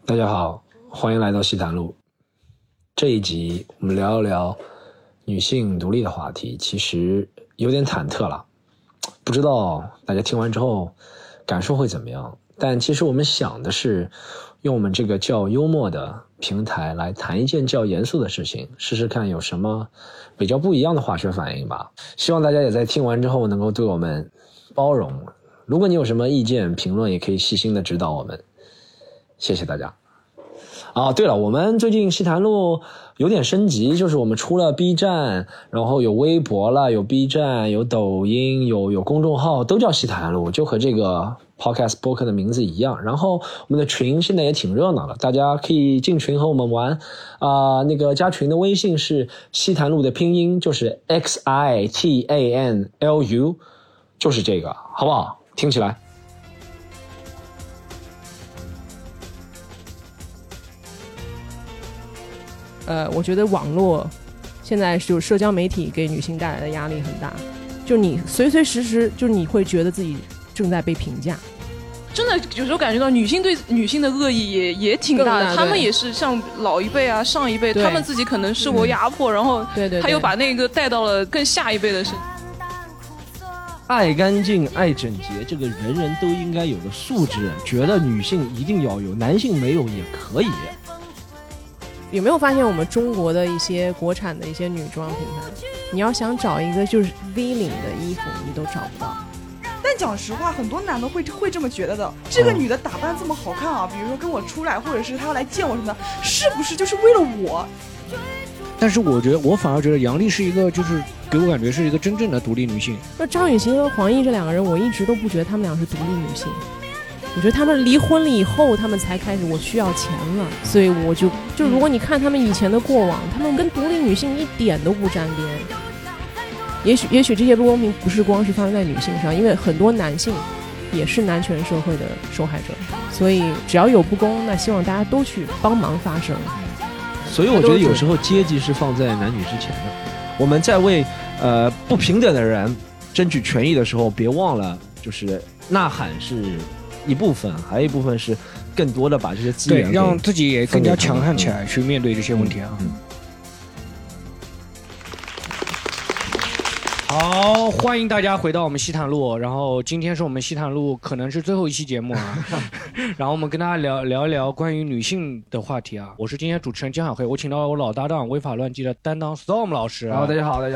大家好，欢迎来到西谈路。这一集我们聊一聊女性独立的话题，其实有点忐忑了，不知道大家听完之后感受会怎么样。但其实我们想的是用我们这个较幽默的平台来谈一件较严肃的事情，试试看有什么比较不一样的化学反应吧。希望大家也在听完之后能够对我们包容，如果你有什么意见评论，也可以细心的指导我们，谢谢大家。对了，我们最近西谈路有点升级，就是我们出了 B 站，然后有微博了，有 B 站，有抖音，有公众号，都叫西谈路，就和这个 podcast 播客的名字一样。然后我们的群现在也挺热闹的，大家可以进群和我们玩。那个加群的微信是西谈路的拼音，就是 XITANLU， 就是这个，好不好？听起来。 我觉得网络现在就社交媒体给女性带来的压力很大，就你随随时时就你会觉得自己正在被评价。 真的有时候感觉到女性对女性的恶意也挺大的，他们也是像老一辈啊上一辈，他们自己可能受过压迫，然后他又把那个带到了更下一辈的身上。 爱干净爱整洁，这个人人都应该有的素质，觉得女性一定要有，男性没有也可以。 有没有发现我们中国的一些国产的一些女装品牌，你要想找一个就是 V 领的衣服你都找不到。 但讲实话，很多男的会这么觉得的，这个女的打扮这么好看啊，比如说跟我出来，或者是她要来见我什么的，是不是就是为了我？ 但是我反而觉得杨笠是一个，就是给我感觉是一个真正的独立女性。 那张雨绮和黄奕这两个人，我一直都不觉得他们俩是独立女性，我觉得他们离婚了以后，他们才开始我需要钱了，所以我就如果你看他们以前的过往，他们跟独立女性一点都不沾边。也许这些不公平不是光是发生在女性上，因为很多男性也是男权社会的受害者，所以只要有不公，那希望大家都去帮忙发声。 所以我觉得有时候阶级是放在男女之前的，我们在为不平等的人争取权益的时候，别忘了就是呐喊是一部分，还有一部分是更多的把这些资源让自己也更加强悍起来，去面对这些问题啊。好，欢迎大家回到我们西谈路，然后今天是我们西谈路可能是最后一期节目啊，然后我们跟大家聊一聊关于女性的话题啊。我是今天主持人江小黑，我请到了我老搭档违法乱纪的担当 Storm 老师。 大家好，来。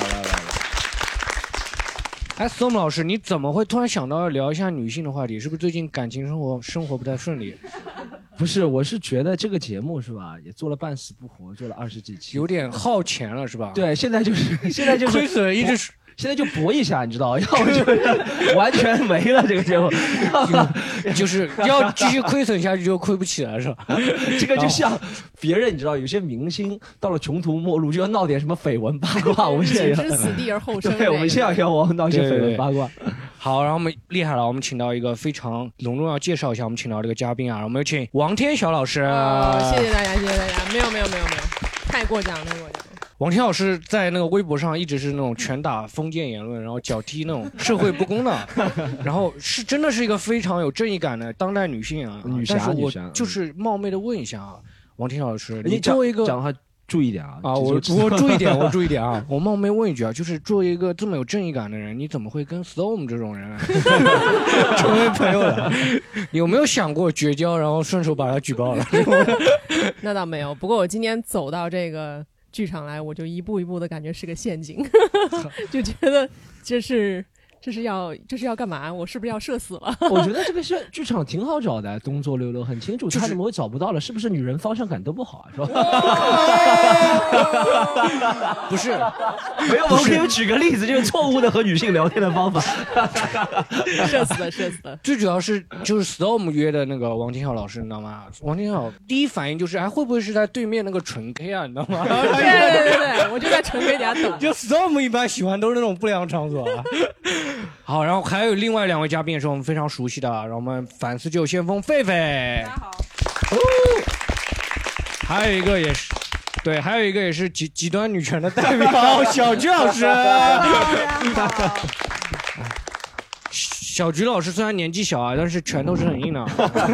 哎 ，Storm 老师，你怎么会突然想到要聊一下女性的话题？是不是最近感情生活不太顺利？ 不是，我是觉得这个节目是吧，也做了半死不活，做了20几期， 有点耗钱了是吧？ 对，现在就是亏损一直。 现在就搏一下，你知道，要不就完全没了这个节目， 就是要继续亏损下去就亏不起了，是吧？ 这个就像别人，你知道，有些明星到了穷途末路就要闹点什么绯闻八卦，我们现在置死地而后生。 对，我们现在要闹一些绯闻八卦。 好，然后我们厉害了，我们请到一个非常隆重要介绍一下，我们请到这个嘉宾啊，我们有请王天晓老师。 谢谢大家，没有，太过奖。 王天老师在那个微博上一直是那种拳打封建言论，然后脚踢那种社会不公的，然后是真的是一个非常有正义感的当代女性啊， 女侠。 我就是冒昧的问一下啊，王天老师，你作为一个讲话注意点啊！ 我注意点啊！我冒昧问一句啊，就是作为一个这么有正义感的人，你怎么会跟 Storm 这种人成为朋友的？有没有想过绝交，然后顺手把他举报了？ 那倒没有，不过我今天走到这个剧场来，我就一步一步的感觉是个陷阱，就觉得这是要干嘛？我是不是要社死了？ 我觉得这个剧场挺好找的，东做溜溜很清楚，他怎么会找不到了？是不是女人方向感都不好啊？是吧？ 不是， 没有，我们可以举个例子，就是错误的和女性聊天的方法。 社死了。 最主要是就是 Storm 约的那个王天晓老师，你知道吗？王天晓第一反应就是，会不会是在对面那个纯 K 啊？你知道吗？ 对，我就在纯 K 家等。 就 Storm 一般喜欢都是那种不良场所啊。好，然后还有另外2位嘉宾也是我们非常熟悉的，让我们反思救先锋狒狒。 大家好。 还有一个也是极端女权的代表小鞠老师。 小菊老师虽然年纪小啊，但是拳头是很硬的，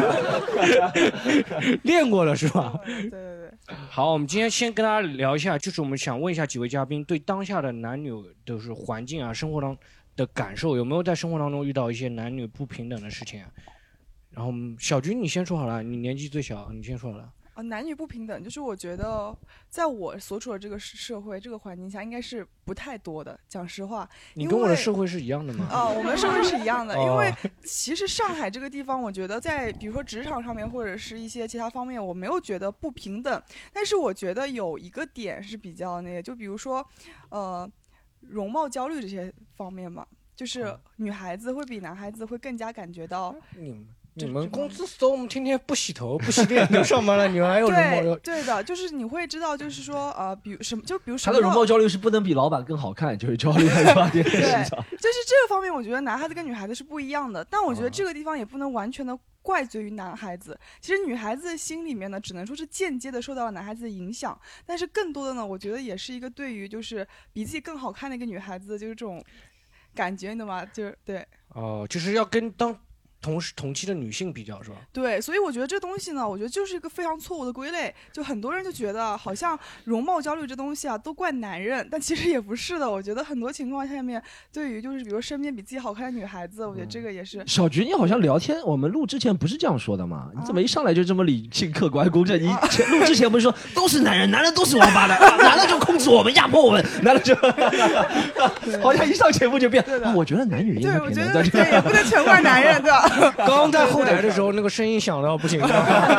练过了是吧？ 对。 好，我们今天先跟大家聊一下，就是我们想问一下几位嘉宾对当下的男女就是环境啊、生活当的感受，有没有在生活当中遇到一些男女不平等的事情啊？然后小菊你先说好了，你年纪最小，你先说好了。 男女不平等，就是我觉得在我所处的这个社会、这个环境下，应该是不太多的。讲实话， 你跟我的社会是一样的吗？ 我们社会是一样的，因为其实上海这个地方，我觉得在比如说职场上面或者是一些其他方面，我没有觉得不平等。但是我觉得有一个点是比较那个，就比如说，容貌焦虑这些方面嘛，就是女孩子会比男孩子会更加感觉到。 你们公司 Storm 天天不洗头不洗脸就上班了，你们还有容貌焦虑？ 对的，就是你会知道，就是说比如什么，就比如说他的容貌焦虑是不能比老板更好看，就是焦虑在发电市场。 就是这个方面，我觉得男孩子跟女孩子是不一样的，但我觉得这个地方也不能完全的怪罪于男孩子。其实女孩子心里面呢，只能说是间接的受到了男孩子的影响，但是更多的呢，我觉得也是一个对于就是比自己更好看的一个女孩子，就是这种感觉，你懂吗？就是对。 就是要跟同期的女性比较是吧？ 对，所以我觉得这东西呢，我觉得就是一个非常错误的归类。就很多人就觉得好像容貌焦虑这东西啊，都怪男人，但其实也不是的。我觉得很多情况下面，对于就是比如身边比自己好看的女孩子，我觉得这个也是。 小菊，你好像聊天，我们录之前不是这样说的吗？你怎么一上来就这么理性、客观、公正？你录之前不是说都是男人，男人都是王八蛋，男的就控制我们、压迫我们，男的就好像一上节目就变。我觉得男女应该平等。 对，我觉得也不能全怪男人，对吧？ 刚在后台的时候，那个声音响到不行了。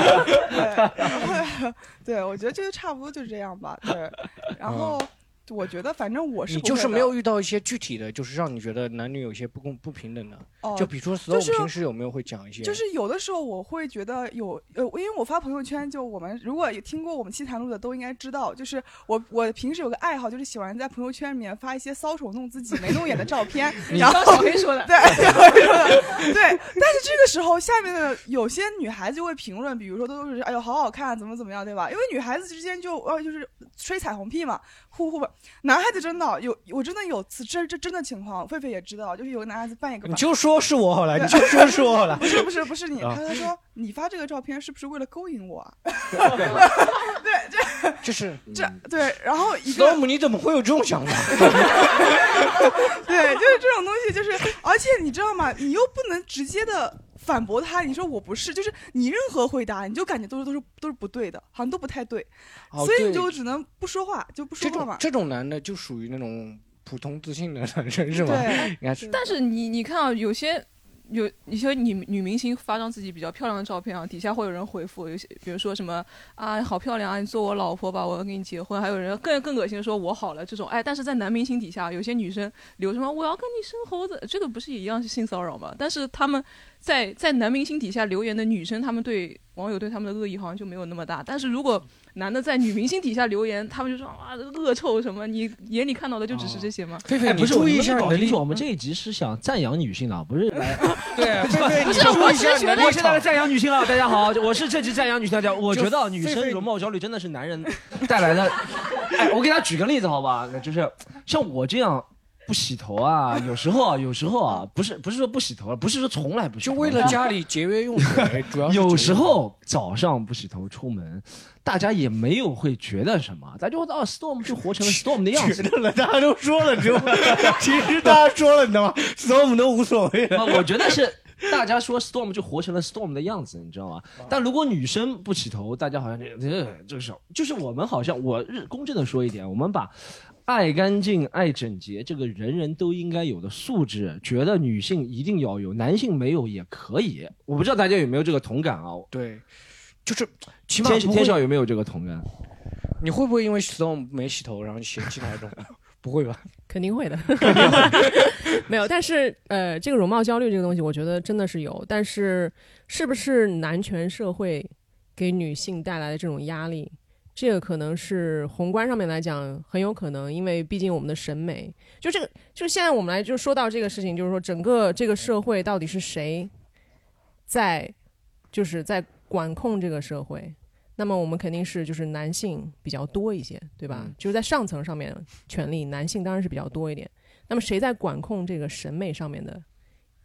对，我觉得这个差不多就是这样吧。对，然后我觉得反正我是你就是没有遇到一些具体的，就是让你觉得男女有些不平等的。就比如说 Storm 平时有没有会讲一些？ 就是有的时候我会觉得因为我发朋友圈，就我们如果有听过我们七谈录的都应该知道，就是我平时有个爱好，就是喜欢在朋友圈里面发一些搔首弄自己没弄眼的照片。 然后小黑说的， 对，小黑说的，对。但是这个时候下面的有些女孩子就会评论，比如说都是哎呦好好看，怎么样，对吧？因为女孩子之间就是吹彩虹屁嘛，互吧。男孩子真的我真的有次这真的情况，狒狒也知道，就是有个男孩子扮一个， 你就说是我好了，你就说是我好了。 不是你，他说你发这个照片是不是为了勾引我啊？对， 就是对，然后一个 Storm 你怎么会有这种想法？ 对，就是这种东西，就是而且你知道吗？你又不能直接的反驳他，你说我不是，就是你任何回答，你就感觉都是不对的，好像都不太对，所以你就只能不说话，就不说话嘛。 这种男的就属于那种普通自信的男生是吗？ 对， 应该是。 但是你看啊，有些女明星发张自己比较漂亮的照片啊，底下会有人回复，有些比如说什么啊好漂亮啊，你做我老婆吧，我要跟你结婚，还有人更恶心的说我好了这种，但是在男明星底下，有些女生留什么我要跟你生猴子，这个不是也一样是性骚扰吗？但是他们在男明星底下留言的女生，他们对网友对他们的恶意好像就没有那么大，但是如果男的在女明星底下留言，他们就说啊恶臭什么，你眼里看到的就只是这些吗？ 狒狒，你注意一下你的立场。我们这一集是想赞扬女性的，不是来对，狒狒， 不是我是觉得我现在来赞扬女性了。大家好，我是这集赞扬女性的。我觉得女生容貌焦虑真的是男人带来的。我给他举个例子好吧，就是像我这样。不洗头啊，有时候啊，不是说不洗头，不是说从来不洗头， 就为了家里节约用水，主要是有时候早上不洗头出门，大家也没有会觉得什么，大家就Storm 就活成了 Storm 的样子。 觉得了，大家都说了，其实大家说了，你知道吗 ？Storm 都无所谓了。 我觉得是大家说 Storm 就活成了 Storm 的样子，你知道吗？但如果女生不洗头，大家好像这个是就是我们好像我公正的说一点，我们把爱干净、爱整洁，这个人人都应该有的素质，觉得女性一定要有，男性没有也可以。我不知道大家有没有这个同感啊？ 对，就是起码天少有没有这个同感？ 你会不会因为 Storm 没洗头，然后嫌弃他这种？不会吧？ 肯定会的。没有，但是这个容貌焦虑这个东西，我觉得真的是有。但是是不是男权社会给女性带来的这种压力？这个可能是宏观上面来讲很有可能，因为毕竟我们的审美就这个，就现在我们来就说到这个事情，就是说整个这个社会到底是谁在管控这个社会，那么我们肯定是就是男性比较多一些，对吧？就是在上层上面权力男性当然是比较多一点，那么谁在管控这个审美上面的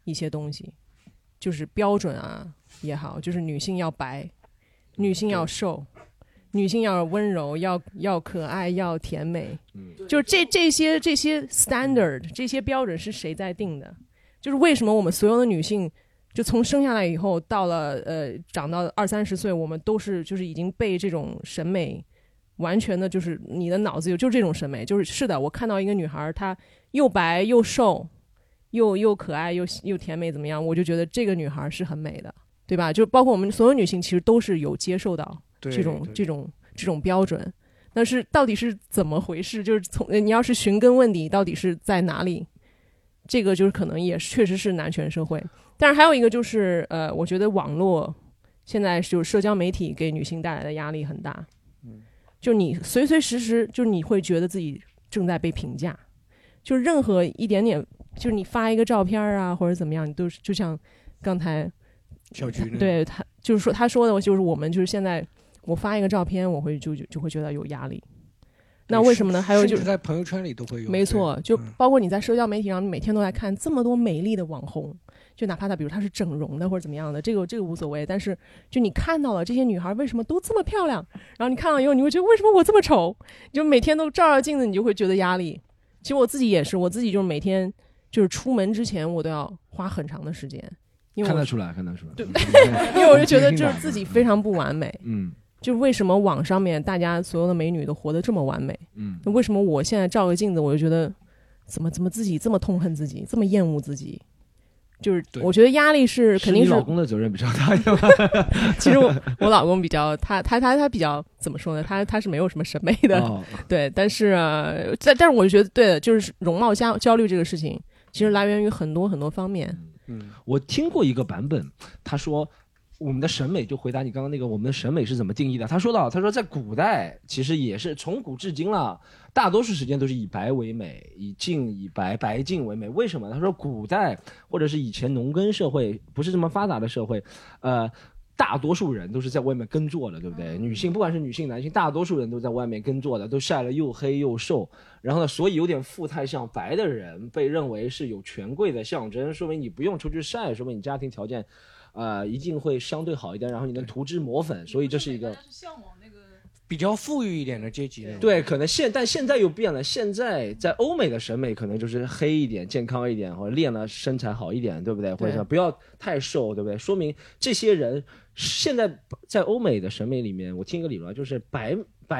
一些东西，就是标准啊也好，就是女性要白，女性要瘦，女性要温柔，要可爱，要甜美，就是这些 standard 这些标准是谁在定的？就是为什么我们所有的女性就从生下来以后到了长到20-30岁，我们都是就是已经被这种审美完全的，就是你的脑子就是这种审美，是的，我看到一个女孩她又白又瘦又可爱又甜美怎么样，我就觉得这个女孩是很美的，对吧？就包括我们所有女性其实都是有接受到这种标准，但是到底是怎么回事？就是你要是寻根问底，到底是在哪里？这个就是可能也确实是男权社会。但是还有一个就是我觉得网络现在就是社交媒体给女性带来的压力很大，就你随随时时就是你会觉得自己正在被评价，就是任何一点点，就是你发一个照片啊或者怎么样，你都是就像刚才小菊对他就是说他说的就是我们就是现在我发一个照片我会就会觉得有压力。那为什么呢？还有就是在朋友圈里都会有， 没错，就包括你在社交媒体上，你每天都在看这么多美丽的网红，就哪怕比如她是整容的或者怎么样的，这个无所谓，但是就你看到了这些女孩为什么都这么漂亮，然后你看到以后你会觉得为什么我这么丑，就每天都照镜子，你就会觉得压力。其实我自己也是，我自己就是每天就是出门之前我都要花很长的时间，因为看得出来， 对，因为我就觉得就是自己非常不完美，就是为什么网上面大家所有的美女都活得这么完美？那为什么我现在照个镜子，我就觉得怎么自己这么痛恨自己，这么厌恶自己？就是我觉得压力是肯定是你老公的责任比较大。 其实我老公比较他比较怎么说呢？他是没有什么审美的，对。但是但是我觉得对的，就是容貌焦虑这个事情，其实来源于很多很多方面。 我听过一个版本，他说。我们的审美就回答你刚刚那个，我们的审美是怎么定义的？他说在古代其实也是从古至今了，大多数时间都是以白为美，以白净为美。为什么？他说古代或者是以前农耕社会不是这么发达的社会，大多数人都是在外面耕作的，对不对？女性不管是女性男性，大多数人都在外面耕作的，都晒了又黑又瘦。然后呢，所以有点富态像白的人被认为是有权贵的象征，说明你不用出去晒，说明你家庭条件一定会相对好一点，然后你能涂脂抹粉，所以这是一个向往那个比较富裕一点的阶级。 对，可能但现在又变了，现在在欧美的审美可能就是黑一点、健康一点，或者练了身材好一点，对不对？或者不要太瘦，对不对？说明这些人现在在欧美的审美里面，我听一个理论，就是白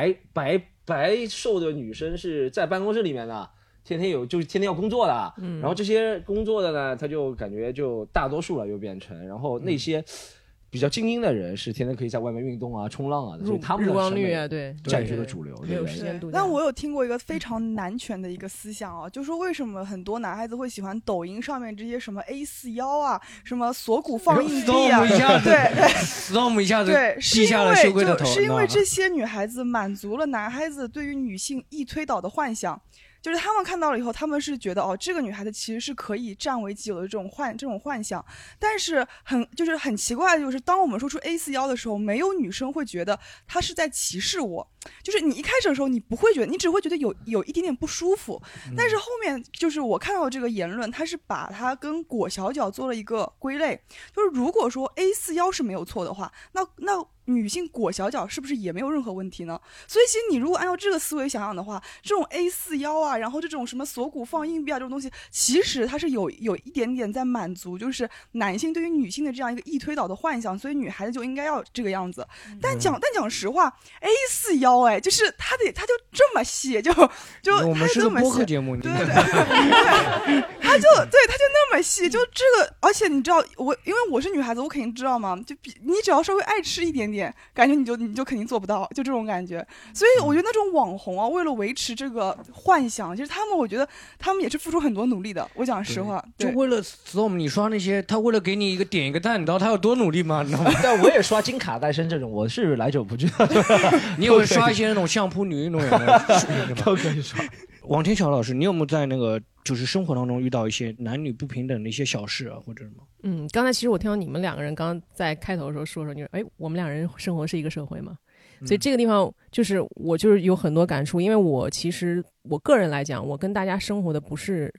瘦的女生是在办公室里面的。天天要工作的，然后这些工作的呢，他就感觉就大多数了，又变成，然后那些比较精英的人是天天可以在外面运动啊、冲浪啊，所以他们的日光浴啊，对， 占据了主流， 没有时间度假。 但我有听过一个非常男权的一个思想啊，就说为什么很多男孩子会喜欢抖音上面这些什么 A4 腰啊，什么锁骨放硬币啊，对 ，storm 一下子对， 低下了羞愧的头， 是因为这些女孩子满足了男孩子对于女性易推倒的幻想。就是他们看到了以后，他们是觉得这个女孩子其实是可以占为己有的这种幻想。但是很奇怪的就是，当我们说出 A4 腰的时候，没有女生会觉得她是在歧视我。就是你一开始的时候，你不会觉得，你只会觉得有一点点不舒服。但是后面就是我看到这个言论，它是把它跟裹小脚做了一个归类。就是如果说 A4 腰是没有错的话，那女性裹小脚是不是也没有任何问题呢？所以其实你如果按照这个思维想想的话，这种 A4 腰啊，然后这种什么锁骨放硬币啊这种东西，其实它是有一点点在满足就是男性对于女性的这样一个易推倒的幻想，所以女孩子就应该要这个样子。但讲实话 ，A4 腰就是它就这么细，就我们是个播客节目， 对，它就那么细，就这个，而且你知道因为我是女孩子，我肯定知道嘛，就你只要稍微爱吃一点点，感觉你就肯定做不到，就这种感觉。所以我觉得那种网红啊，为了维持这个幻想，其实我觉得他们也是付出很多努力的。我讲实话， 就为了 storm 你刷那些，他为了给你点一个赞，你知道他有多努力吗？你知道吗？ 但我也刷金卡戴珊这种，我是来者不拒。 你有刷一些那种相扑女运动员的都可以刷。 王天晓老师，你有没有在那个就是生活当中遇到一些男女不平等的一些小事啊，或者什么？ 刚才其实我听到你们两个人刚刚在开头的时候说，你说我们两人生活是一个社会嘛，所以这个地方就是我就是有很多感触，因为我其实我个人来讲，我跟大家生活的不是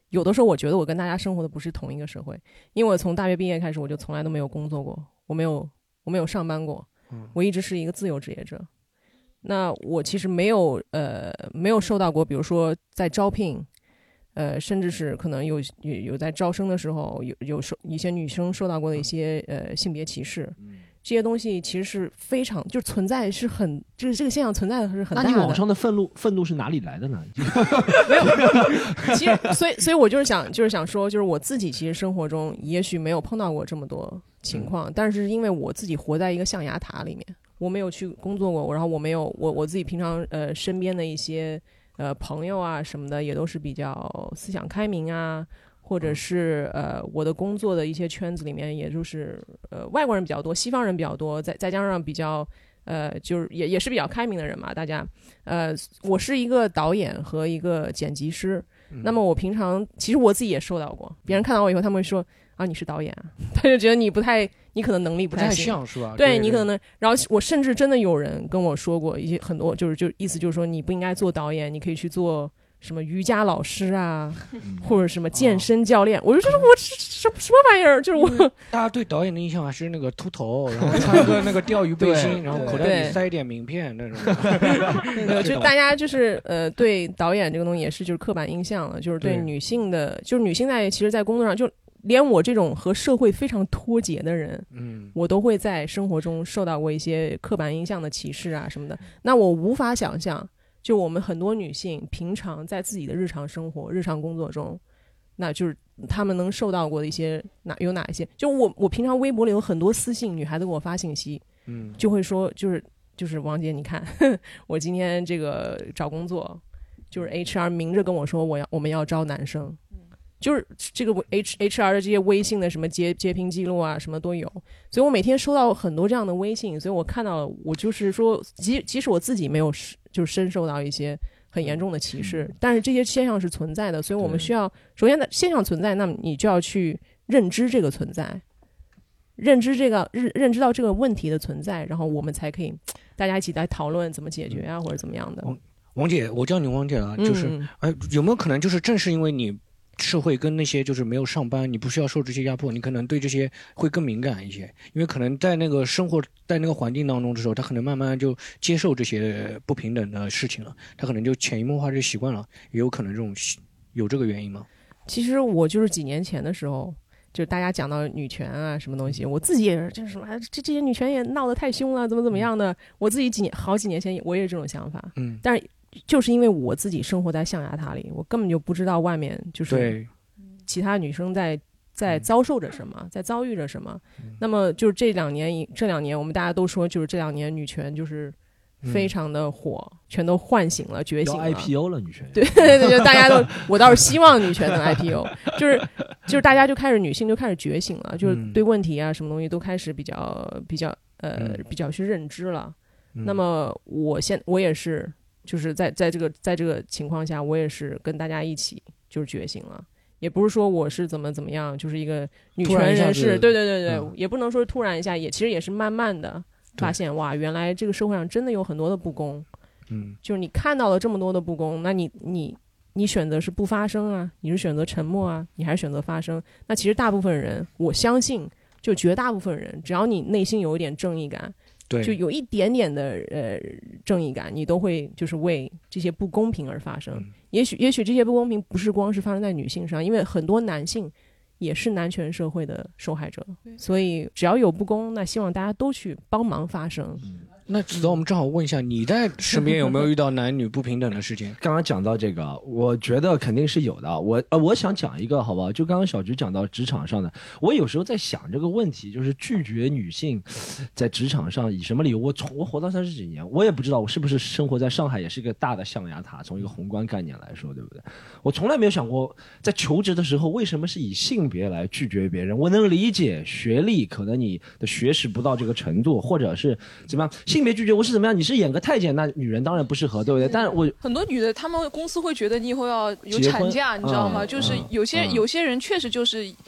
有的时候我觉得我跟大家生活的不是同一个社会，因为我从大学毕业开始我就从来都没有工作过，我没有上班过，我一直是一个自由职业者。那我其实没有受到过，比如说在招聘，甚至是可能有在招生的时候有一些女生受到过的一些性别歧视。这些东西其实是非常就存在是很这个现象存在的是很大的。 那你网上的愤怒是哪里来的呢？ 没有，其实所以我就是想说，就是我自己其实生活中也许没有碰到过这么多情况，但是因为我自己活在一个象牙塔里面，我没有去工作过，然后我自己平常身边的一些朋友啊什么的也都是比较思想开明啊。或者是我的工作的一些圈子里面，也就是外国人比较多，西方人比较多，再加上比较就是也是比较开明的人嘛，大家我是一个导演和一个剪辑师，那么我平常其实我自己也受到过，别人看到我以后，他们会说啊你是导演啊，他就觉得你可能能力不太行， 像是吧？ 对你可能，然后我甚至真的有人跟我说过很多，就意思就是说你不应该做导演，你可以去做。什么瑜伽老师啊，或者什么健身教练，我就说我什么玩意儿，就是我。 大家对导演的印象还是那个秃头，然后穿个那个钓鱼背心，然后口袋里塞一点名片那种。 对，就大家就是对导演这个东西也是就是刻板印象了，就是对女性的，就是女性其实，在工作上就。连我这种和社会非常脱节的人，我都会在生活中受到过一些刻板印象的歧视啊什么的。那我无法想象。就我们很多女性平常在自己的日常生活、日常工作中，那就是她们能受到过的一些有哪一些？就我平常微博里有很多私信，女孩子给我发信息，就会说就是王姐，你看我今天这个找工作，就是 HR 明着跟我说我们要招男生，就是这个 HR 的这些微信的什么截屏记录啊，什么都有，所以我每天收到很多这样的微信，所以我看到了，我就是说，即使我自己没有就是深受到一些很严重的歧视，但是这些现象是存在的，所以我们需要首先现象存在，那么你就要去认知这个存在，认知到这个问题的存在，然后我们才可以大家一起来讨论怎么解决啊，或者怎么样的。 王姐，我叫你王姐了，就是有没有可能就是正是因为你社会跟那些就是没有上班，你不需要受这些压迫，你可能对这些会更敏感一些，因为可能在那个生活在那个环境当中的时候，他可能慢慢就接受这些不平等的事情了，他可能就潜移默化就习惯了，也有可能有这个原因吗？ 其实我就是几年前的时候，就大家讲到女权啊什么东西，我自己也是就是什么这些女权也闹得太凶了，怎么样的，我自己好几年前我也有这种想法，但是就是因为我自己生活在象牙塔里，我根本就不知道外面就是其他女生在遭受着什么，在遭遇着什么。那么就是这两年我们大家都说，就是这2年女权就是非常的火，全都唤醒了、觉醒了。 要 IPO 了女权。 对，大家都，我倒是希望女权能 IPO， 就是大家就开始女性就开始觉醒了，就是对问题啊什么东西都开始比较去认知了。那么我也是。就是在这个情况下，我也是跟大家一起就是觉醒了，也不是说我是怎么样，就是一个女权人士，对，也不能说突然一下，其实也是慢慢的发现，哇，原来这个社会上真的有很多的不公，就是你看到了这么多的不公，那你选择是不发声啊，你是选择沉默啊，你还是选择发声？那其实大部分人，我相信，就绝大部分人，只要你内心有一点正义感。 对， 就有一点点的正义感，你都会就是为这些不公平而发声。也许这些不公平不是光是发生在女性上，因为很多男性也是男权社会的受害者，所以只要有不公，那希望大家都去帮忙发声。 那子韬，我们正好问一下，你在身边有没有遇到男女不平等的事情？ 刚刚讲到这个，我觉得肯定是有的。我想讲一个，好不好？就刚刚小菊讲到职场上的，我有时候在想这个问题，就是拒绝女性在职场上以什么理由？我活到30几年，我也不知道我是不是生活在上海，也是一个大的象牙塔。从一个宏观概念来说，对不对？我从来没有想过，在求职的时候为什么是以性别来拒绝别人。我能理解学历，可能你的学识不到这个程度，或者是怎么样。性别拒绝我是怎么样？你是演个太监，那女人当然不适合，对不对？但是我很多女的，她们公司会觉得你以后要有产假，你知道吗？就是有些人确实就是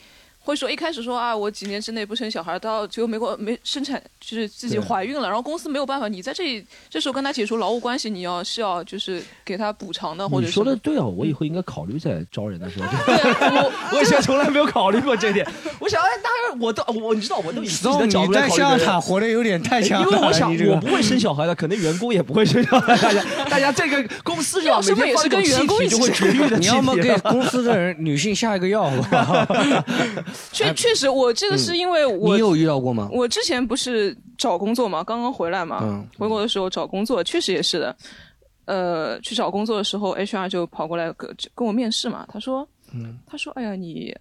会说一开始说啊，我几年之内不生小孩，到结果没生产，就是自己怀孕了，然后公司没有办法，你在这时候跟他解除劳务关系，你是要就是给他补偿的，或者你说的对啊，我以后应该考虑在招人的时候。 我以前从来没有考虑过这点。我想，当然我你知道，我都以自己的角度来考虑。 你在象塔活得有点太强了。 因为我想，我不会生小孩的，可能员工也不会生小孩。大家这个公司上每天放这种气体就会绝育的。 你要么给公司的人女性下一个药吧。 确实，我这个是因为你有遇到过吗？ 我之前不是找工作嘛，刚刚回来嘛，回国的时候找工作，确实也是的。去找工作的时候 ，HR 就跑过来跟我面试嘛，他说，哎呀，你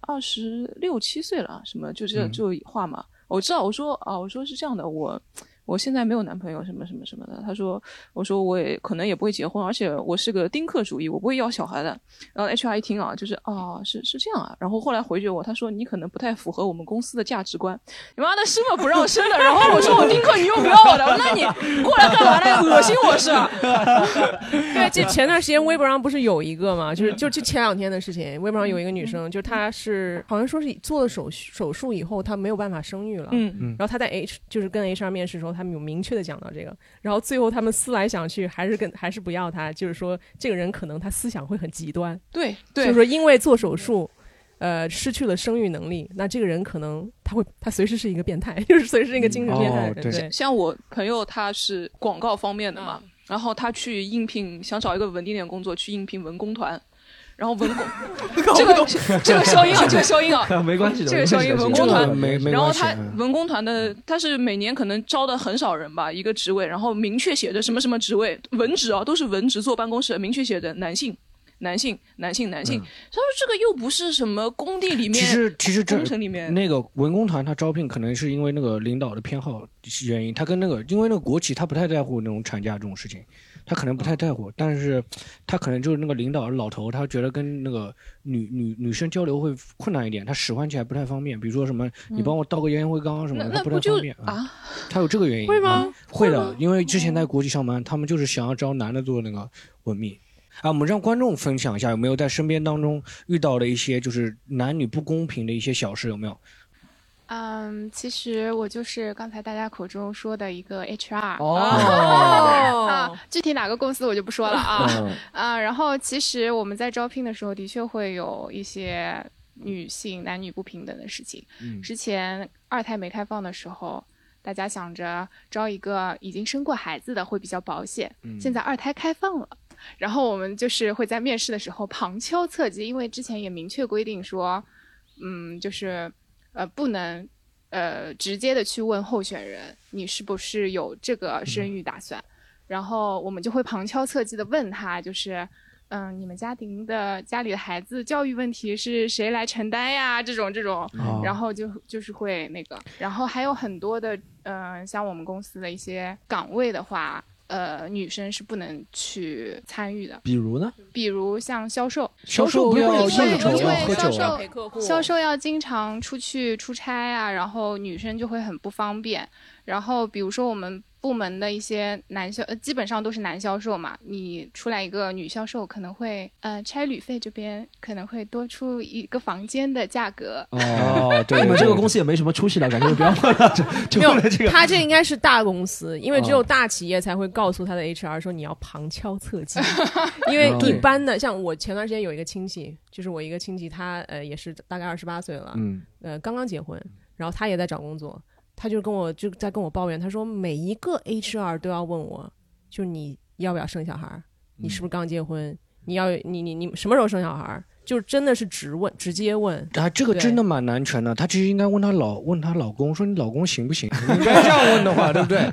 26、27岁了，什么就话嘛。我知道，我说是这样的，我现在没有男朋友，什么什么什么的。我说我也可能也不会结婚，而且我是个丁克主义，我不会要小孩的。然后 HR 一听啊，就是是这样啊。然后后来回绝我，他说你可能不太符合我们公司的价值观。你妈的生了不让生的，然后我说我丁克，你又不要我的，那你过来干嘛呢？恶心我是吧？ 对，这前段时间微博上不是有一个嘛，就前2天的事情，微博上有一个女生，就是她是好像说是做了手术以后，她没有办法生育了，然后她在就是跟 HR 面试的时候，他们有明确的讲到这个，然后最后他们思来想去，还是不要她，就是说这个人可能他思想会很极端， 对， 就是说因为做手术。失去了生育能力，那这个人可能他随时是一个变态，就是随时是一个精神变态。对， 像我朋友他是广告方面的嘛，然后他去应聘，想找一个稳定点工作，去应聘文工团。然后文工，这个消音啊，这个消音啊， 没关系的， 这个消音文工团， 没然后他文工团的他是每年可能招的很少人吧，一个职位，然后明确写着什么什么职位，文职啊，都是文职，坐办公室，明确写着男性。他说这个又不是什么工地里面， 其实工程里面那个文工团他招聘可能是因为那个领导的偏好原因，他跟因为那个国企他不太在乎那种产假这种事情，他可能不太在乎，但是他可能就是那个领导老头，他觉得跟那个女生交流会困难一点，他使唤起来不太方便，比如说什么你帮我倒个烟灰缸什么的，他不太方便啊。他有这个原因会吗？ 会的，因为之前在国企上班，他们就是想要招男的做那个文秘。我们让观众分享一下，有没有在身边当中遇到的一些就是男女不公平的一些小事，有没有？ 其实我就是刚才大家口中说的一个 HR 具体哪个公司我就不说了啊。然后其实我们在招聘的时候的确会有一些女性男女不平等的事情。之前2胎没开放的时候，大家想着招一个已经生过孩子的会比较保险，现在2胎开放了。然后我们就是会在面试的时候旁敲侧击，因为之前也明确规定说，就是不能直接的去问候选人你是不是有这个生育打算，然后我们就会旁敲侧击的问他，就是你们家里的孩子教育问题是谁来承担呀？这种，然后就是会那个，然后还有很多的像我们公司的一些岗位的话。女生是不能去参与的。 比如呢？ 比如像销售不要应酬要喝酒啊， 销售要经常出差啊，然后女生就会很不方便。然后比如说我们部门的一些基本上都是男销售嘛，你出来一个女销售可能会差旅费这边可能会多出一个房间的价格。 对，你们这个公司也没什么出息了，感觉不要问了，就为了这个。 他这应该是大公司，因为只有大企业才会告诉他的 HR 说你要旁敲侧击，因为一般的像我前段时间有一个亲戚，就是我一个亲戚，他也是大概28岁了，刚刚结婚，然后他也在找工作。他就在跟我抱怨，他说每一个 HR 都要问我，就你要不要生小孩，你是不是刚结婚，你什么时候生小孩，就真的是直接问这个真的蛮难全的。他其实应该问她老公，说你老公行不行？你应该这样问的话，对不对？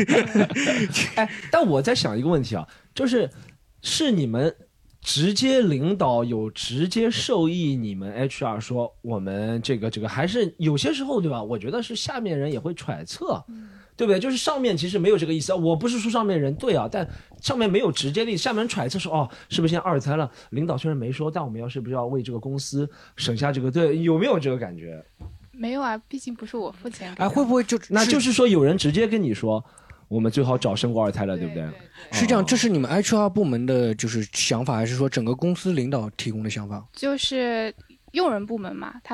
但我在想一个问题啊，是你们直接领导有直接授意你们 HR 说我们这个还是有些时候对吧？我觉得是下面人也会揣测，对不对？就是上面其实没有这个意思，我不是说上面人对啊，但上面没有直接的，下面人揣测说是不是现在2胎了？领导虽然没说，但我们是不是要为这个公司省下这个？对，有没有这个感觉？ 没有啊，毕竟不是我付钱。 会不会那就是说有人直接跟你说？我们最好找生过2胎了，对不对？ 是这样，这是你们 HR 部门的就是想法，还是说整个公司领导提供的想法？ 就是用人部门嘛，他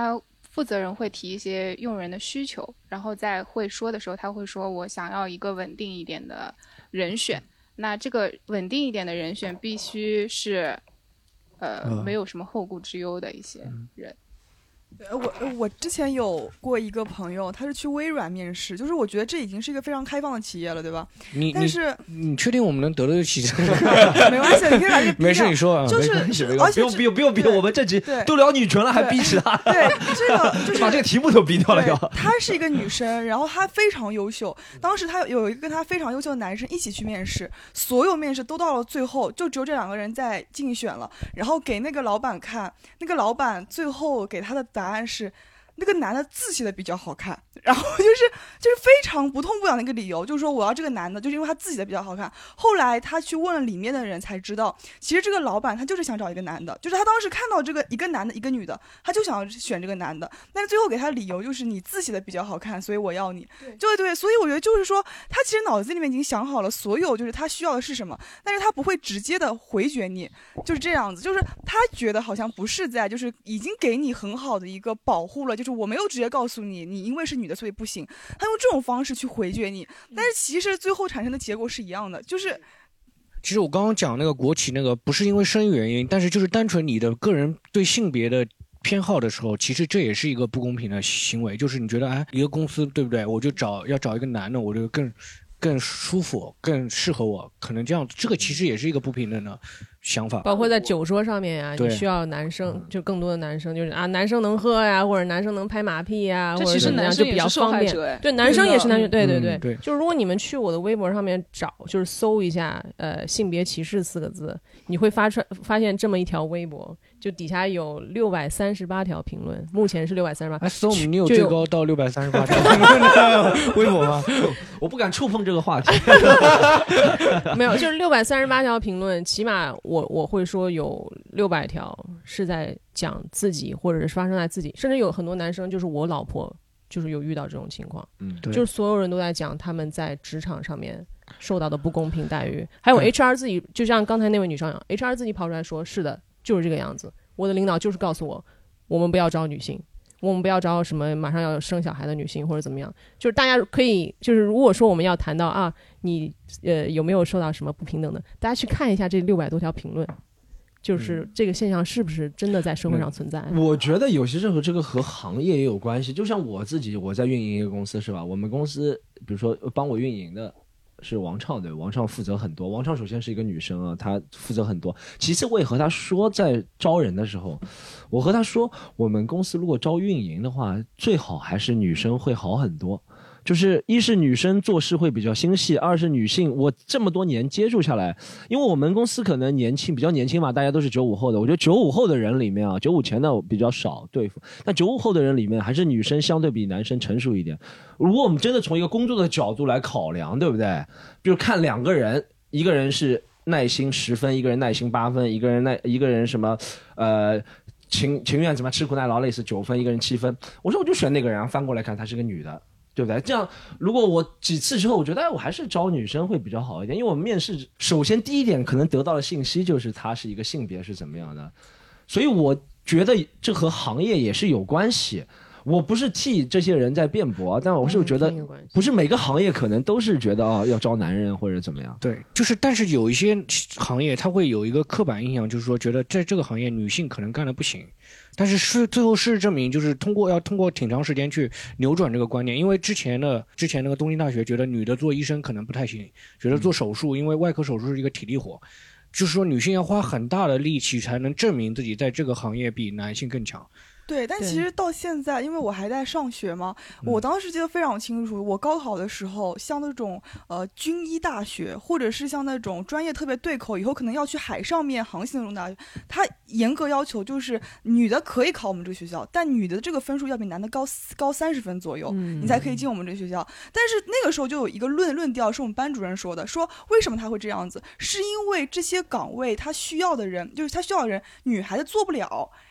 负责人会提一些用人的需求，然后在会说的时候，他会说我想要一个稳定一点的人选。那这个稳定一点的人选必须是，没有什么后顾之忧的一些人。 我之前有过一个朋友，他是去微软面试，就是我觉得这已经是一个非常开放的企业了，对吧？但是你确定我们能得得起？ 没关系，你可以把这没事，你说啊， 就是而且不用逼，我们这集都聊女权了，还逼其他？ 对，这个就是把这个题目都逼掉了要。 她是一个女生，然后她非常优秀。当时她有一个跟她非常优秀的男生一起去面试，所有面试都到了最后，就只有这2个人在竞选了。然后给那个老板看，那个老板最后给他的答案是，那个男的字写的比较好看，然后就是非常不痛不痒的一个理由，就是说我要这个男的，就是因为他自己的比较好看。后来他去问了里面的人，才知道其实这个老板他就是想找一个男的，就是他当时看到这个一个男的一个女的，他就想要选这个男的，但是最后给他的理由就是你字写的比较好看，所以我要你。对，所以我觉得就是说他其实脑子里面已经想好了所有就是他需要的是什么，但是他不会直接的回绝你，就是这样子，就是他觉得好像不是在就是已经给你很好的一个保护了，就是我没有直接告诉你你因为是女的所以不行，他用这种方式去回绝你，但是其实最后产生的结果是一样的，就是其实我刚刚讲那个国企那个不是因为生育原因，但是就是单纯你的个人对性别的偏好的时候，其实这也是一个不公平的行为，就是你觉得哎，一个公司对不对，我就要找一个男的，我就更舒服，更适合我，可能这样，这个其实也是一个不平等的想法。 包括在酒桌上面呀，你需要男生，就更多的男生，就是啊，男生能喝呀，或者男生能拍马屁呀，或者怎么样，就比较方便。对，男生也是男生，对，就是如果你们去我的微博上面找，就是搜一下性别歧视4个字，你会发现这么一条微博，就底下有638条评论，目前是638。 哎 ，Storm， 你有最高到638条评论的微博吗？ 我不敢触碰这个话题。 没有，就是638条评论，起码我会说有600条是在讲自己，或者是发生在自己，甚至有很多男生就是我老婆就是有遇到这种情况， 对， 就是所有人都在讲他们在职场上面受到的不公平待遇，还有 HR 自己，就像刚才那位女生一样 ，HR 自己跑出来说，是的，就是这个样子，我的领导就是告诉我们不要招女性。我们不要招什么马上要生小孩的女性或者怎么样，就是大家可以，就是如果说我们要谈到啊，你有没有受到什么不平等的，大家去看一下这600多条评论，就是这个现象是不是真的在社会上存在？ 我觉得有些时候这个和行业也有关系，就像我自己，我在运营一个公司是吧？我们公司比如说帮我运营的是王畅，对，王畅负责很多。王畅首先是一个女生啊，她负责很多。其次我也和她说，在招人的时候，我和她说，我们公司如果招运营的话，最好还是女生会好很多。就是一是女生做事会比较心细，二是女性，我这么多年接触下来，因为我们公司可能比较年轻嘛，大家都是95后的，我觉得95后的人里面啊，95前的比较少对付，但95后的人里面还是女生相对比男生成熟一点。如果我们真的从一个工作的角度来考量，对不对？比如看2个人，一个人是耐心10分，一个人耐心8分，一个人什么情愿怎么吃苦耐劳类似9分，一个人7分。我说我就选那个人，翻过来看她是个女的。对不对？这样，如果我几次之后，我觉得我还是招女生会比较好一点，因为我们面试首先第一点可能得到的信息就是她是一个性别是怎么样的，所以我觉得这和行业也是有关系。我不是替这些人在辩驳，但我是觉得不是每个行业可能都是觉得要招男人或者怎么样。 对，就是但是有一些行业它会有一个刻板印象，就是说觉得在这个行业女性可能干得不行。但是最后事实证明，就是要通过挺长时间去扭转这个观念，因为之前那个东京大学觉得女的做医生可能不太行，觉得做手术，因为外科手术是一个体力活，就是说女性要花很大的力气才能证明自己在这个行业比男性更强。 对，但其实到现在，因为我还在上学嘛，我当时记得非常清楚。我高考的时候，像那种军医大学，或者是像那种专业特别对口，以后可能要去海上面航行那种大学，它严格要求就是女的可以考我们这个学校，但女的这个分数要比男的高30分左右，你才可以进我们这个学校。但是那个时候就有一个论调，是我们班主任说的，说为什么他会这样子，是因为这些岗位他需要的人，就是他需要的人，女孩子做不了。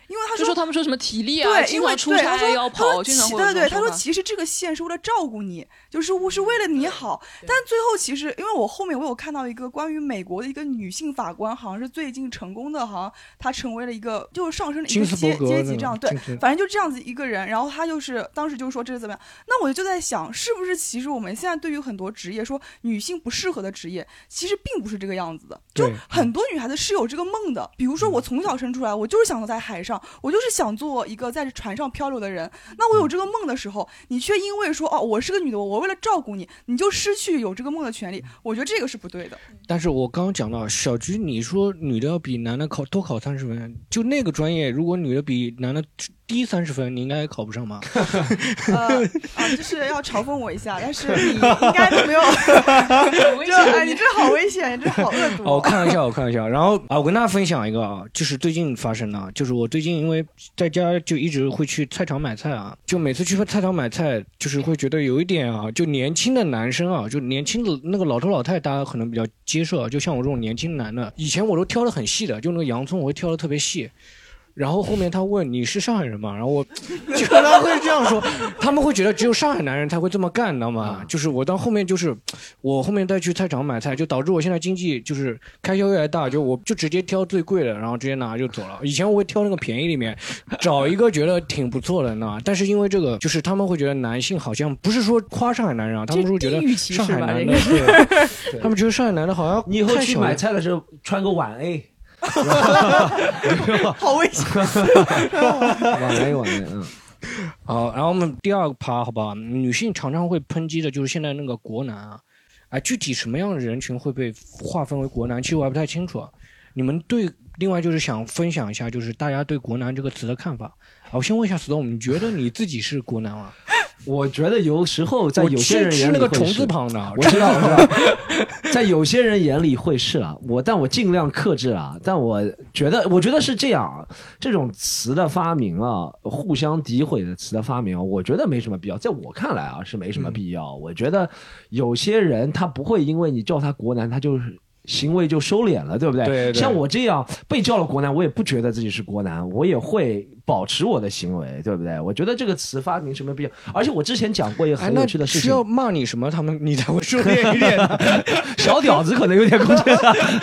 因为他就说他们说什么体力啊， 对， 经常出差要跑，经常会对，他说其实这个线是为了照顾你，就是为了你好。但最后其实，因为我后面我有看到一个关于美国的一个女性法官，好像是最近成功的，好像她成为了一个就是上升了一个阶级这样，对，反正就这样子一个人。然后她就是当时就说这是怎么样，那我就在想，是不是其实我们现在对于很多职业说女性不适合的职业，其实并不是这个样子的。就很多女孩子是有这个梦的，比如说我从小生出来，我就是想在海上，我就是想做一个在船上漂流的人。那我有这个梦的时候，你却因为说哦我是个女的，我为了照顾你，你就失去有这个梦的权利，我觉得这个是不对的。 但是我刚刚讲到小菊，你说女的要比男的多考30分，就那个专业，如果女的比男的低30分，你应该考不上吗？ 就是要嘲讽我一下，但是你应该都没有。你这好危险，你这好恶毒。 我开玩笑。然后我跟大家分享一个啊，就是最近发生的，就是我最近因为在家就一直会去菜场买菜啊，就每次去菜场买菜，就是会觉得有一点啊，就年轻的男生啊，就年轻的那个老头老太，大家可能比较接受啊，就像我这种年轻男的，以前我都挑得很细的，就那个洋葱我会挑得特别细。然后后面他问你是上海人吗？然后我就他会这样说，他们会觉得只有上海男人才会这么干，你知道吗？就是我到后面就是我后面再去菜场买菜，就导致我现在经济就是开销越来越大，就我就直接挑最贵的，然后直接拿就走了。以前我会挑那个便宜里面找一个觉得挺不错的呢，但是因为这个就是他们会觉得男性好像不是说夸上海男人啊，他们会觉得上海男的，对，他们觉得上海男的好像你以后去买菜的时候穿个晚 A。 好危险！ 晚 A， 好，然后我们第二个趴，好不好？女性常常会抨击的就是现在那个国男啊，具体什么样的人群会被划分为国男，其实我还不太清楚。你们对，另外就是想分享一下，就是大家对国男这个词的看法。我先问一下 Storm， 你觉得你自己是国男吗？ 我觉得有时候在有些人眼里会是， 那个虫字旁的， 我知道，在有些人眼里会是啊，但我尽量克制啊。但我觉得是这样，这种词的发明啊，互相诋毁的词的发明啊，我觉得没什么必要。在我看来啊，是没什么必要。我觉得有些人他不会因为你叫他国男，他就是行为就收敛了，对不对？ 对。 像我这样被叫了国男，我也不觉得自己是国男，我也会保持我的行为，对不对？我觉得这个词发明什么必要？而且我之前讲过一个很有趣的事情， 需要骂你什么，你才会收敛一点。 小屌子可能有点空间。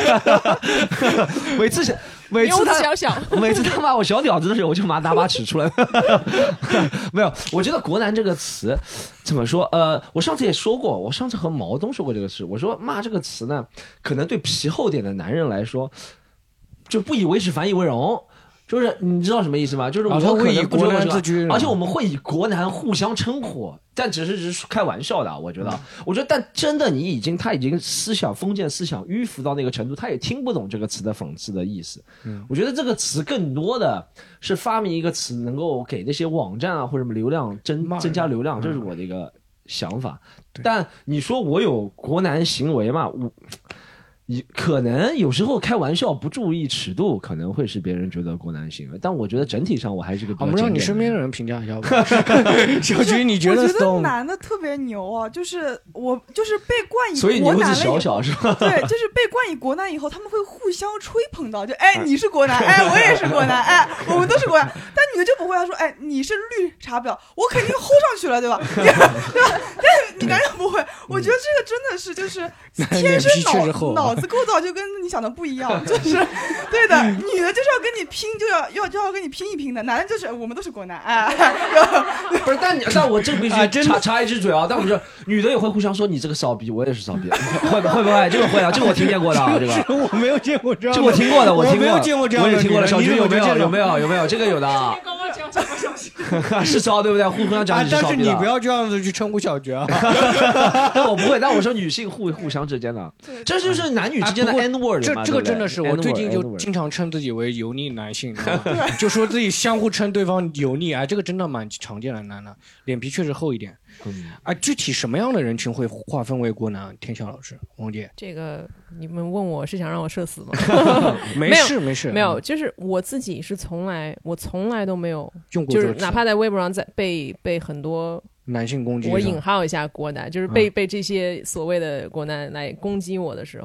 每次他骂我小屌子的时候，我就拿把尺出来。没有，我觉得国男这个词怎么说？我上次也说过，我上次和毛东说过这个事。我说骂这个词呢，可能对皮厚点的男人来说，就不以为耻反以为荣。就是你知道什么意思吗？就是我们会以国男自居， 而且我们会以国男互相称呼，但只是开玩笑的。我觉得，但真的他已经封建思想迂腐到那个程度，他也听不懂这个词的讽刺的意思。我觉得这个词更多的是发明一个词，能够给那些网站啊或者什么流量增加流量，这是我的一个想法。但你说我有国男行为嘛？可能有时候开玩笑不注意尺度，可能会是别人觉得国男行为，但我觉得整体上我还是个比较。 我们让你身边的人评价一下吧。小菊，你觉得？ 我觉得男的特别牛啊，就是我就是被冠以国男了以后， 所以牛子小小是吧？ 对，就是被冠以国男以后，他们会互相吹捧到，就你是国男，我也是国男，我们都是国男。但女的就不会，他说你是绿茶婊，我肯定 hold 上去了，对吧？对吧？但你男人不会，我觉得这个真的是就是天生脑子构造就跟你想的不一样，就是对的，女的就是要跟你拼，就要跟你拼一拼的，男的就是我们都是国男， 不是，但我这必须插一只嘴啊！但我们说女的也会互相说你这个骚逼，我也是骚逼，会不会？这个会啊，这个我听见过的啊，这个我没有见过这样， 这个我听过的， 我没有见过这样， 我也听过了。小菊有没有？这个有的啊。刚刚讲什么消息？ 是骚对不对？互相讲你是骚逼的。 但是你不要这样子去称呼小菊啊！ 但我不会，但我说女性互相之间的，这就是男女之间的 N word 嘛。 这个真的是我最近就经常称自己为油腻男性，就说自己相互称对方油腻，这个真的蛮常见的，男的脸皮确实厚一点。具体什么样的人群会划分为国男？天笑老师，王姐， 这个你们问我是想让我社死吗？ 没事， 没有，就是我自己是从来都没有用过， 就是哪怕在微博上被很多男性攻击， 我引号一下国男，就是被这些所谓的国男来攻击我的时候，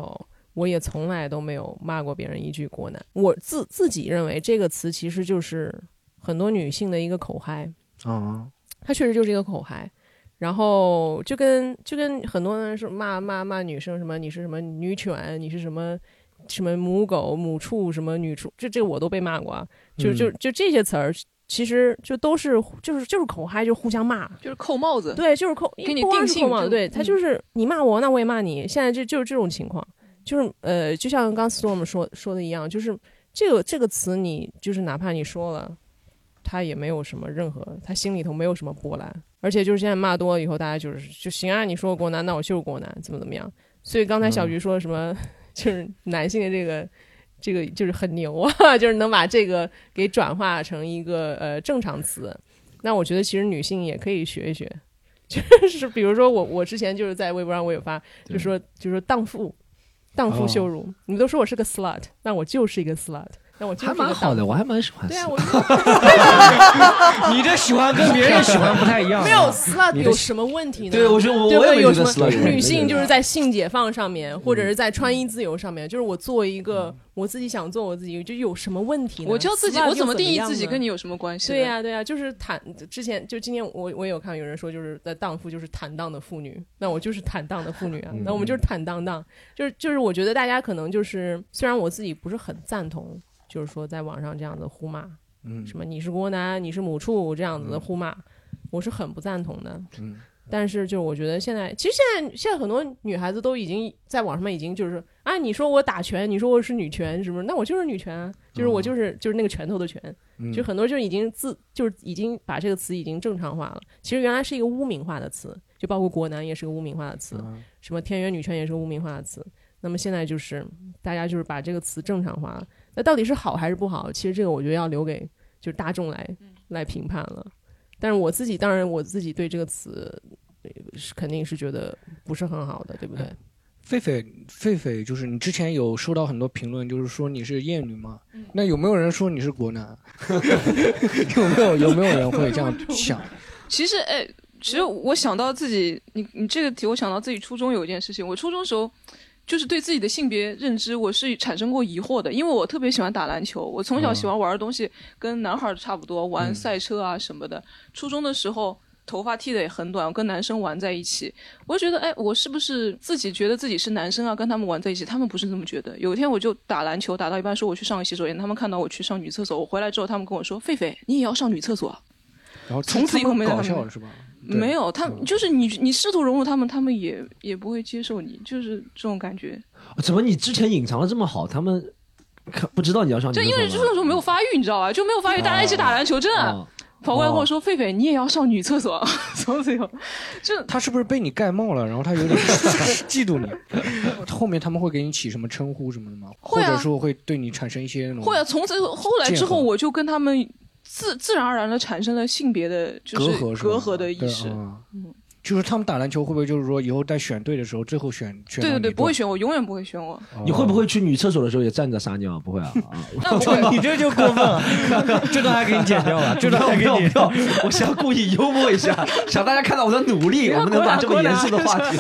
我也从来都没有骂过别人一句国男。我自己认为这个词其实就是很多女性的一个口嗨啊，它确实就是一个口嗨。然后就跟很多人说骂女生什么你是什么女犬，你是什么母狗母畜什么女畜，这我都被骂过啊。就这些词儿，其实就都是就是口嗨，就互相骂， 就是扣帽子。 对，就是给你定性扣帽子。对，他就是你骂我，那我也骂你。现在就是这种情况，就是就像刚 Storm 说的一样，就是这个词你就是哪怕你说了，他也没有什么他心里头没有什么波澜。而且就是现在骂多了以后，大家就行啊，你说我国男，那我就是国男，怎么样？所以刚才小菊说什么，就是男性的这个就是很牛啊，就是能把这个给转化成一个正常词。那我觉得其实女性也可以学一学，就是比如说我之前就是在微博上我有发，就说荡妇羞辱，你们都说我是个 slut， 那我就是一个 slut。 还蛮好的，我还蛮喜欢。 对啊， 你的喜欢跟别人喜欢不太一样。 没有 slut 有什么问题呢？ 对，我觉得我也有什么女性就是在性解放上面，或者是在穿衣自由上面，就是我做一个我自己想做我自己，就有什么问题呢？ 我教自己，我怎么定义自己跟你有什么关系？ 对呀，就是之前就今天我也有看有人说就是在荡妇就是坦荡的妇女，那我就是坦荡的妇女啊，那我们就是坦荡荡，就是我觉得大家可能就是虽然我自己不是很赞同。就是说在网上这样子互骂，什么你是国男你是母畜这样子的互骂，我是很不赞同的。但是就是我觉得现在很多女孩子都已经在网上面已经就是啊，你说我打拳，你说我是女权，是不是？那我就是女权啊，就是我就是那个拳头的拳，就很多就已经就是已经把这个词已经正常化了。其实原来是一个污名化的词，就包括国男也是个污名化的词，什么天元女权也是个污名化的词。那么现在就是大家就是把这个词正常化了，那到底是好还是不好？其实这个我觉得要留给就是大众来评判了。但是我自己对这个词肯定是觉得不是很好的，对不对？ 狒狒就是你之前有收到很多评论，就是说你是厌女嘛？那有没有人说你是国男？有没有人会这样想？ 其实我想到自己，你这个题，我想到自己初中有一件事情。我初中时候就是对自己的性别认知，我是产生过疑惑的，因为我特别喜欢打篮球，我从小喜欢玩的东西跟男孩差不多，玩赛车啊什么的。初中的时候头发剃得也很短，我跟男生玩在一起，我就觉得我是不是自己觉得自己是男生啊，跟他们玩在一起，他们不是这么觉得。有一天我就打篮球打到一半，说我去上个洗手间，他们看到我去上女厕所，我回来之后他们跟我说，狒狒你也要上女厕所啊？ 然后从此以后没搞笑了是吧？ 没有，他们就是你试图融入他们，他们也不会接受你，就是这种感觉。 怎么你之前隐藏的这么好，他们不知道你要上女厕所？ 就因为就是那时候没有发育，你知道吧？就没有发育，大家一起打篮球，真的跑过来跟我说：“狒狒，你也要上女厕所。”从此以后，就他是不是被你盖帽了？然后他有点嫉妒你。后面他们会给你起什么称呼什么的吗？或者说会对你产生一些那种？ 会啊，从此后来之后，我就跟他们自然而然的产生了性别的就是隔阂的意识。 就是他们打篮球会不会就是说以后在选队的时候最后选对，不会选我，永远不会选我。 你会不会去女厕所的时候也站着撒尿？不会啊。 那不会， 你这就过分了。这段还给你剪掉了，这段还给你不要。我想故意幽默一下，想大家看到我的努力，我们能把这么严肃的话题。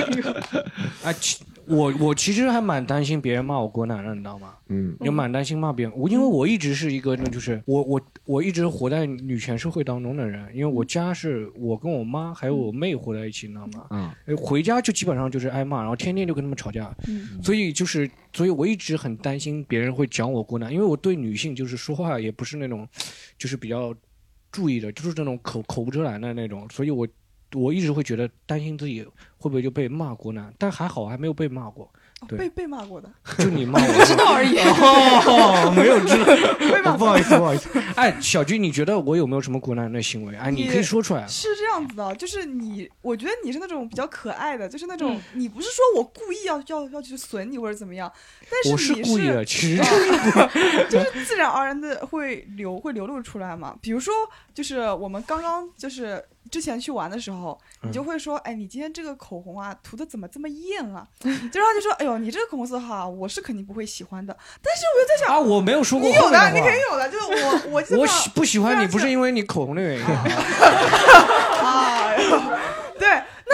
我其实还蛮担心别人骂我国男的，你知道吗？也蛮担心骂别人。因为我一直是一个，就是我一直活在女权社会当中的人。因为我家是我跟我妈还有我妹活在一起，你知道吗？回家就基本上就是挨骂，然后天天就跟他们吵架。所以我一直很担心别人会讲我国男，因为我对女性就是说话也不是那种，就是比较注意的，就是那种口不遮拦的那种。所以我一直会觉得担心自己会不会就被骂国男，但还好还没有被骂过。 对，被骂过的， 就你骂我， 不知道而已。 没有知道，不好意思。小军，你觉得我有没有什么国男的行为？你可以说出来。 是这样子的，就是我觉得你是那种比较可爱的，就是那种你不是说我故意要去损你或者怎么样，但是我是故意的，其实就是自然而然的会流露出来嘛。比如说，就是我们刚刚就是之前去玩的时候，你就会说，你今天这个口红啊涂的怎么这么艳啊？就他就说，哎呦，你这个口红色哈，我是肯定不会喜欢的。但是我就在想我没有说过你有的，你肯定有的，就是我不喜欢你不是因为你口红的原因对，那我在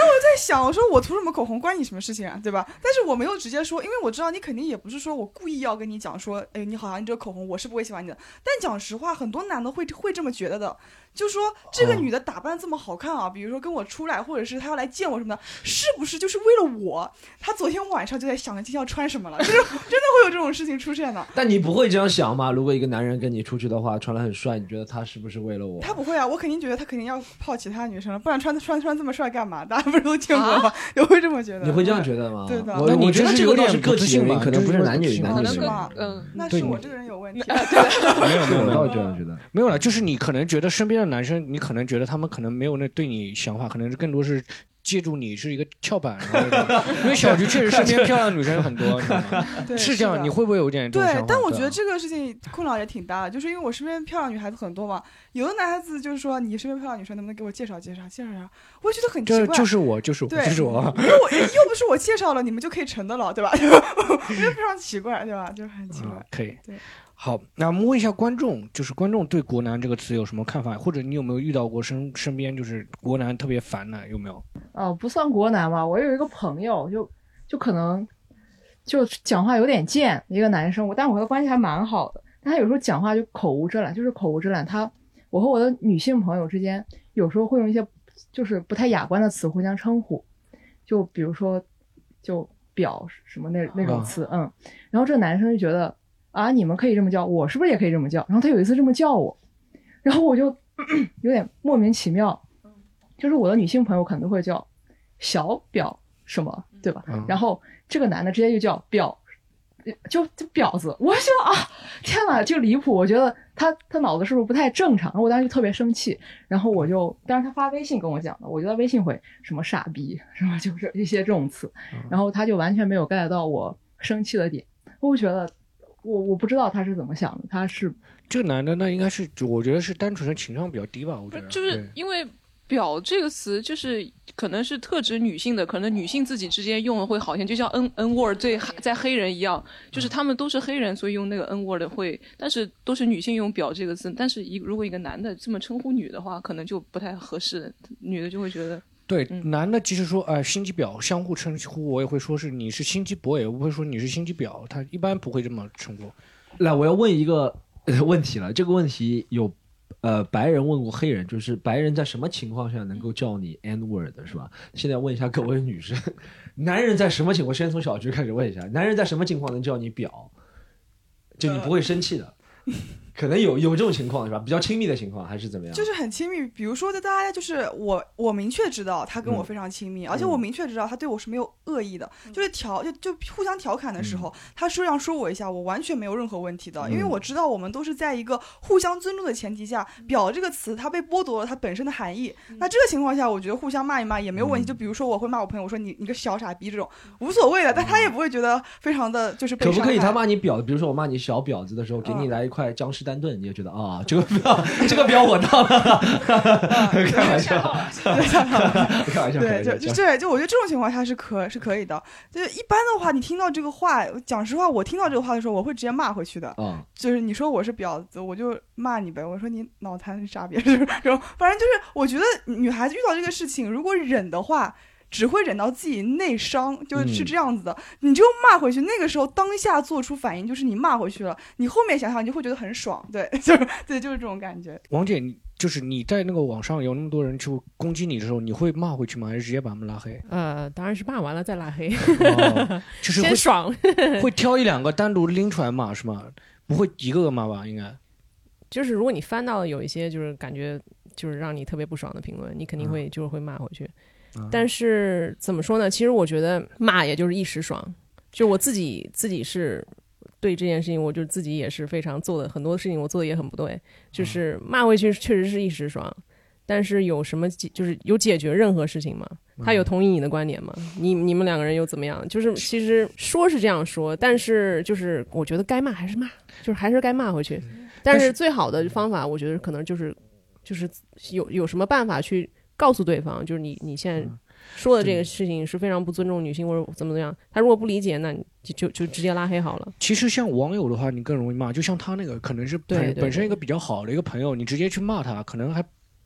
想，我说我涂什么口红关你什么事情啊，对吧？但是我没有直接说，因为我知道你肯定也不是说我故意要跟你讲说，哎，你好像你这个口红我是不会喜欢你的。但讲实话，很多男的会这么觉得的，就说这个女的打扮这么好看啊，比如说跟我出来，或者是她要来见我什么的，是不是就是为了我？她昨天晚上就在想着今天要穿什么了，就是真的会有这种事情出现的。 但你不会这样想吗？如果一个男人跟你出去的话，穿得很帅，你觉得他是不是为了我？ 他不会啊，我肯定觉得他肯定要泡其他女生了，不然穿这么帅干嘛？大家不是都见过吗？也会这么觉得。 你会这样觉得吗？ 对的。 我觉得这个倒是个体性吧，可能不是男女是吧。 那是我这个人有问题。 没有， 我倒这样觉得。 没有了，就是你可能觉得身边的男生，你可能觉得他们可能没有那对你想法，可能是更多是借助你是一个跳板，因为小菊确实身边漂亮女生很多，是这样，你会不会有点这种想法？ 对，但我觉得这个事情困扰也挺大的，就是因为我身边漂亮女孩子很多嘛，有的男孩子就是说你身边漂亮女生能不能给我介绍介绍，我觉得很奇怪。 就是我， 又不是我介绍了，你们就可以成的了，对吧？我觉得非常奇怪，对吧？就是很奇怪。 可以。 对。 好，那我们问一下观众，就是观众对国男这个词有什么看法，或者你有没有遇到过身边就是国男特别烦的，有没有？ 不算国男吧，我有一个朋友，就可能就讲话有点贱，一个男生，但我和他关系还蛮好的，但他有时候讲话就口无遮拦，我和我的女性朋友之间有时候会用一些就是不太雅观的词互相称呼，就比如说就表什么那种词，然后这个男生就觉得啊，你们可以这么叫，我是不是也可以这么叫？然后他有一次这么叫我，然后我就有点莫名其妙，就是我的女性朋友可能都会叫小表什么，对吧？然后这个男的直接就叫表，就婊子，我说啊，天哪，就离谱！我觉得他脑子是不是不太正常？我当时就特别生气，然后当时他发微信跟我讲的，我就在微信回什么傻逼，是吧？就是一些这种词，然后他就完全没有 get 到我生气的点，我觉得。我不知道他是怎么想的，他是这个男的，那应该是我觉得是单纯的情商比较低吧，我觉得就是因为表这个词就是可能是特指女性的，可能女性自己之间用的会好一些，就像 N word 在黑人一样，就是他们都是黑人，所以用那个 N word 会，但是都是女性用表这个字，但是如果一个男的这么称呼女的话，可能就不太合适，女的就会觉得。 对，男的即使说心机婊，相互称呼，我也会说是你是心机婊，也不会说你是心机婊，他一般不会这么称呼。 来，我要问一个问题了，这个问题有白人问过黑人，就是白人在什么情况下能够叫你 N word 是吧？现在问一下各位女生，男人在什么情况？先从小菊开始问一下，男人在什么情况能叫你婊？就你不会生气的。可能有这种情况是吧？比较亲密的情况还是怎么样？ 就是很亲密，比如说大家就是我明确知道他跟我非常亲密，而且我明确知道他对我是没有恶意的，就是就互相调侃的时候，他这样说我一下，我完全没有任何问题的，因为我知道我们都是在一个互相尊重的前提下，表这个词它被剥夺了它本身的含义。那这个情况下，我觉得互相骂一骂也没有问题。就比如说我会骂我朋友，我说你个小傻逼这种无所谓的，但他也不会觉得非常的就是被伤害。 可不可以他骂你婊子？比如说我骂你小婊子的时候，给你来一块江诗丹顿，你也觉得啊，这个标我到了，开玩笑，开玩笑， 对，就我觉得这种情况下是可以的。就是一般的话，你听到这个话，讲实话，我听到这个话的时候，我会直接骂回去的。就是你说我是婊子，我就骂你呗。我说你脑残是傻逼，反正就是我觉得女孩子遇到这个事情，如果忍的话。只会忍到自己内伤，就是这样子的，你就骂回去。那个时候当下做出反应，就是你骂回去了，你后面想想你就会觉得很爽，对，就是这种感觉。 王姐，就是你在那个网上有那么多人去攻击你的时候，你会骂回去吗？还是直接把他们拉黑？ 当然是骂完了再拉黑， 就是先爽， 会挑一两个单独拎出来骂是吗？不会一个个骂吧？应该就是如果你翻到有一些就是感觉就是让你特别不爽的评论，你肯定会就是会骂回去。但是怎么说呢？其实我觉得骂也就是一时爽，就我自己是对这件事情，我就自己也是非常做的很多事情，我做的也很不对，就是骂回去确实是一时爽，但是有什么就是有解决任何事情吗？他有同意你的观点吗？你们两个人又怎么样？就是其实说是这样说，但是就是我觉得该骂还是骂，就是还是该骂回去。但是最好的方法，我觉得可能就是有什么办法去。告诉对方，就是你现在说的这个事情是非常不尊重女性或者怎么样，他如果不理解，那你就直接拉黑好了。 其实像网友的话，你更容易骂，就像他那个可能是本身一个比较好的一个朋友，你直接去骂他，可能还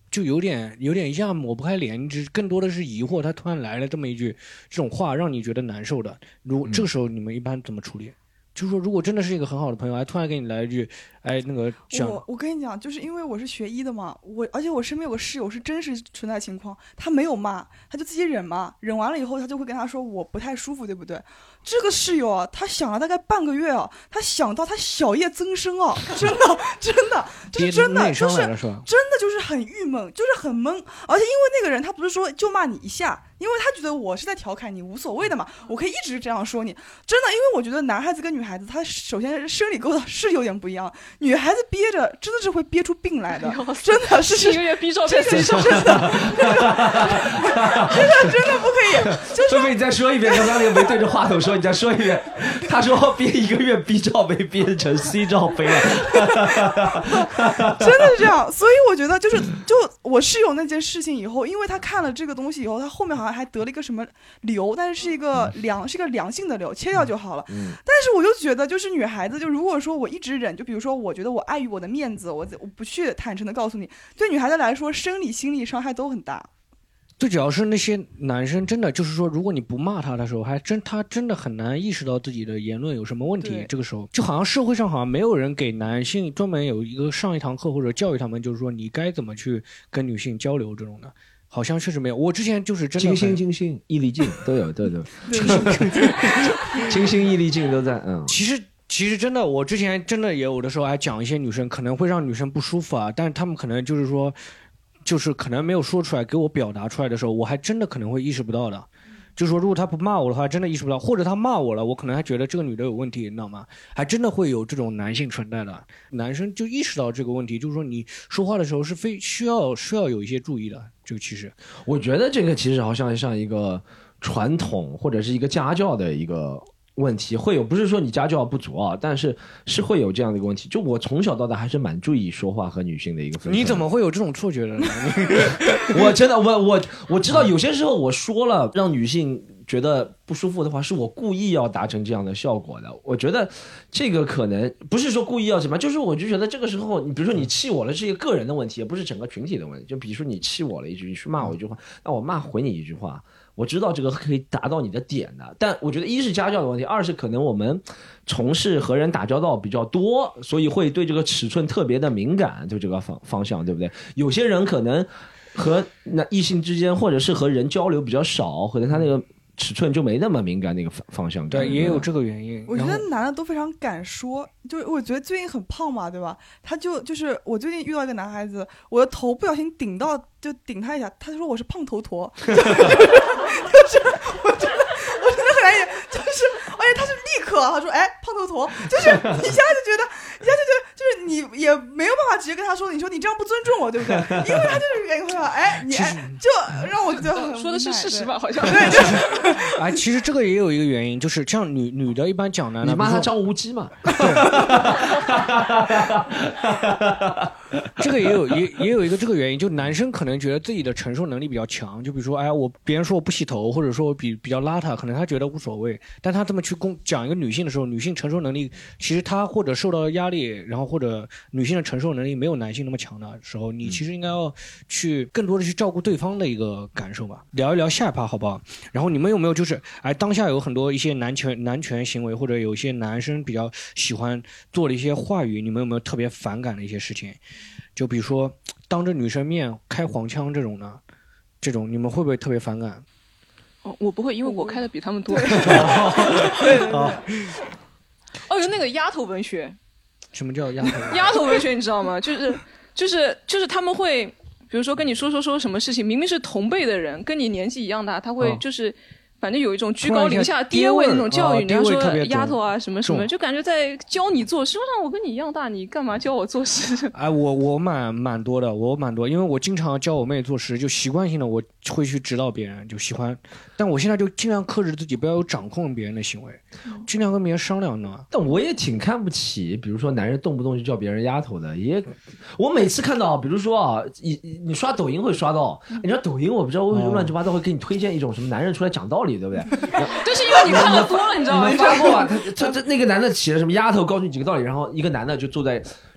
就有点一下抹不开脸，你更多的是疑惑，他突然来了这么一句这种话，让你觉得难受的。这个时候你们一般怎么处理？就是说，如果真的是一个很好的朋友，还突然给你来一句，哎，那个我跟你讲，就是因为我是学医的嘛，而且我身边有个室友是真实存在情况，他没有骂，他就自己忍嘛，忍完了以后，他就会跟他说我不太舒服，对不对？这个室友啊，他想了大概半个月啊，他想到他小叶增生啊，真的，就是真的，就是真的就是很郁闷，就是很闷，而且因为那个人他不是说就骂你一下。因为他觉得我是在调侃你，无所谓的嘛，我可以一直这样说你。真的，因为我觉得男孩子跟女孩子，他首先生理构造是有点不一样。女孩子憋着真的是会憋出病来的，真的是有点逼照片，真的不可以。就是菲菲，你再说一遍，刚刚那个没对着话筒说，你再说一遍。他说憋1个月 B 罩杯憋成 C 罩杯了， 真的是这样。所以我觉得就我室友那件事情以后，因为他看了这个东西以后，他后面好像还得了一个什么瘤，但是是一个良性的瘤，切掉就好了。但是我就觉得，就是女孩子，就如果说我一直忍，就比如说我觉得我碍于我的面子，我不去坦诚的告诉你，对女孩子来说，生理心理伤害都很大。 最主要是那些男生真的就是说，如果你不骂他的时候，他真的很难意识到自己的言论有什么问题。这个时候就好像社会上好像没有人给男性专门有一个上一堂课或者教育他们，就是说你该怎么去跟女性交流这种的。好像确实没有，我之前就是真的金星、毅力劲都有，金星、毅力劲都在。 其实真的，我之前真的也有的时候还讲一些女生可能会让女生不舒服啊，但是他们可能就是说，就是可能没有说出来，给我表达出来的时候，我还真的可能会意识不到的。就是说，如果他不骂我的话，真的意识不到，或者他骂我了，我可能还觉得这个女的有问题，你知道吗？还真的会有这种男性存在的，男生就意识到这个问题，就是说你说话的时候是需要有一些注意的。这个其实， 我觉得这个其实好像像一个传统或者是一个家教的一个问题，会有，不是说你家教不足啊，但是会有这样的一个问题。就我从小到大还是蛮注意说话和女性的一个分寸。 你怎么会有这种错觉的呢？ 我真的我知道有些时候我说了让女性觉得不舒服的话，是我故意要达成这样的效果的。我觉得这个可能不是说故意要什么，就是我就觉得这个时候，你比如说你气我了，是一个个人的问题，也不是整个群体的问题。就比如说你气我了一句，你去骂我一句话，那我骂回你一句话，我知道这个可以达到你的点的。但我觉得一是家教的问题，二是可能我们从事和人打交道比较多，所以会对这个尺寸特别的敏感，就这个方向，对不对？有些人可能和异性之间，或者是和人交流比较少，可能他那个尺寸就没那么敏感，那个方向。 对，也有这个原因。 我觉得男的都非常敢说，就我觉得最近很胖嘛，对吧？他就是我最近遇到一个男孩子，我的头不小心顶他一下，他就说我是胖头陀，就是我真的很难演，就是而且他是立刻他说哎胖头陀，就是一下就觉得就是你也没有办法直接跟他说，你说你这样不尊重我，对不对？因为他就是原因会说哎你就让我觉得很说的是事实吧，好像对。 哎，其实这个也有一个原因，就是像女的一般讲呢， 你骂他张无忌嘛？ 这个也有一个这个原因，就男生可能觉得自己的承受能力比较强，就比如说，哎，别人说我不洗头，或者说我比较邋遢，可能他觉得无所谓，但他这么去讲一个女性的时候，女性承受能力其实她或者受到压力，然后或者女性的承受能力没有男性那么强的时候，你其实应该要去更多的去照顾对方的一个感受吧。聊一聊下一趴好不好？然后你们有没有就是当下有很多一些男权行为，或者有一些男生比较喜欢做的一些话语，你们有没有特别反感的一些事情？就比如说当着女生面开黄腔这种呢，这种你们会不会特别反感？ 我不会，因为我开的比他们多。对。哦，有那个丫头文学。 什么叫丫头？ 丫头文学你知道吗？就是他们会，比如说跟你说什么事情，明明是同辈的人，跟你年纪一样大，他会就是反正有一种居高临下爹味那种教育，你要说丫头啊什么什么，就感觉在教你做事。我想我跟你一样大，你干嘛教我做事？ 哎，我蛮多的，因为我经常教我妹做事，就习惯性的我会去指导别人，就喜欢。但我现在就尽量克制自己，不要有掌控别人的行为，尽量跟别人商量呢。 但我也挺看不起，比如说男人动不动就叫别人丫头的，我每次看到，比如说啊，你刷抖音会刷到，你知道抖音我不知道为什么乱七八糟会给你推荐一种什么男人出来讲道理，对不对？ 就是因为你看的多了，你知道吗？ 你们发过啊？他那个男的起了什么丫头，告诉你几个道理，然后一个男的就坐在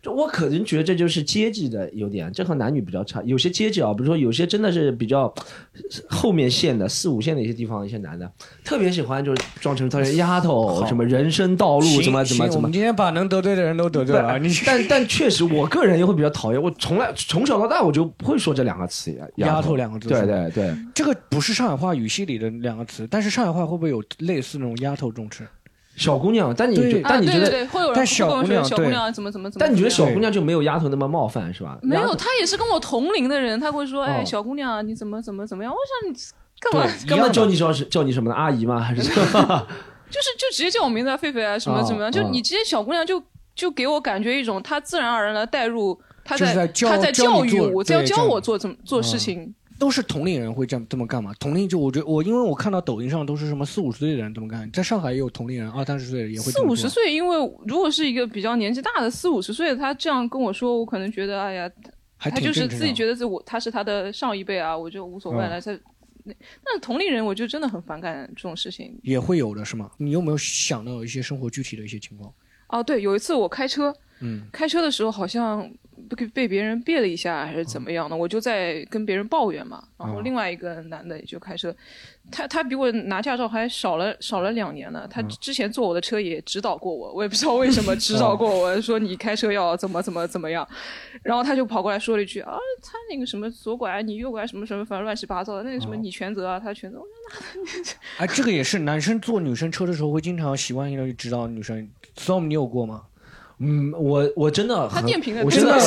就我可能觉得这就是阶级的优点，这和男女比较差。有些阶级啊，比如说有些真的是比较后面线的4、5线的一些地方，一些男的特别喜欢就是装成他是丫头，什么人生道路怎么。 我们今天把能得罪的人都得罪了。 但确实，我个人也会比较讨厌。我从小到大我就不会说这2个词， 丫头2个字。 对， 这个不是上海话语系里的2个词，但是上海话会不会有类似那种丫头这种词？ 小姑娘，但你觉得， 对，会有人但小姑娘怎么， 但你觉得小姑娘就没有丫头那么冒犯是吧？ 没有，她也是跟我同龄的人，她会说，哎，小姑娘你怎么样？我想你干嘛叫你什么的阿姨吗？还是什么？ 就直接叫我名字啊，狒狒啊，什么怎么样？就你直接小姑娘就给我感觉一种她自然而然的带入，她在教育我，在教我做事情。 都是同龄人会这么干嘛？同龄就我觉得因为我看到抖音上都是什么40、50岁的人这么干，在上海也有同龄人20、30岁的也会这么做。 40、50岁，因为如果是一个比较年纪大的40、50岁的，他这样跟我说，我可能觉得哎呀，他就是自己觉得他是他的上一辈啊，我就无所谓了。那同龄人我就真的很反感这种事情。 也会有的是吗？你有没有想到一些生活具体的一些情况？ 哦，对，有一次我开车的时候好像被别人别了一下还是怎么样的，我就在跟别人抱怨嘛。然后另外一个男的也就开车，他比我拿驾照还少了2年呢。他之前坐我的车也指导过我也不知道为什么指导过我，说你开车要怎么样。然后他就跑过来说了一句啊，他那个什么左拐你右拐什么什么，反正乱七八糟的，那个什么你全责啊，他全责。我说那这个也是男生坐女生车的时候会经常习惯性的去指导女生。Storm 你有过吗？ 我真的他电瓶的， 我真的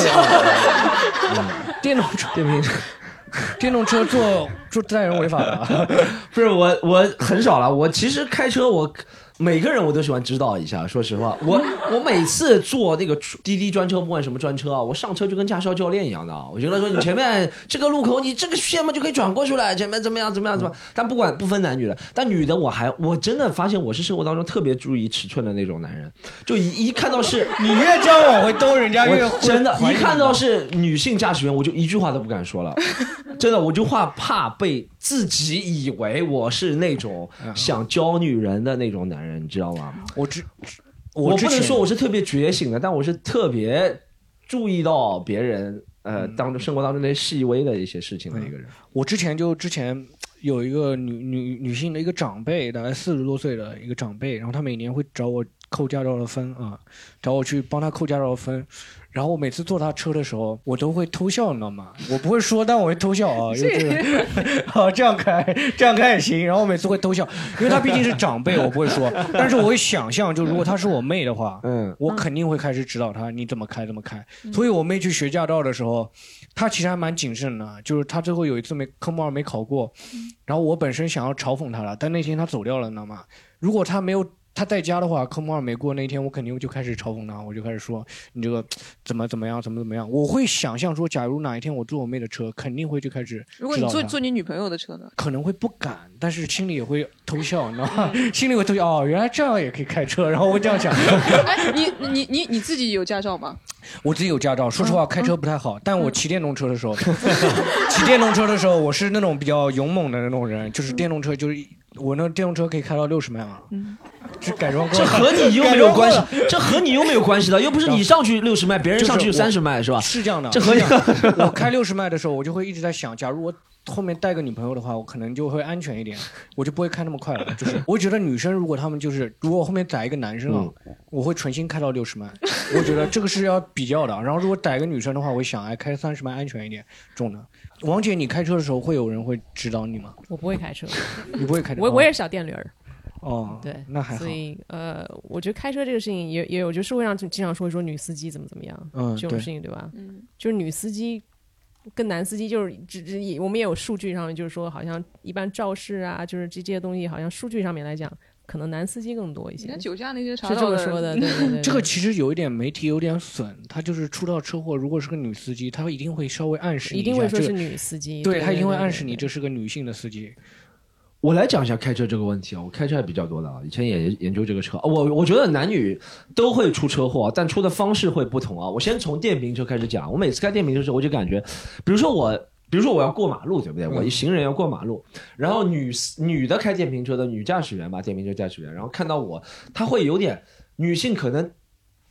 电动车做载人违法的。 不是我很少了。我其实开车每个人我都喜欢指导一下。说实话，我每次坐那个滴滴专车，不管什么专车啊，我上车就跟驾校教练一样的。我觉得说你前面这个路口你这个线嘛就可以转过去了，前面怎么样。但不分男女的，但女的我真的发现我是生活当中特别注意尺寸的那种男人。就一看到是你越这样往回兜，人家越真的，一看到是女性驾驶员，我就一句话都不敢说了。真的，我就怕被自己以为我是那种想教女人的那种男人。你知道吗？我不能说我是特别觉醒的，但我是特别注意到别人生活当中那些细微的一些事情的一个人。 我之前有一个女性的一个长辈，大概40多岁的一个长辈，然后她每年会找我扣驾照的分啊，找我去帮她扣驾照的分。然后我每次坐他车的时候，我都会偷笑，你知道吗？我不会说，但我会偷笑啊。这样开也行。然后我每次会偷笑，因为他毕竟是长辈，我不会说。但是我会想象，就如果他是我妹的话，我肯定会开始指导他，你怎么开怎么开。所以我妹去学驾照的时候，她其实还蛮谨慎的，就是她最后有一次科目2没考过，然后我本身想要嘲讽她了，但那天她走掉了，你知道吗？如果他在家的话，科目2没过那一天，我肯定就开始嘲讽他，我就开始说你这个怎么样。我会想象说，假如哪一天我坐我妹的车，肯定会就开始。如果你坐你女朋友的车呢？ 可能会不敢，但是心里也会偷笑，你知道吗？心里会偷笑哦，原来这样也可以开车，然后我这样想。 哎，你自己有驾照吗？ 我自己有驾照，说实话开车不太好，但我骑电动车的时候，我是那种比较勇猛的那种人，就是电动车就是我那电动车可以开到60迈嘛。是改装过， 这和你又没有关系，这和你又没有关系的，又不是你上去60迈，别人上去30迈，是吧？ 是这样的， 这和你我开60迈的时候，我就会一直在想，假如我后面带个女朋友的话，我可能就会安全一点，我就不会开那么快了。就是我觉得女生如果我后面载一个男生啊，我会存心开到60迈，我觉得这个是要比较的。然后如果载一个女生的话，我想开30迈安全一点，这种的。王姐，你开车的时候会有人会指导你吗？ 我不会开车， 你不会开车， 我也是小电驴儿。 哦， 对， 那还好。 所以我觉得开车这个事情也有，就社会上经常说女司机怎么样，这种事情对吧？就是女司机跟男司机就是我们也有数据上面就是说，好像一般肇事啊，就是这些东西，好像数据上面来讲，可能男司机更多一些。 你看酒驾那些查到是这么说的，对。 这个其实有一点媒体有点损，他就是出到车祸，如果是个女司机，他一定会稍微暗示你一下， 一定会说是女司机， 对，他一定会暗示你这是个女性的司机。 我来讲一下开车这个问题啊，我开车还比较多的啊，以前也研究这个车。我觉得男女都会出车祸，但出的方式会不同啊。我先从电瓶车开始讲。我每次开电瓶车的时候，我就感觉，比如说我要过马路，对不对？我一行人要过马路，然后女的开电瓶车的女驾驶员吧，电瓶车驾驶员，然后看到我，她会有点女性可能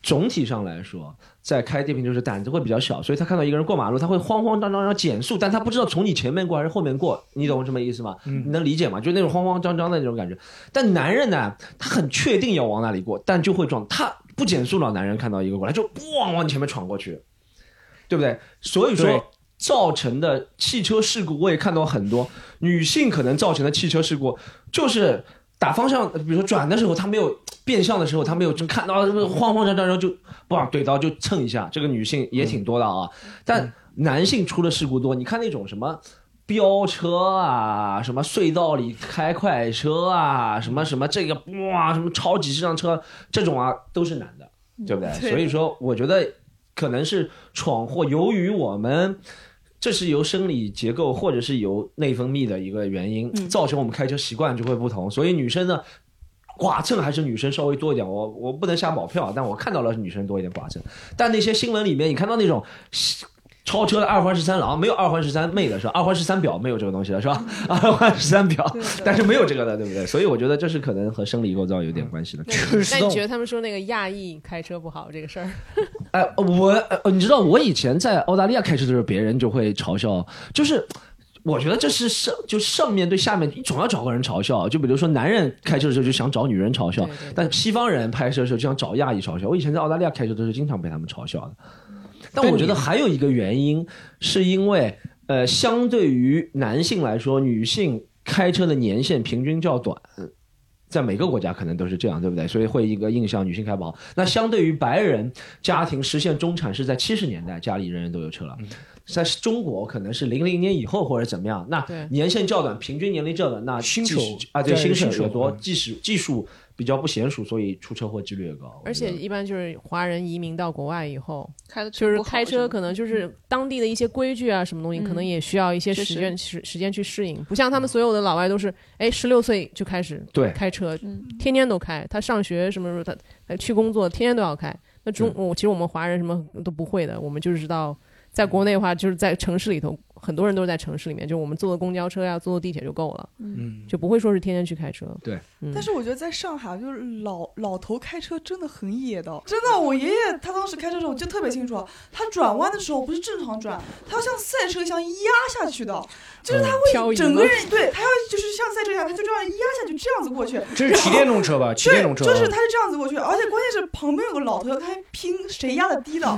总体上来说，在开电瓶车时胆子会比较小，所以他看到一个人过马路，他会慌慌张张要减速，但他不知道从你前面过还是后面过，你懂什么意思吗？你能理解吗？就那种慌慌张张的那种感觉。但男人呢，他很确定要往哪里过，但就会撞，他不减速了，男人看到一个过来就往你前面闯过去，对不对？所以说造成的汽车事故，我也看到很多女性可能造成的汽车事故，就是打方向，比如说转的时候，他没有变向的时候，他没有就看到慌慌张张，然后就怼到就蹭一下，这个女性也挺多的啊。但男性出的事故多，你看那种什么飙车啊，什么隧道里开快车啊，什么这个什么超级市场车这种啊，都是男的，对不对？所以说，我觉得可能是闯祸，由于我们。这是由生理结构或者是由内分泌的一个原因，造成我们开车习惯就会不同。所以女生呢，剐蹭还是女生稍微多一点。我不能下保票，但我看到了女生多一点剐蹭。但那些新闻里面，你看到那种超车的二环13郎，没有二环13妹的是吧？二环13表没有这个东西的是吧？二环13表，但是没有这个的，对不对？所以我觉得这是可能和生理构造有点关系的。 那你觉得他们说那个亚裔开车不好这个事儿？ 你知道我以前在澳大利亚开车的时候，别人就会嘲笑，就是我觉得这是上面对下面总要找个人嘲笑。就比如说男人开车的时候就想找女人嘲笑，但西方人拍摄的时候就想找亚裔嘲笑。我以前在澳大利亚开车的时候经常被他们嘲笑的。但我觉得还有一个原因，是因为相对于男性来说，女性开车的年限平均较短，在每个国家可能都是这样，对不对？所以会一个印象女性开不好。那相对于白人家庭实现中产是在70年代，家里人人都有车了。在中国可能是00年以后或者怎么样，那年限较短，平均年龄较短，那新手对新手也多，技术比较不娴熟，所以出车祸几率也高。 而且一般就是华人移民到国外以后， 就是开车可能就是当地的一些规矩啊，什么东西可能也需要一些时间去适应。不像他们所有的老外都是16岁就开始开车，天天都开。他上学什么时候他去工作，天天都要开。那其实我们华人什么都不会的，我们就知道。在国内的话，就是在城市里头，很多人都是在城市里面，就我们坐公交车呀、坐地铁就够了，就不会说是天天去开车。 对， 但是我觉得在上海，就是老头开车真的很野的，真的。我爷爷他当时开车的时候，我就特别清楚，他转弯的时候不是正常转，他要像赛车一样压下去的，就是他会整个人对他要就是像赛车一样，他就这样压下去，这样子过去。 这是骑电动车吧？骑电动车就是他是这样子过去，而且关键是旁边有个老头要开拼谁压的低的，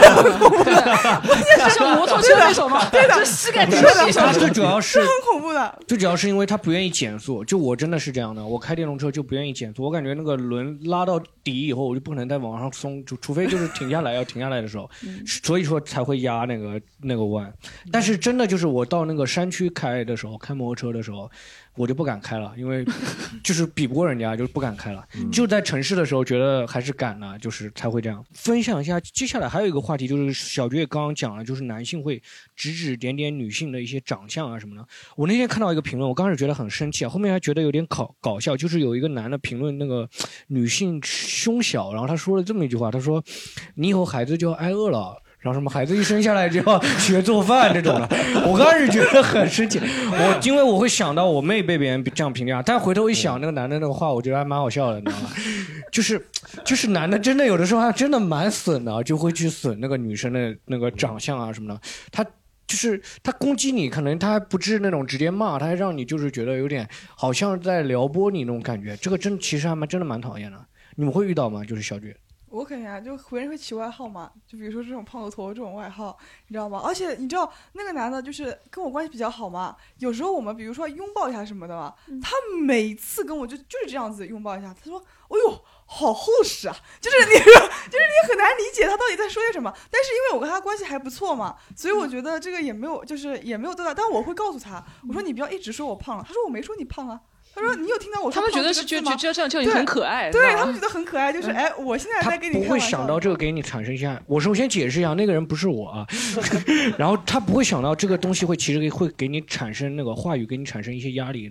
像摩托车那种嘛，对的，就膝盖顶着地上， 最主要是很恐怖的。 最主要是因为他不愿意减速，就我真的是这样的，我开电动车就不愿意减速，我感觉那个轮拉到底以后，我就不可能再往上松，就除非就是停下来要停下来的时候，所以说才会压那个弯。但是真的就是我到那个山区开的时候，开摩托车的时候。我就不敢开了，因为就是比不过人家，就是不敢开了。就在城市的时候，觉得还是敢了，就是才会这样。分享一下，接下来还有一个话题，就是小爵刚刚讲了，就是男性会指点女性的一些长相啊什么的。我那天看到一个评论，我刚开始觉得很生气啊，后面还觉得有点搞笑，就是有一个男的评论那个女性胸小，然后他说了这么一句话，他说：“你以后孩子就要挨饿了。”然后什么孩子一生下来就要学做饭这种的，我刚开始觉得很生气，因为我会想到我妹被别人这样评价，但回头一想那个男的那个话，我觉得还蛮好笑的，你知道吗？就是男的真的有的时候还真的蛮损的，就会去损那个女生的那个长相啊什么的，他攻击你，可能他还不是那种直接骂，他还让你就是觉得有点好像在撩拨你那种感觉，这个其实还真的蛮讨厌的。你们会遇到吗？就是小爵。 我肯定啊，就别人会起外号嘛，就比如说这种胖头这种外号，你知道吗？而且你知道那个男的，就是跟我关系比较好嘛，有时候我们比如说拥抱一下什么的嘛，他每次跟我就是这样子拥抱一下，他说：“哎呦，好厚实啊！”就是你很难理解他到底在说些什么。但是因为我跟他关系还不错嘛，所以我觉得这个也没有多大，但我会告诉他，我说你不要一直说我胖了，他说我没说你胖啊。他说：“你有听到我说？” 他们觉得是觉得这样叫你很可爱， 对他们觉得很可爱，就是我现在在跟你开玩笑。 他不会想到这个给你产生一下。我首先解释一下，那个人不是我啊，然后他不会想到这个东西其实会给你产生那个话语，给你产生一些压力，对吧？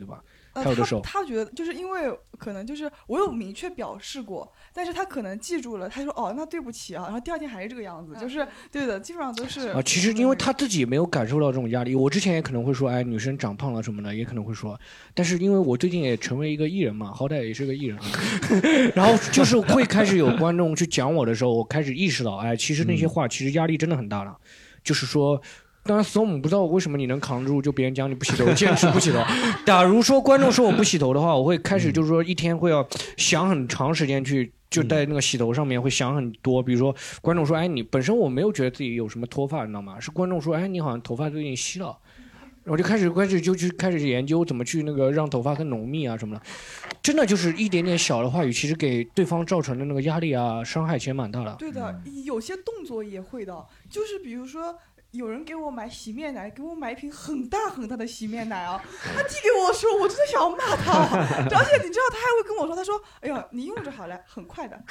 他有的时候他觉得就是因为可能就是我有明确表示过，但是他可能记住了，他说哦那对不起啊，然后第二天还是这个样子，就是对的，基本上都是啊。其实因为他自己没有感受到这种压力，我之前也可能会说，哎，女生长胖了什么的，也可能会说，但是因为我最近也成为一个艺人嘛，好歹也是个艺人，然后就是会开始有观众去讲我的时候，我开始意识到，哎，其实那些话其实压力真的很大了，就是说。当然 ，Storm 不知道为什么你能扛住，就别人讲你不洗头，坚持不洗头。假如说观众说我不洗头的话，我会开始就是说一天会要想很长时间去，就在那个洗头上面会想很多。比如说观众说，哎，你本身我没有觉得自己有什么脱发，你知道吗？是观众说，哎，你好像头发最近稀了。我就开始研究怎么去那个让头发更浓密啊什么的，真的就是一点点小的话语，其实给对方造成的那个压力啊伤害其实蛮大的。 对的，有些动作也会的，就是比如说。有人给我买洗面奶，给我买一瓶很大很大的洗面奶啊！他递给我的时候，我真的想要骂他，而且你知道他还会跟我说，他说：“哎呀，你用着好了，很快的。”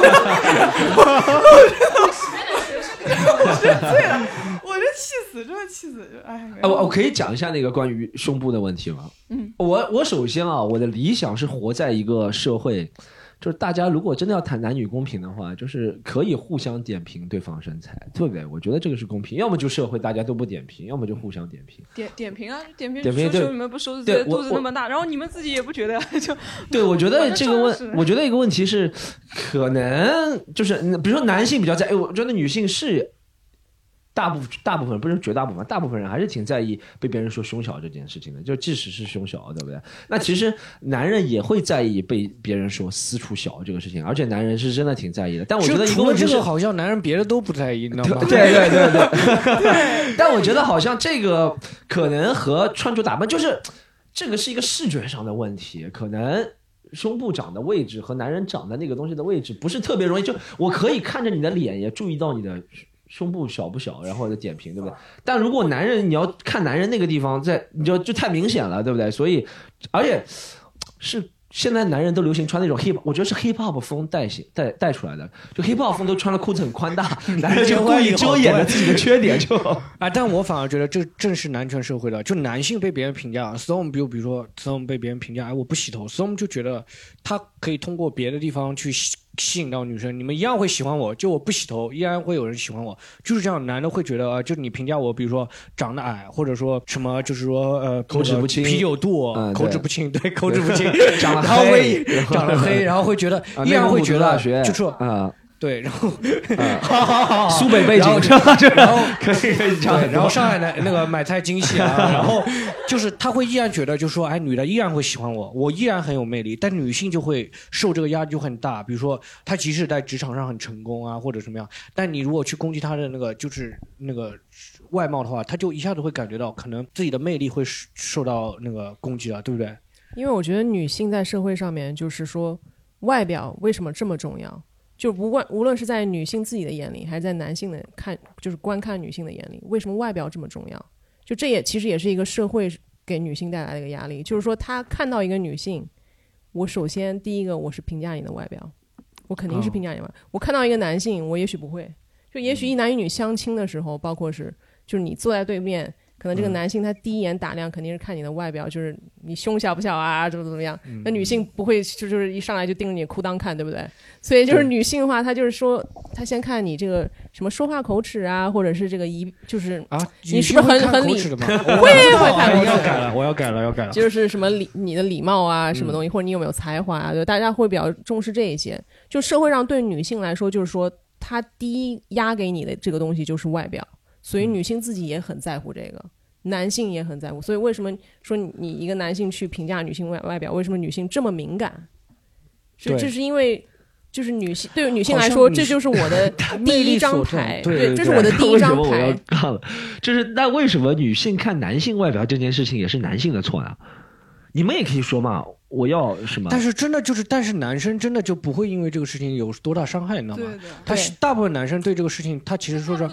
我真醉了，我真气死，真的气死！哎， 我可以讲一下那个关于胸部的问题吗？我首先啊，我的理想是活在一个社会。就是大家如果真的要谈男女公平的话，就是可以互相点评对方身材，对不对？我觉得这个是公平。要么就社会大家都不点评，要么就互相点评。 点评啊，点评说你们不收自己的肚子那么大，然后你们自己也不觉得就。对， 我觉得这个我觉得一个问题是，可能就是比如说男性比较在意，我觉得女性是。大部分不是绝大部分，大部分人还是挺在意被别人说胸小这件事情的，就即使是胸小，对不对？那其实男人也会在意被别人说私处小这个事情，而且男人是真的挺在意的。但我觉得除了这个，好像男人别的都不在意，你知道吗？ 对。但我觉得好像这个可能和穿着打扮，就是这个是一个视觉上的问题，可能。胸部长的位置和男人长的那个东西的位置不是特别容易，就我可以看着你的脸，也注意到你的胸部小不小，然后再点评，对不对？但如果男人你要看男人那个地方你就太明显了，对不对？所以而且是现在男人都流行穿那种 hip， 我觉得是 hip hop 风带出来的，就 hip hop 风都穿了裤子很宽大，男人就故意遮掩了自己的缺点就啊。但我反而觉得这正是男权社会的，就男性被别人评价 ，Storm 比如说 Storm 被别人评价，哎，我不洗头 ，Storm 就觉得他可以通过别的地方去吸引到女生，你们一样会喜欢我，就我不洗头依然会有人喜欢我，就是这样。男的会觉得就是你评价我，比如说长得矮，或者说什么，就是说口齿不清、 啤酒肚、口齿不清，对，口齿不清， 长得黑， 然后会觉得依然会觉得就说对，然后好，苏北背景， 然后可以讲， 然后上海的那个买菜精细啊，然后就是他会依然觉得，就说哎，女的依然会喜欢我，我依然很有魅力，但女性就会受这个压力就很大。比如说，她即使在职场上很成功啊，或者什么样，但你如果去攻击她的那个就是那个外貌的话，她就一下子会感觉到可能自己的魅力会受到那个攻击了，对不对？ 因为我觉得女性在社会上面，就是说外表为什么这么重要？就无论是在女性自己的眼里，还是在男性的就是观看女性的眼里，为什么外表这么重要？就这其实也是一个社会给女性带来的一个压力，就是说她看到一个女性，我首先第一个我是评价你的外表，我肯定是评价你的外表。我看到一个男性，我也许不会，就也许一男一女相亲的时候，包括就是你坐在对面。可能这个男性他第一眼打量肯定是看你的外表，就是你胸小不小啊，怎么样？那女性不会就是一上来就盯着你裤裆看，对不对？所以就是女性的话，她就是说，她先看你这个什么说话口齿啊，或者是这个就是啊， 你是不是很礼？ 会看口齿， 我要改了。 就是什么你的礼貌啊，什么东西，或者你有没有才华啊？对，大家会比较重视这一些。就社会上对女性来说，就是说她第一压给你的这个东西就是外表。所以女性自己也很在乎这个，男性也很在乎。所以为什么说你一个男性去评价女性外表，为什么女性这么敏感？这是因为就是对于女性来说，这就是我的第一张牌，对，这是我的第一张牌。 为什么我要看了？就是那为什么女性看男性外表这件事情也是男性的错呢？你们也可以说嘛，我要什么？ 但是真的就是，但是男生真的就不会因为这个事情有多大伤害，你知道吗？他大部分男生对这个事情，他其实说是。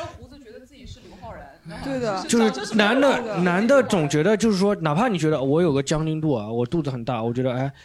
对的， 就是男的总觉得就是说，哪怕你觉得我有个将军肚啊，我肚子很大，我觉得哎，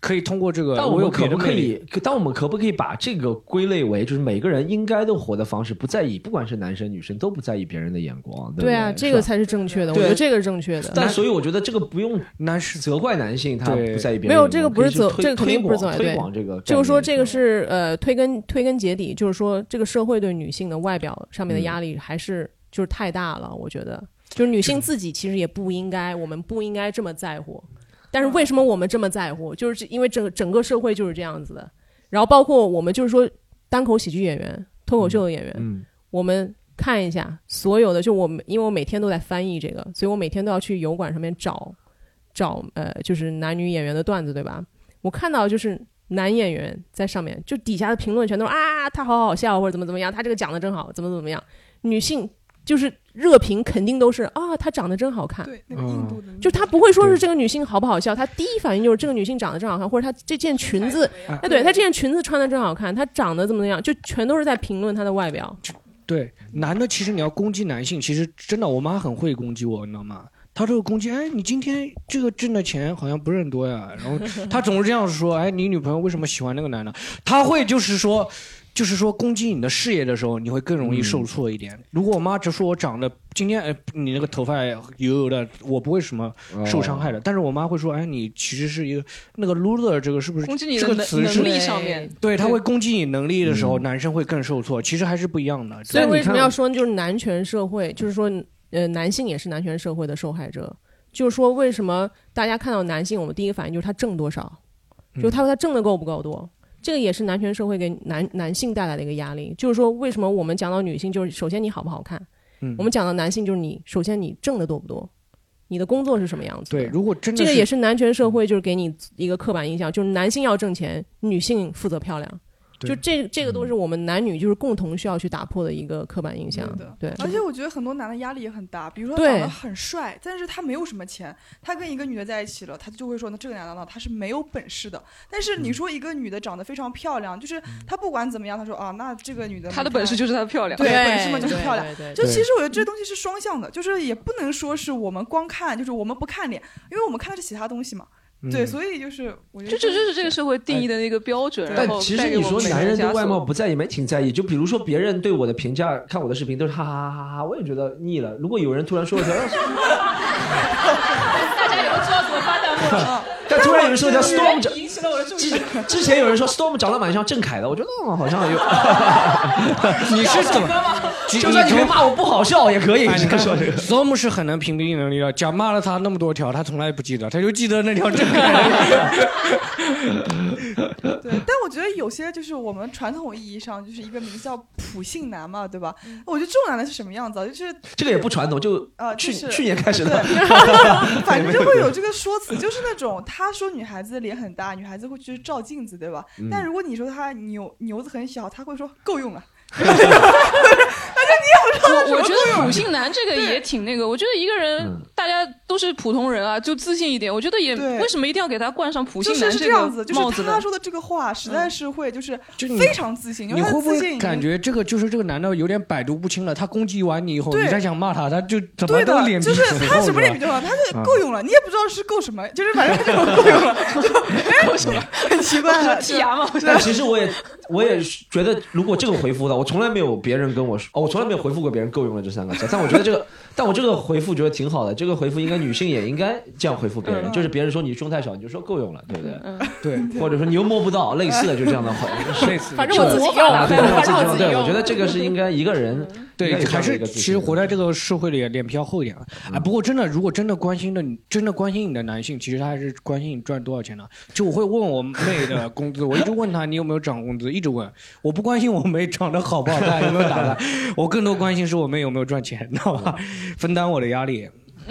可以通过这个， 但我们可不可以？ 但我们可不可以把这个归类为，就是每个人应该都活的方式，不在意，不管是男生女生都不在意别人的眼光，对不对？ 对啊，这个才是正确的，我觉得这个是正确的。 但所以我觉得这个不用责怪男性他不在意别人的眼光， 没有这个不是这个肯定不是推广这个， 就是说这个是推根结底，就是说这个社会对女性的外表上面的压力还是就是太大了，我觉得就是女性自己其实也不应该，我们不应该这么在乎。但是为什么我们这么在乎？就是因为整个社会就是这样子的。然后包括我们就是说单口喜剧演员、脱口秀的演员，我们看一下所有的，就因为我每天都在翻译这个，所以我每天都要去油管上面找就是男女演员的段子，对吧？我看到就是男演员在上面，就底下的评论全都是啊，他好笑，或者怎么样，他这个讲的真好，怎么样。女性就是热评肯定都是啊，她长得真好看。 对，那个印度的， 就她不会说是这个女性好不好笑，她第一反应就是这个女性长得真好看，或者她这件裙子，对，她这件裙子穿的真好看，她长得怎么样，就全都是在评论她的外表。 对，男的其实你要攻击男性，其实真的，我妈很会攻击我，你知道吗？她这个攻击，哎，你今天这个挣的钱好像不是很多呀，然后她总是这样说，哎，你女朋友为什么喜欢那个男的？她会就是说攻击你的事业的时候，你会更容易受挫一点。如果我妈只说我长得今天你那个头发油油的，我不会什么受伤害的。但是我妈会说，哎，你其实是一个那个 loser， 这个是不是攻击你的能力上面？ 对，她会攻击你能力的时候，男生会更受挫。其实还是不一样的。 所以为什么要说就是男权社会？就是说男性也是男权社会的受害者。就是说为什么大家看到男性，我们第一个反应就是他挣多少，就是他挣的够不够多。这个也是男权社会给男性带来的一个压力，就是说为什么我们讲到女性，就是首先你好不好看，我们讲到男性就是你首先你挣的多不多，你的工作是什么样子的。 对，如果真的这个也是男权社会就是给你一个刻板印象，就是男性要挣钱，女性负责漂亮。就这个都是我们男女就是共同需要去打破的一个刻板印象。对， 而且我觉得很多男的压力也很大，比如说他长得很帅，但是他没有什么钱，他跟一个女的在一起了，他就会说，那这个男的呢，他是没有本事的。但是你说一个女的长得非常漂亮，就是他不管怎么样，他说啊，那这个女的她的本事就是她的漂亮， 对，本事嘛就是漂亮。就其实我觉得这东西是双向的，就是也不能说是我们光看，就是我们不看脸，因为我们看的是其他东西嘛。对，所以就是我觉得这就是这个社会定义的那个标准。 但其实你说男人对外貌不在意，没挺在意。就比如说别人对我的评价，看我的视频都是哈哈哈哈，我也觉得腻了。如果有人突然说了条，大家以后知道怎么发弹幕了。 但突然有人说条 Storm 引起了我的注意。 之前有人说 Storm 长得蛮像郑恺的，我觉得好像有。你是怎么？就算你可以骂我不好笑也可以。 你看说这个 Storm 是很能屏蔽能力的，讲骂了他那么多条，他从来不记得，他就记得那条郑恺。 对，但我觉得有些就是我们传统意义上就是一个名叫普信男嘛，对吧？我觉得这种男的是什么样子啊？就是这个也不传统，就去年开始的， 反正就会有这个说辞，就是那种他说女孩子脸很大，女孩子会去照镜子，对吧？但如果你说他牛子很小，他会说够用了。 我觉得普信男这个也挺那个，我觉得一个人大家都是普通人啊，就自信一点。我觉得也为什么一定要给他冠上普信男这个帽子呢？ 就是他说的这个话实在是会就是非常自信。 你会不会感觉这个就是这个男的有点百毒不侵了？他攻击完你以后，你再想骂他，他就怎么都脸皮就是他什么脸皮就好，他就够用了，你也不知道是够什么，就是反正就够用了，够什么很奇怪的剔牙嘛。 但其实我也觉得，如果这个回复的，我从来没有别人跟我说，我从来没有回复过别人够用了这3个字。但我觉得但我这个回复觉得挺好的。这个回复应该女性也应该这样回复别人，就是别人说你胸太小，你就说够用了，对不对？ 对， 或者说你又摸不到，类似的就这样的回，类似。 反正我自己用， 对，我觉得这个是应该一个人对，还是其实活在这个社会里脸皮要厚一点啊。不过真的，如果真的关心你的男性，其实他还是关心你赚多少钱的。就我会问我妹的工资，我一直问他你有没有涨工资，一直问。我不关心我妹长得好不好看，有没有打扮，我更多关心是我妹有没有赚钱，知道吧？分担我的压力。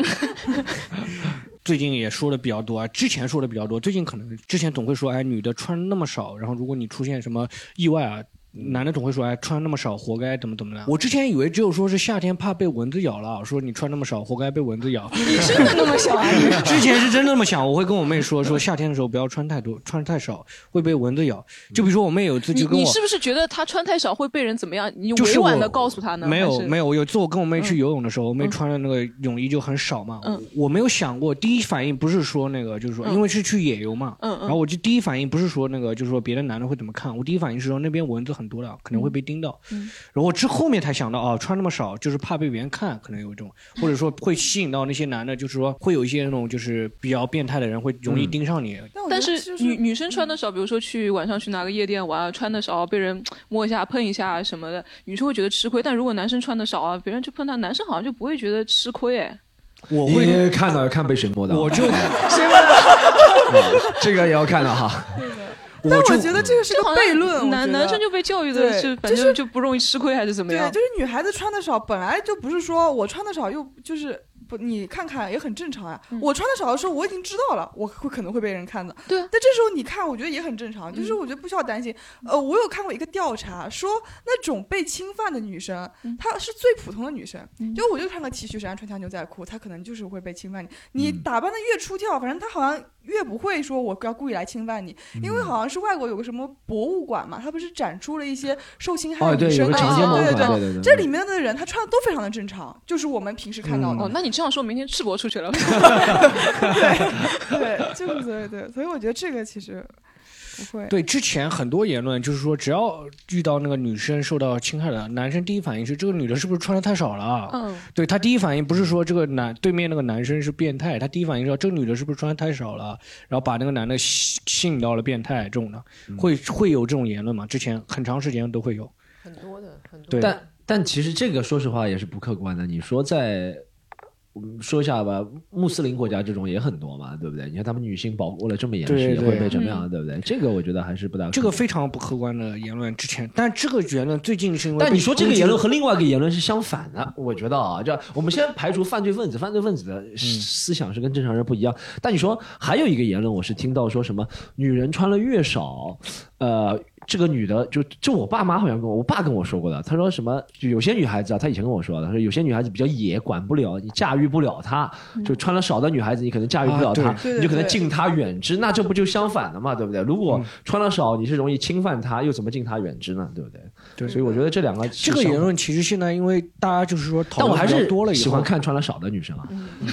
最近也说的比较多啊，之前说的比较多，最近可能之前总会说，哎，女的穿那么少，然后如果你出现什么意外啊， 男的总会说哎穿那么少活该怎么的。我之前以为只有说是夏天怕被蚊子咬了，说你穿那么少活该被蚊子咬。 你是那么想啊？ 之前是真那么想，我会跟我妹说夏天的时候不要穿太多，穿太少会被蚊子咬。就比如说我妹有一次就跟我， 你是不是觉得她穿太少会被人怎么样？你就是委婉的告诉她呢？ 没有，有一次我跟我妹去游泳的时候，我妹穿的那个泳衣就很少嘛，我没有想过，第一反应不是说那个，就是说因为是去野游嘛，然后我就第一反应不是说那个，就是说别的男的会怎么看，我第一反应是说那边蚊子很多的，可能会被叮到，然后我后面才想到啊，穿那么少就是怕被别人看，可能有一种，或者说会吸引到那些男的，就是说会有一些那种就是比较变态的人会容易盯上你。 但是女生穿的少，比如说晚上去哪个夜店玩，穿的少被人摸一下碰一下什么的，女生会觉得吃亏。但如果男生穿的少啊，别人去碰他，男生好像就不会觉得吃亏哎。 我会看到看被谁摸到， 我就谁摸到？ 这个也要看到哈。 但我觉得这个是个悖论， 男生就被教育的是反正就不容易吃亏还是怎么样？ 对，就是女孩子穿的少，本来就不是说我穿的少又就是不，你看看也很正常呀。我穿的少的时候我已经知道了，我可能会被人看的。 对， 但这时候你看，我觉得也很正常，就是我觉得不需要担心。我有看过一个调查，说那种被侵犯的女生，她是最普通的女生，就我就穿个 T 恤衫，穿条牛仔裤，她可能就是会被侵犯你。你打扮的越出挑，反正她好像越不会说我要故意来侵犯你，因为好像是外国有个什么博物馆嘛，它不是展出了一些受侵害的女生， 对， 这里面的人她穿的都非常的正常，就是我们平时看到的。 那你这样说明天赤膊出去了。 对，就是对，所以我觉得这个其实不会。 对，之前很多言论就是说，只要遇到那个女生受到侵害了，男生第一反应是这个女的是不是穿的太少了？对，他第一反应不是说这个对面那个男生是变态，他第一反应是这个女的是不是穿的太少了，然后把那个男的吸引到了变态这种的，会有这种言论吗？之前很长时间都会有很多的。 对， 但其实这个说实话也是不客观的。你说我们说一下吧，穆斯林国家这种也很多嘛，对不对？你看他们女性保护了这么严实，也会被怎么样，对不对？这个我觉得还是不大。 这个非常不客观的言论，之前，但这个言论最近是因为， 但你说这个言论和另外一个言论是相反的，我觉得啊，就我们先排除犯罪分子的思想是跟正常人不一样。但你说还有一个言论，我是听到说什么女人穿了越少，这个女的就我爸妈好像我爸跟我说过的，他说什么就有些女孩子啊，他以前跟我说的，他说有些女孩子比较野，管不了你，驾驭不了她，就穿了少的女孩子你可能驾驭不了她，你就可能敬她远之，那这不就相反的嘛，对不对？如果穿了少你是容易侵犯她，又怎么敬她远之呢，对不对？对，所以我觉得这两个这个言论其实现在因为大家就是说讨论比较多了以后， 但我还是喜欢看穿了少的女生啊。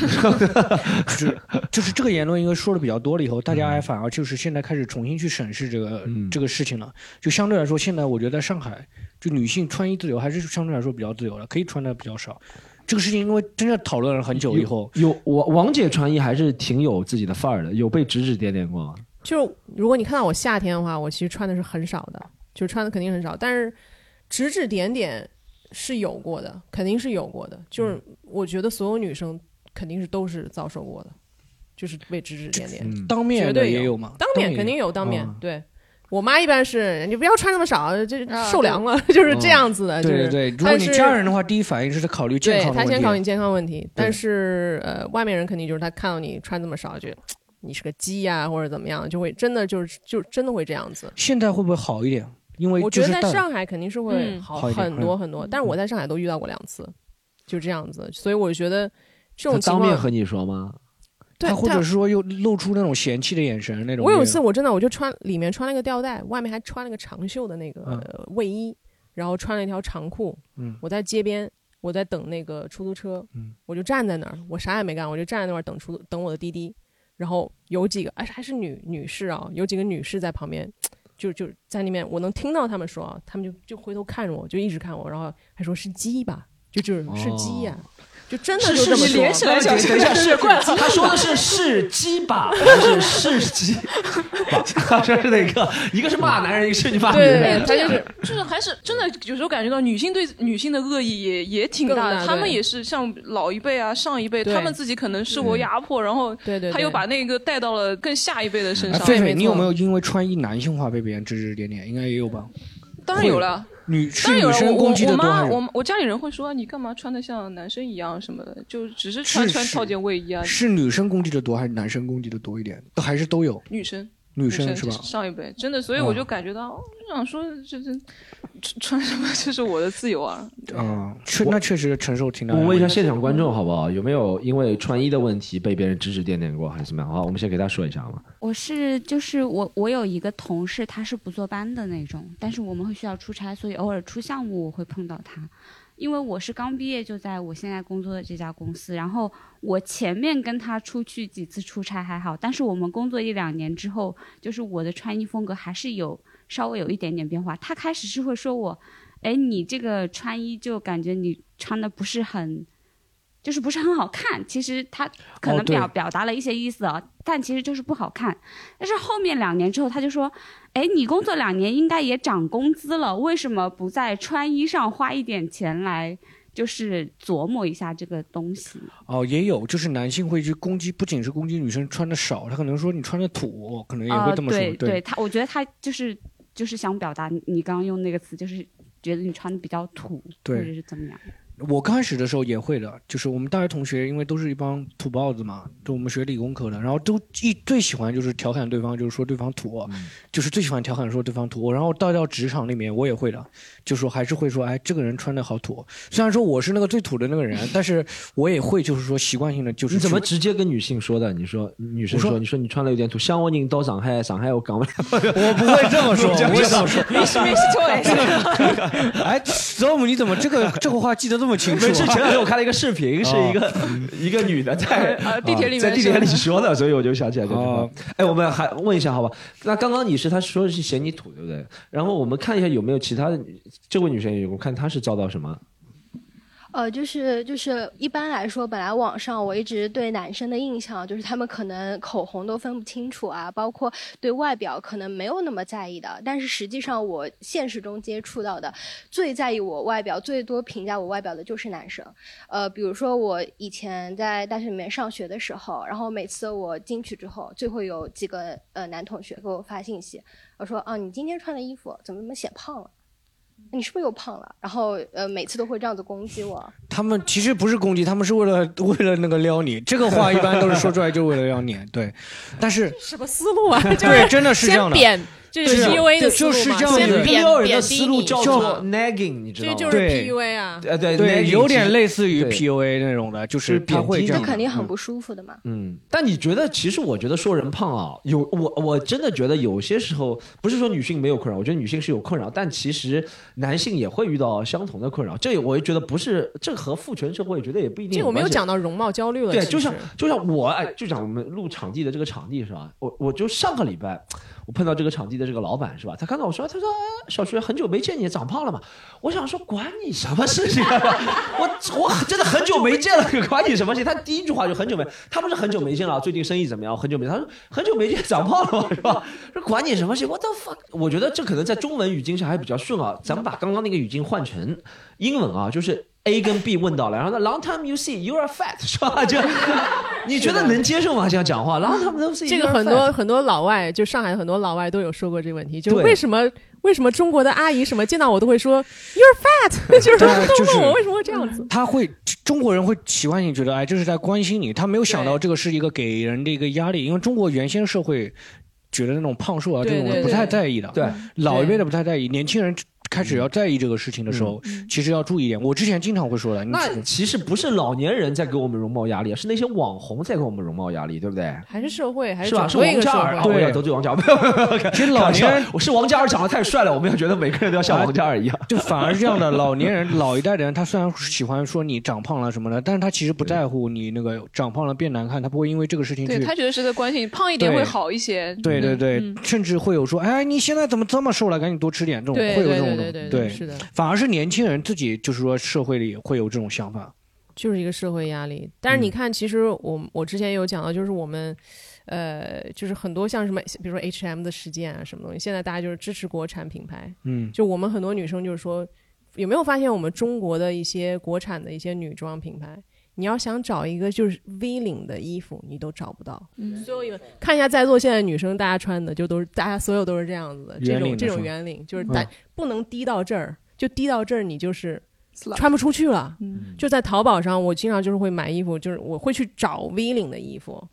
就是这个言论因为说的比较多了以后，大家还反而就是现在开始重新去审视这个事情了。就相对来说，现在我觉得在上海，就女性穿衣自由还是相对来说比较自由的，可以穿的比较少。这个事情因为真的讨论了很久以后， 王姐穿衣还是挺有自己的范儿的，有被指点点过吗？ 就是如果你看到我夏天的话，我其实穿的是很少的，就是穿的肯定很少，但是指点点是有过的，肯定是有过的。就是我觉得所有女生肯定是都是遭受过的，就是被指点点。 当面的也有吗？ 当面肯定有，当面对。我妈一般是你不要穿那么少，这受凉了，就是这样子的。 对对对，如果你家人的话，第一反应是考虑健康的问题。 对，他先考虑健康问题，但是外面人肯定就是他看到你穿这么少，就你是个鸡呀或者怎么样，就会真的就真的会这样子。 现在会不会好一点？因为我觉得在上海肯定是会好很多很多，但是我在上海都遇到过2次，就这样子，所以我觉得这种情况他当面和你说吗？ 他或者是说又露出那种嫌弃的眼神那种。 我有一次我真的我就里面穿了个吊带，外面还穿了个长袖的那个卫衣，然后穿了一条长裤。我在街边，我在等那个出租车，我就站在那儿，我啥也没干，我就站在那儿等我的滴滴。然后有几个还是女士啊，有几个女士在旁边，就在那边，我能听到他们说啊，他们就回头看着我，就一直看我，然后还说是鸡吧，就是鸡呀。就真的就这么说。 连起来想， 等一下，他说的是鸡吧，还是鸡吧？他说是哪个？一个是骂男人，一个是你骂女人。 对，他就是还是真的，有时候感觉到女性对女性的恶意也挺大的。他们也是像老一辈啊、上一辈，他们自己可能受过压迫，然后他又把那个带到了更下一辈的身上。 狒狒，你有没有因为穿衣男性化被别人指点点？应该也有吧？ 当然有了。 女生攻击的多还是我家里人会说你干嘛穿的像男生一样什么的，就只是穿套件卫衣啊。 是女生攻击的多还是男生攻击的多一点？还是都有？ 女生女生是吧？ 上一辈真的，所以我就感觉到，我想说，就是穿什么就是我的自由啊。 那确实承受挺大的。 我问一下现场观众好不好？有没有因为穿衣的问题被别人指指点点过，还是怎么样？好，我们先给他说一下嘛。 我有一个同事，他是不坐班的那种，但是我们会需要出差，所以偶尔出项目我会碰到他。因为我是刚毕业就在我现在工作的这家公司，然后我前面跟他出去几次出差还好，但是我们工作1-2年之后，就是我的穿衣风格还是稍微有一点点变化。他开始是会说我，你这个穿衣就感觉你穿的不是很好看，其实他可能表达了一些意思啊，但其实就是不好看。但是后面2年之后，他就说，你工作2年应该也涨工资了，为什么不在穿衣上花一点钱来，就是琢磨一下这个东西？ 也有，就是男性会去攻击，不仅是攻击女生穿的少，他可能说你穿的土，可能也会这么说。 对，我觉得他就是想表达你刚刚用那个词，就是觉得你穿的比较土，或者是怎么样。 我刚开始的时候也会的，就是我们大学同学，因为都是一帮土包子嘛，就我们学理工科的，然后都最喜欢就是调侃对方，就是说对方土，就是最喜欢调侃说对方土。然后到职场里面我也会的，就说还是会说，这个人穿的好土。虽然说我是那个最土的那个人，但是我也会就是说习惯性的就是。 你怎么直接跟女性说的？你说女生说，你说你穿的有点土，像我人到上海我讲不了。 我不会这么说，我不会这么说。 没事， Storm 你怎么这个话记得这么清楚？ 前两天我看了一个视频，是一个女的在地铁里面在地铁里说的，所以我就想起来这句话。我们还问一下好吧？那刚刚他说的是嫌你土，对不对？然后我们看一下有没有其他的，这位女生我看她是遭到什么？ 就是一般来说，本来网上我一直对男生的印象就是他们可能口红都分不清楚啊，包括对外表可能没有那么在意的。但是实际上我现实中接触到的最在意我外表、最多评价我外表的就是男生。比如说我以前在大学里面上学的时候，然后每次我进去之后，就会有几个男同学给我发信息，我说你今天穿的衣服怎么显胖了？你是不是又胖了？然后每次都会这样子攻击我。 他们其实不是攻击，他们是为了那个撩你。这个话一般都是说出来就为了撩你，对。但是什么思路啊？ 对，真的是这样的。 这是 PUA 的思路嘛？ 就是这样的。撩人的思路叫做 nagging， 你知道吗？ 这就是 PUA 啊。 对，有点类似于 PUA 那种的，就是他会这样。 这肯定很不舒服的嘛。 但你觉得，其实我觉得说人胖啊，我真的觉得有些时候不是说女性没有困扰，我觉得女性是有困扰，但其实男性也会遇到相同的困扰。这我觉得不是，这和父权社会觉得也不一定。 这我没有讲到容貌焦虑了。 对，就像我就讲我们录场地的这个场地是吧？我就上个礼拜我碰到这个场地的这个老板是吧？他看到我说，他说小徐很久没见你，长胖了嘛？我想说管你什么事情啊！我真的很久没见了，管你什么事情？他第一句话就很久没，他不是很久没见了，最近生意怎么样？很久没，他说很久没见，长胖了嘛，是吧？说管你什么事情？我的 fuck！ 我觉得这可能在中文语境下还比较顺啊。咱们把刚刚那个语境换成英文啊，就是 A 跟 B 问到了，然后呢 ，long time you see you are fat， 是吧？就你觉得能接受吗？这样讲话 ，long time no see。 这个很多老外，就上海很多老外都有说过这个问题，就为什么中国的阿姨什么见到我都会说 you're fat， 就是问我为什么会这样子。 中国人会习惯性觉得，这是在关心你，他没有想到这个是一个给人的一个压力，因为中国原先社会觉得那种胖瘦啊这种不太在意的， 对， 老一辈的不太在意，年轻人开始要在意这个事情的时候，其实要注意一点。我之前经常会说的， 那其实不是老年人在给我们容貌压力，是那些网红在给我们容貌压力，对不对？ 还是社会，还是吧？是王嘉尔，我要得罪王嘉尔。 其实老年人， 我是王嘉尔长得太帅了，我们要觉得每个人都要像王嘉尔一样。 就反而是这样的，老年人、老一代的人，他虽然喜欢说你长胖了什么的，但是他其实不在乎你那个长胖了变难看，他不会因为这个事情去。 对，他觉得是在关心你胖一点会好一些。 对对对，甚至会有说，你现在怎么这么瘦了？赶紧多吃点，这种会有这种对，是的。 反而是年轻人自己就是说社会里会有这种想法， 就是一个社会压力。但是你看，其实我之前也有讲到，就是我们就是很多像什么比如说 H&M 的事件啊什么东西，现在大家就是支持国产品牌，就我们很多女生就是说，有没有发现我们中国的一些国产的一些女装品牌，你要想找一个就是 V 领的衣服你都找不到。所有看一下在座现在女生大家穿的就都是大家所有都是这样子的，这种圆领就是不能低到这儿，就低到这儿你就是穿不出去了。就在淘宝上我经常就是会买衣服，就是我会去找 V 领的衣服，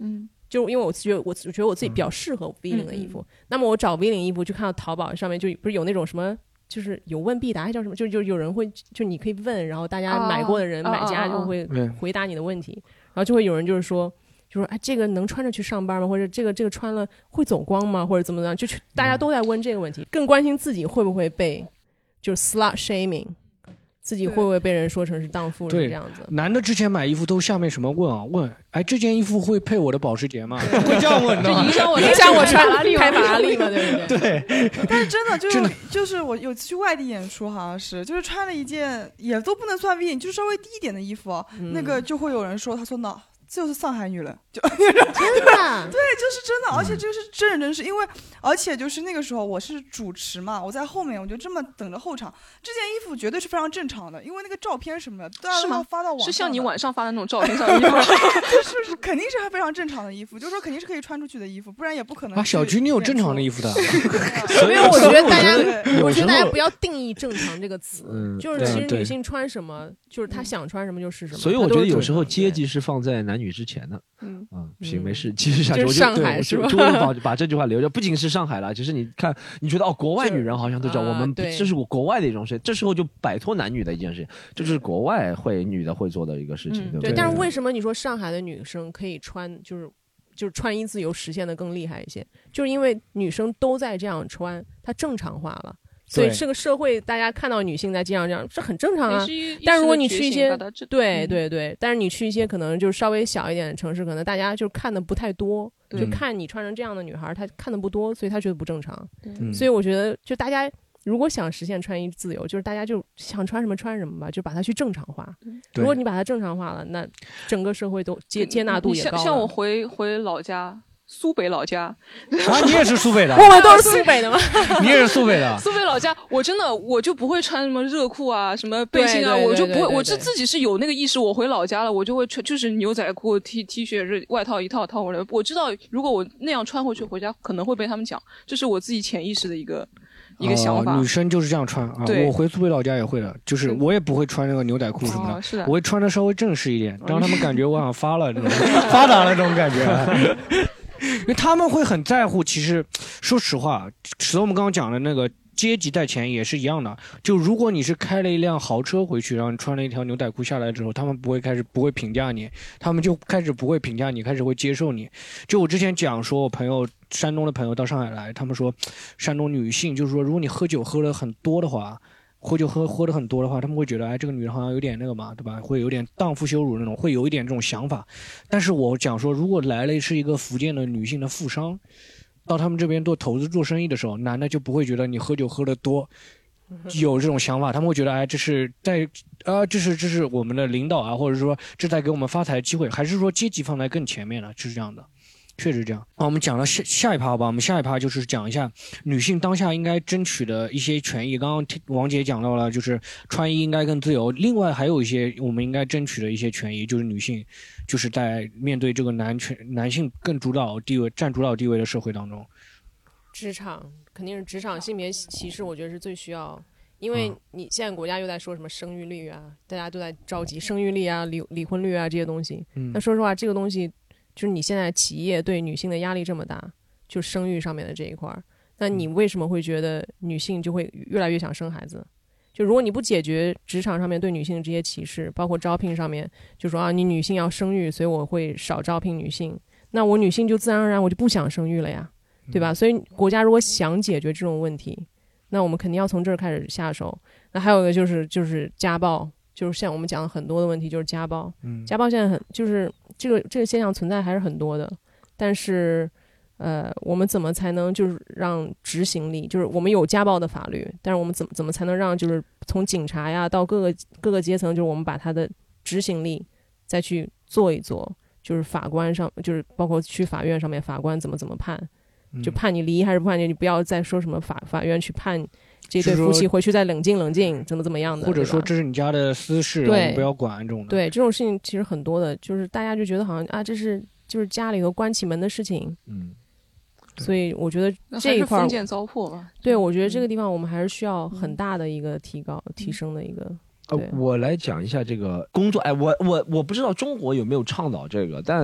就因为我觉得我自己比较适合 V 领的衣服，那么我找 V 领衣服就看到淘宝上面就不是有那种什么。就是有问必答，还叫什么？就有人会，就你可以问，然后大家买过的人、买家就会回答你的问题，然后就会有人就是说，哎，这个能穿着去上班吗？或者这个穿了会走光吗？或者怎么样？就大家都在问这个问题，更关心自己会不会被就是 slut shaming。自己会不会被人说成是荡妇人这样子？ 男的之前买衣服都下面什么问，哎，这件衣服会配我的保时捷吗？会这样问的， 影响我穿开法拉利嘛，对不对？对。 但是真的就是我有次去外地演出，好像是就是穿了一件也都不能算 V， 就是稍微低一点的衣服，那个就会有人说，他说呢。就是上海女人，就真的对，就是真的，而且这个是真人是因为，而且就是那个时候我是主持嘛，我在后面，我就这么等着后场，这件衣服绝对是非常正常的，因为那个照片什么的都要发到网上， 是像你晚上发的那种照片上的衣服， 是肯定是非常正常的衣服，就是说肯定是可以穿出去的衣服，不然也不可能。 小菊，你有正常的衣服的？ 没有，我觉得大家不要定义正常这个词，就是其实女性穿什么，就是她想穿什么就是什么。 所以我觉得有时候阶级是放在男女之前的。行，没事，继续下去。 就是上海是吧？ 就把这句话留着，不仅是上海了，其实你看，你觉得国外女人好像都叫我们，这是国外的一种事，这时候就摆脱男女的一件事，这就是国外女的会做的一个事情，对不对？ 对。但是为什么你说上海的女生可以穿，就是穿衣自由实现的更厉害一些？就是因为女生都在这样穿，它正常化了。所以这个社会，大家看到女性在街上这样是很正常啊。但如果你去一些对，但是你去一些可能就是稍微小一点的城市，可能大家就看的不太多，就看你穿成这样的女孩，她看的不多，所以她觉得不正常。所以我觉得，就大家如果想实现穿衣自由，就是大家就想穿什么穿什么吧，就把它去正常化。如果你把它正常化了，那整个社会都接纳度也高了。 像我回老家。苏北老家啊，你也是苏北的？ 我们都是苏北的吗？ 你也是苏北的？ 苏北老家，我真的我就不会穿什么热裤啊，什么背心啊，我就不会，我自己是有那个意识，我回老家了，我就会穿就是牛仔裤、T 恤、外套一套套回来。我知道如果我那样穿回家，可能会被他们讲，这是我自己潜意识的一个想法。 女生就是这样穿啊，我回苏北老家也会的，就是我也不会穿那个牛仔裤什么的， 是的， 我会穿的稍微正式一点，让他们感觉我好像发达了这种感觉。因为他们会很在乎，其实说实话，和我们刚刚讲的那个阶级带钱也是一样的。就如果你是开了一辆豪车回去，然后你穿了一条牛仔裤下来之后，他们不会评价你，他们就开始不会评价你，开始会接受你。就我之前讲说，我朋友山东的朋友到上海来，他们说山东女性就是说，如果你喝酒喝了很多的话。喝酒喝的很多的话，他们会觉得，哎，这个女人好像有点那个嘛，对吧？会有点荡妇羞辱那种，会有一点这种想法。但是我讲说，如果来了是一个福建的女性的富商，到他们这边做投资做生意的时候，男的就不会觉得你喝酒喝得多，有这种想法，他们会觉得，哎，这是这是我们的领导啊，或者说这在给我们发财的机会，还是说阶级放在更前面了，是这样的。确实这样。我们讲了下一趴吧，我们下一趴就是讲一下女性当下应该争取的一些权益。刚刚王姐讲到了，就是穿衣应该更自由。另外还有一些我们应该争取的一些权益，就是女性就是在面对这个男性更占主导地位的社会当中， 职场肯定是职场性别歧视，我觉得是最需要。因为你现在国家又在说什么生育率啊，大家都在着急生育率啊、离婚率啊这些东西。那说实话，这个东西。就是你现在企业对女性的压力这么大，就生育上面的这一块，那你为什么会觉得女性就会越来越想生孩子？就如果你不解决职场上面对女性的这些歧视，包括招聘上面，就说啊，你女性要生育，所以我会少招聘女性，那我女性就自然而然我就不想生育了呀，对吧？所以国家如果想解决这种问题，那我们肯定要从这儿开始下手。那还有一个就是家暴。就是像我们讲的很多的问题，就是家暴。家暴现在就是这个现象存在还是很多的，但是我们怎么才能就是让执行力，就是我们有家暴的法律，但是我们怎么才能让就是从警察呀到各个阶层，就是我们把它的执行力再去做一做，就是法官上就是包括去法院上面，法官怎么判，就判你离还是不判你，不要再说什么法院去判。这对夫妻回去再冷静怎么样的， 或者说这是你家的私事，我们不要管这种的。 对，这种事情其实很多的，就是大家就觉得好像啊，这是就是家里头关起门的事情。所以我觉得这一块封建糟粕吧。 对，我觉得这个地方我们还是需要很大的一个提升的一个。 我来讲一下这个工作。哎，我不知道中国有没有倡导这个，但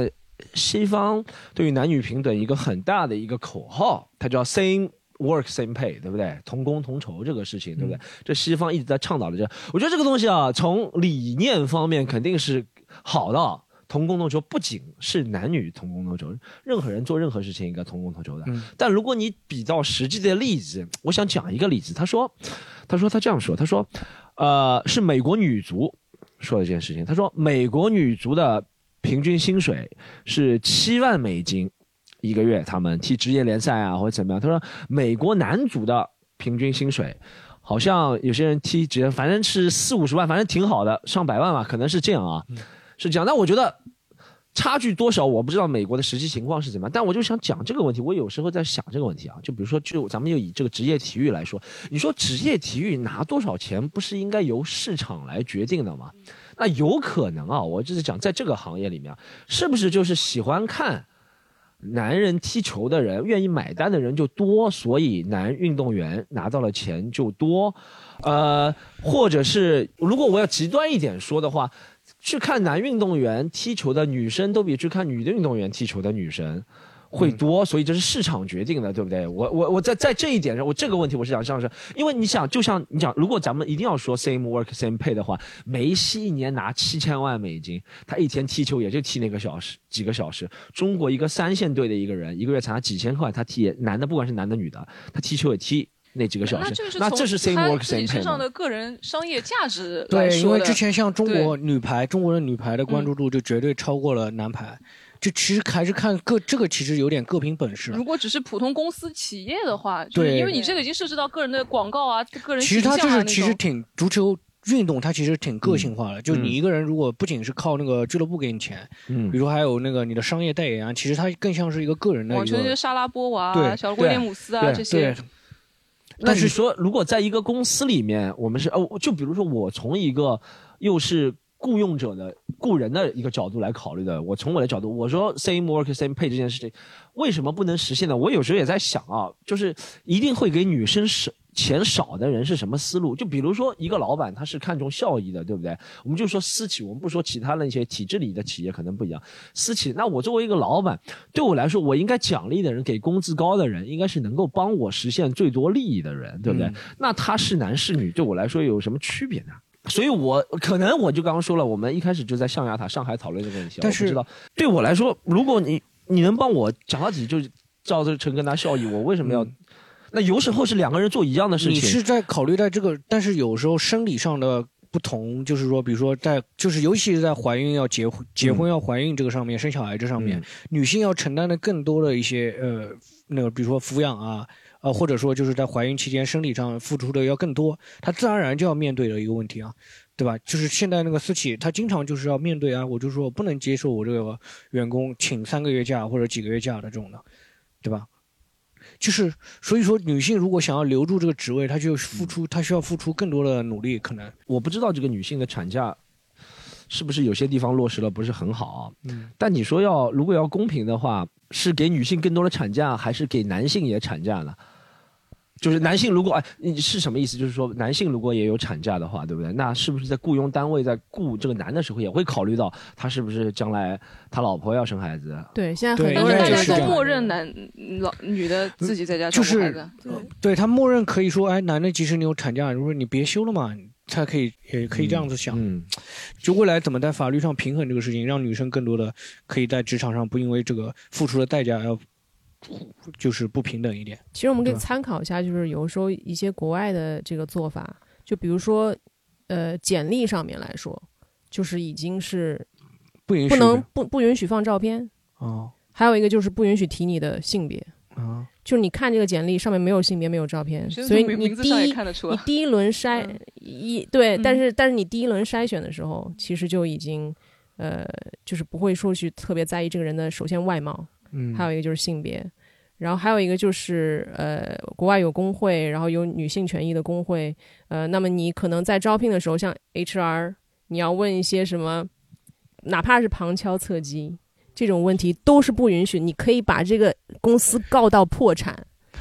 西方对于男女平等一个很大的一个口号，它叫 same work same pay， 对不对？同工同酬这个事情，对不对？这西方一直在倡导的这，我觉得这个东西啊，从理念方面肯定是好的。同工同酬不仅是男女同工同酬，任何人做任何事情应该同工同酬的。但如果你比到实际的例子，我想讲一个例子。他这样说，他说，是美国女足说的这件事情。他说，美国女足的平均薪水是7万美金一个月，他们踢职业联赛啊或者怎么样。他说，美国男足的平均薪水好像有些人踢职业，反正是40-50万，反正挺好的，上百万吧，可能是这样啊。是这样，但我觉得差距多少我不知道美国的实际情况是怎么样，但我就想讲这个问题，我有时候在想这个问题啊，就比如说，就咱们就以这个职业体育来说，你说职业体育拿多少钱，不是应该由市场来决定的吗？那有可能啊，我就是讲在这个行业里面，是不是就是喜欢看男人踢球的人，愿意买单的人就多，所以男运动员拿到了钱就多，或者是如果我要极端一点说的话。去看男运动员踢球的女生都比去看女的运动员踢球的女生会多，所以这是市场决定的，对不对？我在这一点上，我这个问题我是想上升，因为你想，就像你讲，如果咱们一定要说 same work same pay 的话，梅西一年拿7000万美金，他一天踢球也就踢那个几个小时。中国一个3线队的一个人，一个月才拿几千块，他踢男的，不管是男的女的，他踢球也踢。那几个小时，那这是 same work same pay 身上的个人商业价值来说的。对，因为之前像中国的女排的关注度就绝对超过了男排，就其实还是看这个其实有点各凭本事了。 如果只是普通公司企业的话，就是因为你这个已经涉及到个人的广告啊，个人其实它就是其实挺足球运动，它其实挺个性化的。就你一个人如果不仅是靠那个俱乐部给你钱，比如还有那个你的商业代言啊，其实它更像是一个个人的一个。 全是莎拉波娃啊、小威廉姆斯啊这些。 但是说，如果在一个公司里面，我们是就比如说我从一个又是雇人的一个角度来考虑的，我从我的角度，我说 same work same pay 这件事情为什么不能实现呢？我有时候也在想啊，就是一定会给女生钱少的人是什么思路？就比如说一个老板他是看重效益的，对不对？我们就说私企，我们不说其他的那些体制里的企业可能不一样。私企，那我作为一个老板，对我来说，我应该奖励的人，给工资高的人，应该是能够帮我实现最多利益的人，对不对？那他是男是女，对我来说有什么区别呢？所以我就刚刚说了，我们一开始就在象牙塔上海讨论这个问题。但是我不知道，对我来说，如果你能帮我讲到底，就是照着成跟他效益，我为什么要？那有时候是两个人做一样的事情。 你是在考虑在这个，但是有时候生理上的不同，就是说，比如说就是尤其是在怀孕要结婚要怀孕这个上面，生小孩这上面，女性要承担的更多的一些那个，比如说抚养啊，或者说就是在怀孕期间生理上付出的要更多，她自然而然就要面对的一个问题啊，对吧？就是现在那个私企，她经常就是要面对啊，我就说我不能接受我这个员工请3个月假或者几个月假的这种的，对吧？就是所以说，女性如果想要留住这个职位，她需要付出更多的努力。可能我不知道这个女性的产假是不是有些地方落实了不是很好但你说如果要公平的话，是给女性更多的产假，还是给男性也产假呢？就是男性如果你是什么意思？就是说男性如果也有产假的话，对不对？那是不是在雇佣单位在雇这个男的时候也会考虑到他是不是将来他老婆要生孩子？ 对，现在很多人大家都默认女的自己在家照顾孩子。 对，他默认可以说，男的即使你有产假，如果你别休了嘛，他也可以这样子想。就未来怎么在法律上平衡这个事情，让女生更多的可以在职场上不因为这个付出的代价就是不平等一点。 其实我们可以参考一下，就是有时候一些国外的这个做法，就比如说简历上面来说，就是已经是不允许放照片还有一个就是不允许提你的性别就是你看这个简历上面没有性别没有照片，所以你第一轮对，但是你第一轮筛选的时候，其实就已经就是不会说去特别在意这个人的首先外貌。还有一个就是性别，然后还有一个就是国外有工会，然后有女性权益的工会，那么你可能在招聘的时候，像 HR， 你要问一些什么，哪怕是旁敲侧击这种问题都是不允许，你可以把这个公司告到破产。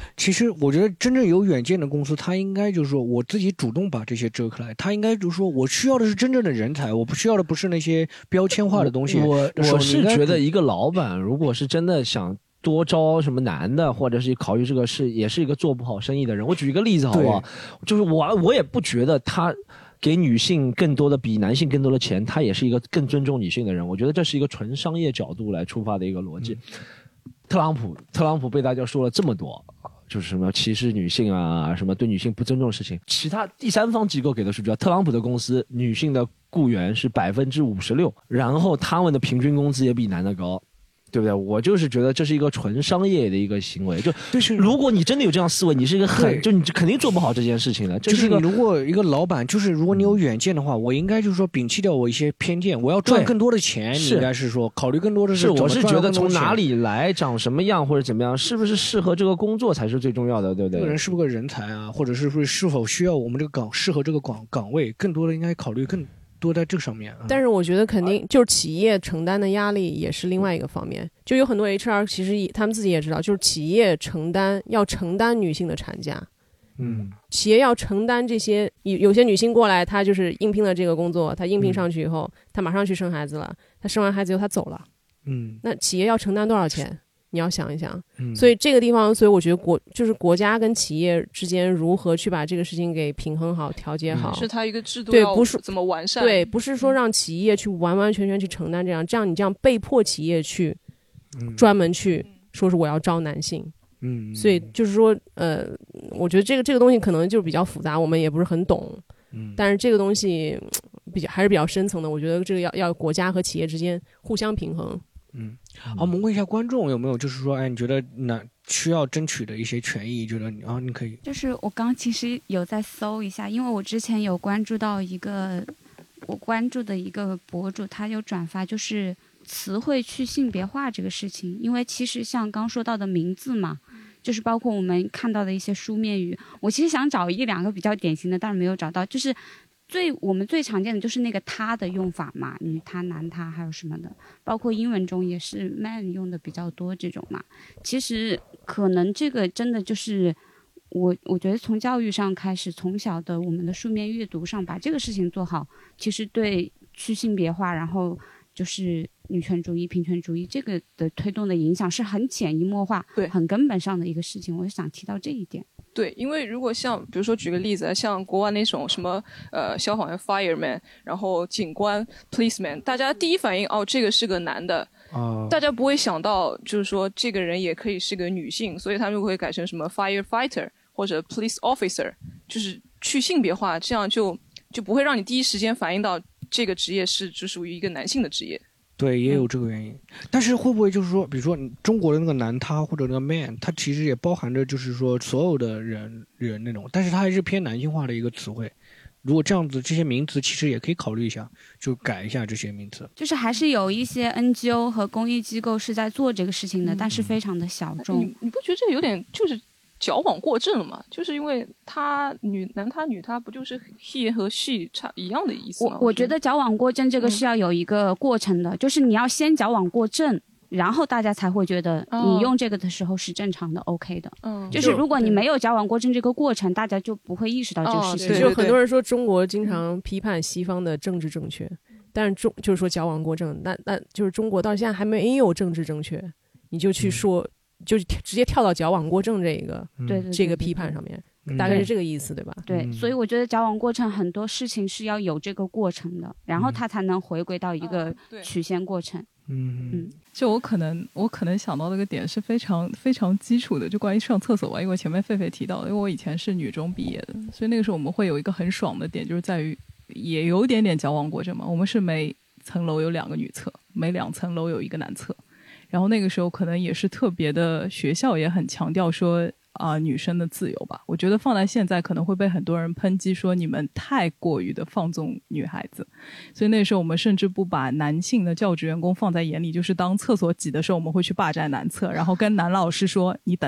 其实我觉得真正有远见的公司，他应该就是说我自己主动把这些遮开来，他应该就是说我需要的是真正的人才，我不需要的不是那些标签化的东西。 我是觉得一个老板如果是真的想多招什么男的，或者是考虑这个事，也是一个做不好生意的人。我举一个例子好不好？就是我也不觉得他给女性更多的比男性更多的钱，他也是一个更尊重女性的人。我觉得这是一个纯商业角度来出发的一个逻辑。特朗普被大家说了这么多，就是什么歧视女性啊，什么对女性不尊重的事情。其他第三方机构给的数据，特朗普的公司女性的雇员是56%，然后他们的平均工资也比男的高。对不对？我就是觉得这是一个纯商业的一个行为，就是如果你真的有这样思维，你是一个就你肯定做不好这件事情的。 就是你如果一个老板，就是如果你有远见的话，我应该就是说摒弃掉我一些偏见，我要赚更多的钱。你应该是说考虑更多的是我是觉得从哪里来，长什么样或者怎么样，是不是适合这个工作才是最重要的，对不对？ 这个人是不是个人才啊，或者是否需要我们这个适合这个岗位，更多的应该考虑更多在这上面。 但是我觉得肯定就是企业承担的压力也是另外一个方面，就有很多 HR 其实他们自己也知道，就是企业要承担女性的产假。企业要承担这些，有些女性过来，她就是应聘了这个工作，她应聘上去以后，她马上去生孩子了，她生完孩子以后她走了，那企业要承担多少钱？你要想一想。所以这个地方，所以我觉得就是国家跟企业之间如何去把这个事情给平衡好、调节好， 是它一个制度对， 要不是怎么完善？ 对，不是说让企业去完完全全去承担这样你这样被迫企业去专门去说是我要招男性。所以就是说，我觉得这个东西可能就是比较复杂，我们也不是很懂。但是这个东西还是比较深层的，我觉得这个要国家和企业之间互相平衡。 好，我们问一下观众有没有就是说，哎，你觉得需要争取的一些权益，觉得你可以。 就是我刚其实有在搜一下，因为我之前有关注到我关注的一个博主，他有转发就是词汇去性别化这个事情。因为其实像刚说到的名字嘛，就是包括我们看到的一些书面语，我其实想找一两个比较典型的，但是没有找到。就是我们最常见的就是那个他的用法嘛，女他男他还有什么的，包括英文中也是 man 用的比较多这种嘛。其实可能这个真的就是我觉得从教育上开始，从小的我们的书面阅读上把这个事情做好，其实对去性别化，然后就是女权主义、平权主义这个的推动的影响是很潜移默化、很根本上的一个事情。我想提到这一点。 对，因为如果像比如说举个例子，像国外那种什么消防员 fireman， 然后警官 policeman， 大家第一反应这个是个男的，大家不会想到就是说这个人也可以是个女性，所以他们会改成什么 firefighter 或者 police officer， 就是去性别化，这样就不会让你第一时间反应到这个职业只属于一个男性的职业。 对，也有这个原因。但是会不会就是说，比如说中国的那个男他或者那个 man， 他其实也包含着就是说所有的人那种，但是他还是偏男性化的一个词汇。如果这样子，这些名词其实也可以考虑一下，就改一下这些名词。 就是还是有一些 NGO 和公益机构是在做这个事情的，但是非常的小众。 你不觉得这有点就是矫枉过正了吗？就是因为男他女他不就是 he 和 she 一样的意思吗？ 我觉得矫枉过正这个是要有一个过程的，就是你要先矫枉过正，然后大家才会觉得你用这个的时候是正常的 OK 的。就是如果你没有矫枉过正这个过程，大家就不会意识到这个事情。 就很多人说中国经常批判西方的政治正确，但是就是说矫枉过正，那就是中国到现在还没有政治正确，你就去说。就是直接跳到矫枉过正这个批判上面，大概是这个意思，对吧？ 对，所以我觉得矫枉过正很多事情是要有这个过程的，然后它才能回归到一个曲线过程。 就我可能想到的一个点是非常非常基础的，就关于上厕所吧。因为前面狒狒提到的，因为我以前是女中毕业的，所以那个时候我们会有一个很爽的点，就是在于也有点矫枉过正嘛。我们是每层楼有2个女厕，每2层楼有1个男厕。然后那个时候可能也是特别的，学校也很强调说女生的自由吧。我觉得放在现在可能会被很多人抨击说你们太过于的放纵女孩子，所以那时候我们甚至不把男性的教职员工放在眼里，就是当厕所挤的时候我们会去霸占男厕，然后跟男老师说你等等，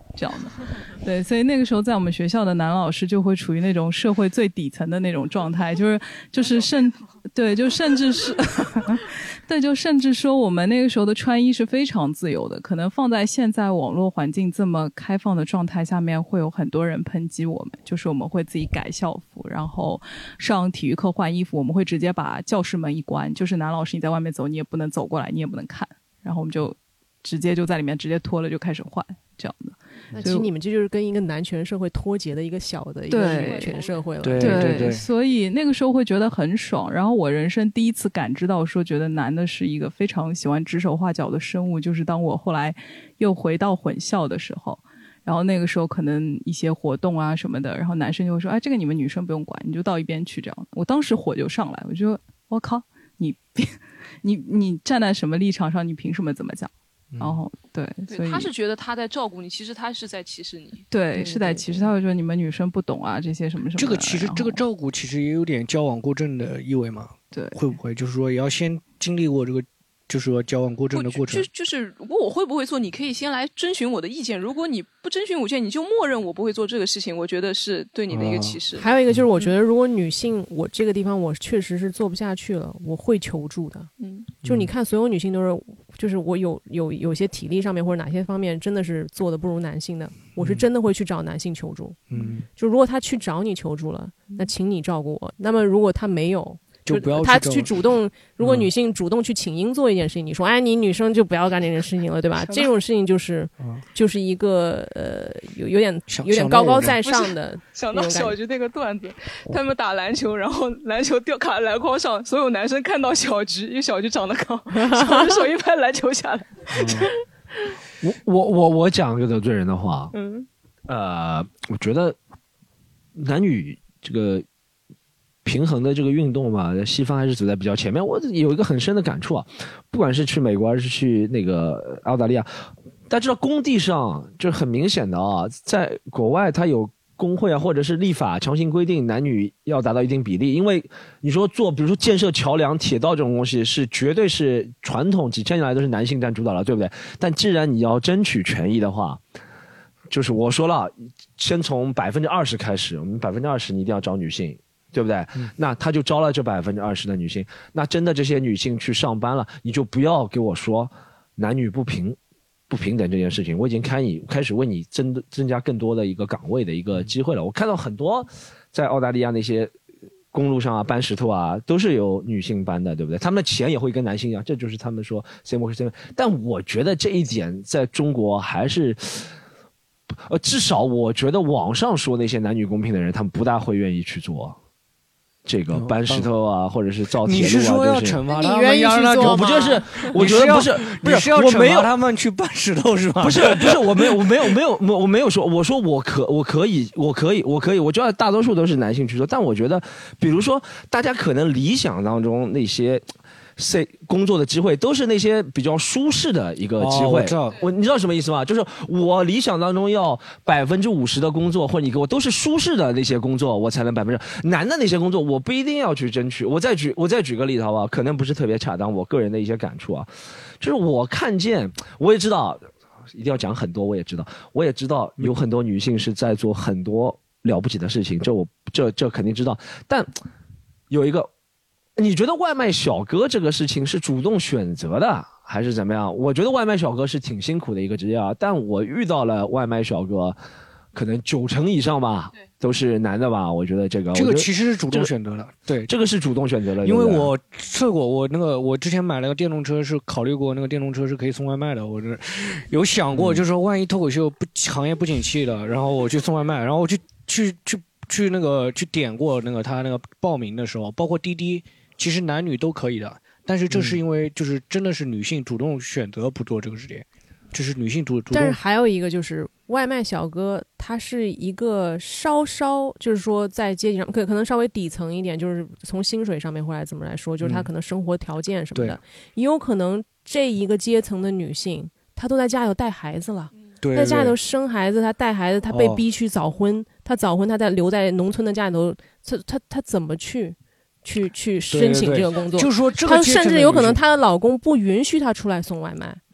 这样的。对，所以那个时候在我们学校的男老师就会处于那种社会最底层的那种状态，就是甚至是对，就甚至说我们那个时候的穿衣是非常自由的，可能放在现在网络环境这么开放的状态下面，会有很多人抨击我们，就是我们会自己改校服，然后上体育课换衣服，我们会直接把教室门一关，就是男老师你在外面走，你也不能走过来，你也不能看，然后我们就直接就在里面直接脱了就开始换这样的。 那其实你们这就是跟一个男权社会脱节的一个小的一个女权社会了。 对，所以那个时候会觉得很爽。然后我人生第一次感知到说觉得男的是一个非常喜欢指手画脚的生物，就是当我后来又回到混校的时候，然后那个时候可能一些活动啊什么的，然后男生就会说，哎，这个你们女生不用管，你就到一边去这样。我当时火就上来，我就我靠，你站在什么立场上，你凭什么这么讲？然后对，所以他是觉得他在照顾你，其实他是在歧视你。 对，是在歧视，他会说你们女生不懂啊，这些什么什么的。 这个其实这个照顾其实也有点矫枉过正的意味嘛。 对， 会不会就是说也要先经历过这个，就是说矫枉过正的过程？ 就是如果我会不会做，你可以先来征询我的意见。如果你不征询我意见，你就默认我不会做这个事情，我觉得是对你的一个歧视。 还有一个就是，我觉得如果女性，我这个地方我确实是做不下去了，我会求助的。就你看，所有女性都是，就是我有些体力上面或者哪些方面真的是做的不如男性的，我是真的会去找男性求助。就如果他去找你求助了，那请你照顾我。那么如果他没有， 就不要他去主动，如果女性主动去请缨做一件事情，你说哎，你女生就不要干这件事情了，对吧？这种事情就是一个有点高高在上的。 想到小菊那个段子，他们打篮球，然后篮球掉卡篮筐上，所有男生看到小菊，因为小菊长得高，小菊手一拍，篮球下来。 我讲一个得罪人的话，我觉得男女这个平衡的这个运动嘛，西方还是走在比较前面。我有一个很深的感触啊，不管是去美国还是去那个澳大利亚，大家知道工地上就很明显的啊，在国外它有工会啊，或者是立法强行规定男女要达到一定比例。因为你说做比如说建设桥梁铁道这种东西是绝对是传统几千年来都是男性占主导了，对不对？但既然你要争取权益的话，就是我说了，先从20%开始，我们20%你一定要找女性，对不对？那他就招了这20%的女性，那真的这些女性去上班了，你就不要给我说男女不平等这件事情。我已经开始为你增加更多的一个岗位的一个机会了。我看到很多在澳大利亚那些公路上啊搬石头啊都是有女性搬的，对不对？他们的钱也会跟男性一样，这就是他们说 same work same。 但我觉得这一点在中国还是至少我觉得网上说那些男女公平的人，他们不大会愿意去做这个搬石头啊，或者是造铁路啊。 你是说要惩罚他们？ 你愿意去做吗？ 我不就是，我觉得不是， 你是要惩罚他们去搬石头是吧？ 不是，我没有说，我说我可以，我觉得大多数都是男性去做，但我觉得，比如说大家可能理想当中那些工作的机会都是那些比较舒适的一个机会。你知道什么意思吗？就是我理想当中要50%的工作，或者你给我都是舒适的那些工作，我才能100%。难的那些工作我不一定要去争取。我再举个例子好不好？可能不是特别恰当，我个人的一些感触啊，就是我看见，我也知道一定要讲很多，我也知道有很多女性是在做很多了不起的事情，这肯定知道。但有一个，你觉得外卖小哥这个事情是主动选择的还是怎么样？我觉得外卖小哥是挺辛苦的一个职业啊，但我遇到了外卖小哥可能90%以上吧都是男的吧。我觉得这个其实是主动选择的。对， 这个是主动选择的。 因为我测过，我之前买了个电动车，是考虑过那个电动车是可以送外卖的。我有想过，就是说万一脱口秀行业不景气了，然后我去送外卖，然后我去那个去点过那个他那个报名的时候，包括滴滴，其实男女都可以的。但是这是因为就是真的是女性主动选择不做这个职业，这是女性主动。 但是还有一个就是外卖小哥，他是一个稍就是说在阶级上可能稍微底层一点，就是从薪水上面或者怎么来说，就是他可能生活条件什么的，也有可能这一个阶层的女性，她都在家里头带孩子了。 对， 在家里头生孩子，她带孩子，她被逼去早婚，她留在农村的家里头，她怎么去申请这个工作？ 就说这个她甚至有可能她的老公不允许她出来送外卖。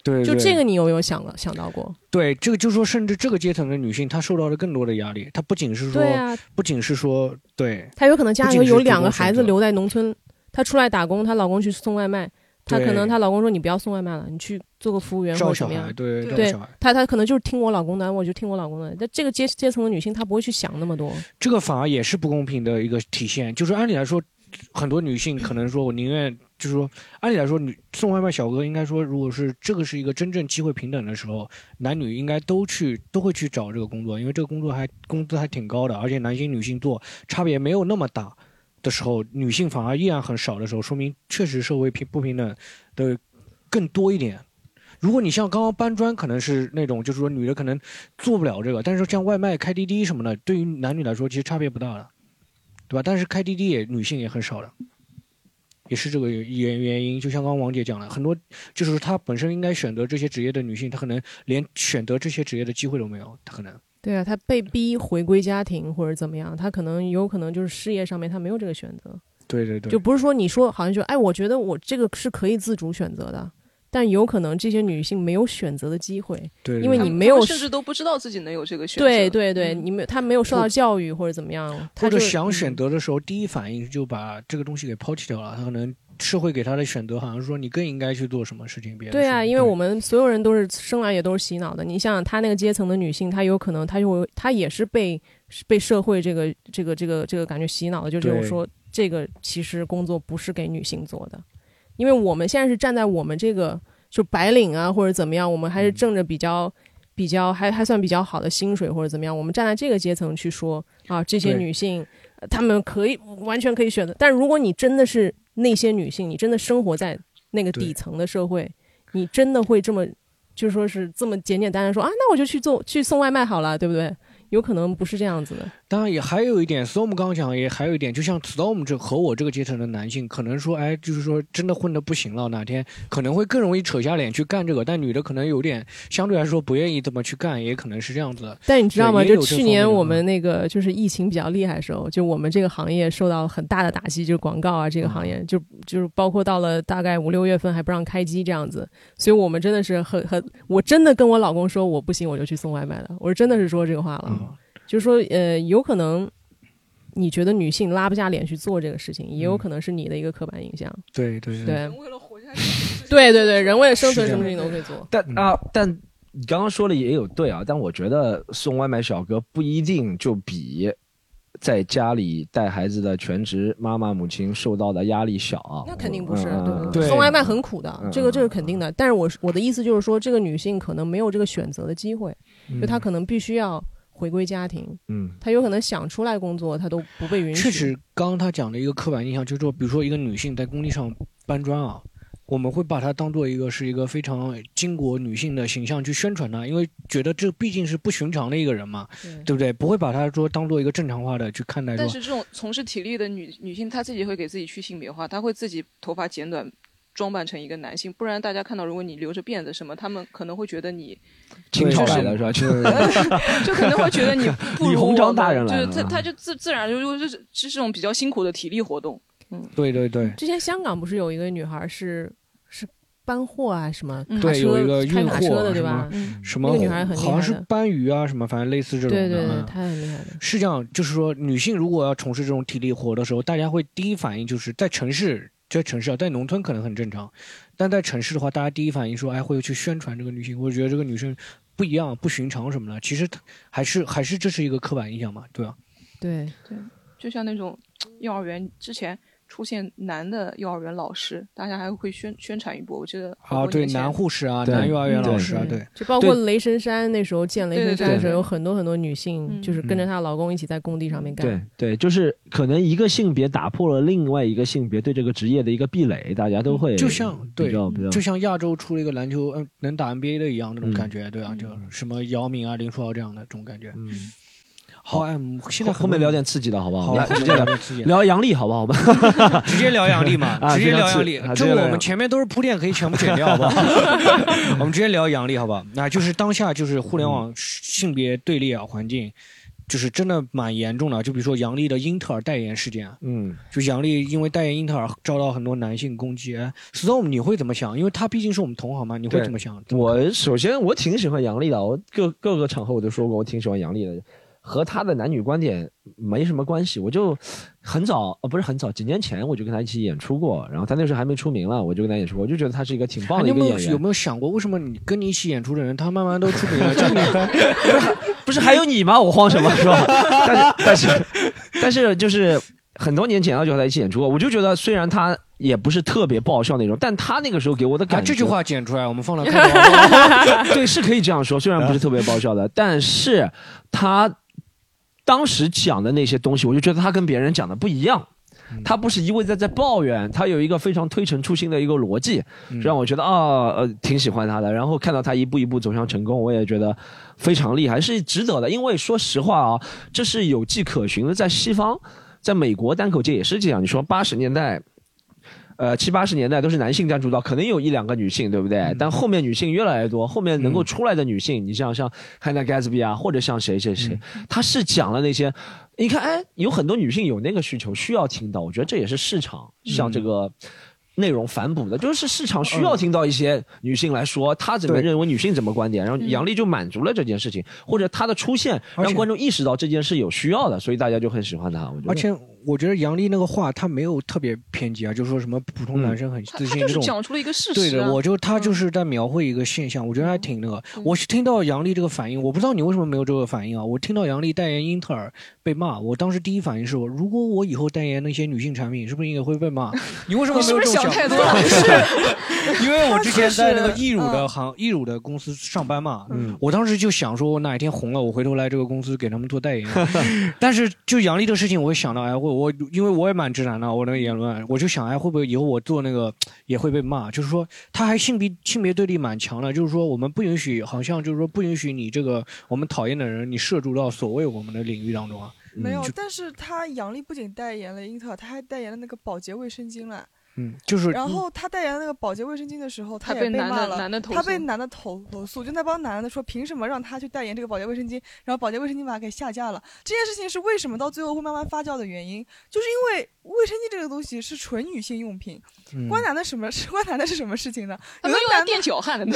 对， 就这个你有没有想到过？ 对，这个就是说，甚至这个阶层的女性，她受到了更多的压力。她不仅是说， 对啊， 不仅是说，对， 她有可能家里有2个孩子留在农村，她出来打工，她老公去送外卖，她可能她老公说你不要送外卖了，你去做个服务员或者怎么样。对，她可能就是听我老公的，我就听我老公的。但这个阶层的女性，她不会去想那么多。 这个反而也是不公平的一个体现。就是按理来说，很多女性可能说我宁愿就是说，按理来说，送外卖小哥应该说，如果是这个是一个真正机会平等的时候，男女应该都会去找这个工作，因为这个工作工资还挺高的，而且男性女性做差别没有那么大的时候，女性反而依然很少的时候，说明确实社会不平等的更多一点。如果你像刚刚搬砖，可能是那种就是说女的可能做不了这个，但是像外卖、开滴滴什么的，对于男女来说其实差别不大的，对吧？但是开滴滴女性也很少的。也是这个原因，就像刚刚王姐讲的，很多就是她本身应该选择这些职业的女性，她可能连选择这些职业的机会都没有，她可能。 对啊，她被逼回归家庭或者怎么样，她有可能就是事业上面她没有这个选择。 对对对， 就不是说你说好像就我觉得我这个是可以自主选择的，但有可能这些女性没有选择的机会， 对， 因为你没有， 甚至都不知道自己能有这个选择。 对对对，她没有受到教育或者怎么样， 或者想选择的时候，第一反应就把这个东西给抛弃掉了。她可能社会给她的选择好像是说你更应该去做什么事情，别的事情。 对啊，因为我们所有人都是生来也都是洗脑的。你想想，她那个阶层的女性，她有可能她也是被社会这个感觉洗脑的，就是说这个其实工作不是给女性做的，因为我们现在是站在我们这个。就白领啊，或者怎么样，我们还是挣着比较还算比较好的薪水或者怎么样，我们站在这个阶层去说啊，这些女性她们完全可以选择。但如果你真的是那些女性，你真的生活在那个底层的社会，你真的会这么就说是这么简简单单说啊，那我就去送外卖好了，对不对？有可能不是这样子的。 当然也还有一点 ，Storm 刚刚讲也还有一点，就像 Storm 和我这个阶层的男性，可能说，就是说真的混得不行了，哪天可能会更容易扯下脸去干这个，但女的可能有点相对来说不愿意这么去干，也可能是这样子的。 但你知道吗？就去年我们那个就是疫情比较厉害的时候，就我们这个行业受到很大的打击，就是广告啊这个行业，就是包括到了大概5、6月份还不让开机这样子，所以我们真的是我真的跟我老公说我不行我就去送外卖了，我真的是说这个话了。就是说，有可能你觉得女性拉不下脸去做这个事情，也有可能是你的一个刻板印象。 对对对， 人为了活下去， 对对对，人为了生存，什么事情都可以做。 但你刚刚说的也有对啊，但我觉得送外卖小哥不一定就比在家里带孩子的全职妈妈母亲受到的压力小。 那肯定不是，对，送外卖很苦的，这个是肯定的。但是我的意思就是说，这个女性可能没有这个选择的机会，就她可能必须要。回归家庭，他有可能想出来工作，他都不被允许。 确实，刚刚他讲的一个刻板印象，就是说，比如说一个女性在工地上搬砖啊，我们会把她当做是一个非常巾帼女性的形象去宣传她，因为觉得这毕竟是不寻常的一个人嘛，对不对？不会把她说当做一个正常化的去看待。 但是这种从事体力的女性，她自己会给自己去性别化，她会自己头发剪短。装扮成一个男性，不然大家看到如果你留着辫子什么，他们可能会觉得你清朝来的是吧？ 就可能会觉得你不如李鸿章大人来了，就是他就自然就是这种比较辛苦的体力活动。 对对对。 之前香港不是有一个女孩是搬货啊什么， 对，有一个开运货卡车的对吧？ 什么那个女孩很厉害的， 好像是搬鱼啊什么，反正类似这种的。 对对对，她很厉害的。 是这样，就是说女性如果要从事这种体力活的时候，大家会第一反应就是在城市啊，在农村可能很正常，但在城市的话，大家第一反应说，会去宣传这个女性，或者觉得这个女生不一样、不寻常什么的。其实还是这是一个刻板印象嘛，对吧？ 对对，就像那种幼儿园之前出现男的幼儿园老师，大家还会宣传一波。我记得对，男护士啊，男幼儿园老师啊，对， 就包括雷神山那时候建雷神山的时候，有很多很多女性就是跟着她老公一起在工地上面干。 对，就是可能一个性别打破了另外一个性别对这个职业的一个壁垒，大家都会就像就像亚洲出了一个篮球能打 NBA 的一样那种感觉，对啊，就什么姚明啊、林书豪这样的这种感觉。好，现在后面聊点刺激的好不好？ 好，直接聊点刺激， 聊杨笠好不好？ 直接聊杨笠嘛，直接聊杨笠。这我们前面都是铺垫，可以全部剪掉，好不好？我们直接聊杨笠，好不好？那就是当下就是互联网性别对立啊环境， 就是真的蛮严重的，就比如说杨笠的英特尔代言事件，就杨笠因为代言英特尔遭到很多男性攻击。Storm 你会怎么想？因为他毕竟是我们同行嘛，你会怎么想？ 我首先我挺喜欢杨笠的，我各个场合我都说过，我挺喜欢杨笠的。和他的男女观点没什么关系，我就不是很早，几年前我就跟他一起演出过，然后他那时候还没出名了，我就跟他演出过，我就觉得他是一个挺棒的一个演员。 有没有想过，为什么你跟你一起演出的人，他慢慢都出名了，就你不是还有你吗？我慌什么是吧？但是就是很多年前就和他一起演出过，我就觉得虽然他也不是特别爆笑那种，但他那个时候给我的感觉， 这句话剪出来，我们放到看对，是可以这样说，虽然不是特别爆笑的，但是他当时讲的那些东西，我就觉得他跟别人讲的不一样，他不是一味在抱怨，他有一个非常推陈出新的一个逻辑，让我觉得挺喜欢他的。然后看到他一步一步走向成功，我也觉得非常厉害，是值得的。因为说实话这是有迹可循的，在西方，在美国单口界也是这样。你说80年代。70、80年代都是男性占主导，可能有1、2个女性，对不对？但后面女性越来越多，后面能够出来的女性，你像 Hannah Gatsby 或者像谁，她是讲了那些，你看，有很多女性有那个需求，需要听到，我觉得这也是市场向这个内容反哺的，就是市场需要听到一些女性来说她怎么认为女性怎么观点，然后杨笠就满足了这件事情，或者她的出现让观众意识到这件事有需要的，所以大家就很喜欢她。 而且我觉得杨笠那个话他没有特别偏激啊，就是说什么普通男生很自信， 他就是讲出了一个事实。 对的，我就他就是在描绘一个现象，我觉得还挺那个。我是听到杨笠这个反应，我不知道你为什么没有这个反应啊？我听到杨笠代言英特尔被骂，我当时第一反应是如果我以后代言那些女性产品，是不是也会被骂？你为什么没有这种想？ 你是不是想太多了？ 是，因为我之前在那个义乳的公司上班嘛，我当时就想说，我哪一天红了，我回头来这个公司给他们做代言。但是就杨笠的事情，我会想到，我因为我也蛮直男的，我那个言论，我就想，会不会以后我做那个也会被骂？就是说，他还性别对立蛮强的，就是说我们不允许，好像就是说不允许你这个我们讨厌的人，你涉足到所谓我们的领域当中啊。 没有，但是他杨笠不仅代言了英特尔，他还代言了那个保洁卫生巾了。 就是。 然后他代言那个保洁卫生巾的时候，他也被骂了，他被男的投诉，就那帮男的说凭什么让他去代言这个保洁卫生巾，然后保洁卫生巾把他给下架了。这件事情是为什么到最后会慢慢发酵的原因，就是因为卫生巾这个东西是纯女性用品，关男的是什么事情呢？ 他们用来垫脚汗的。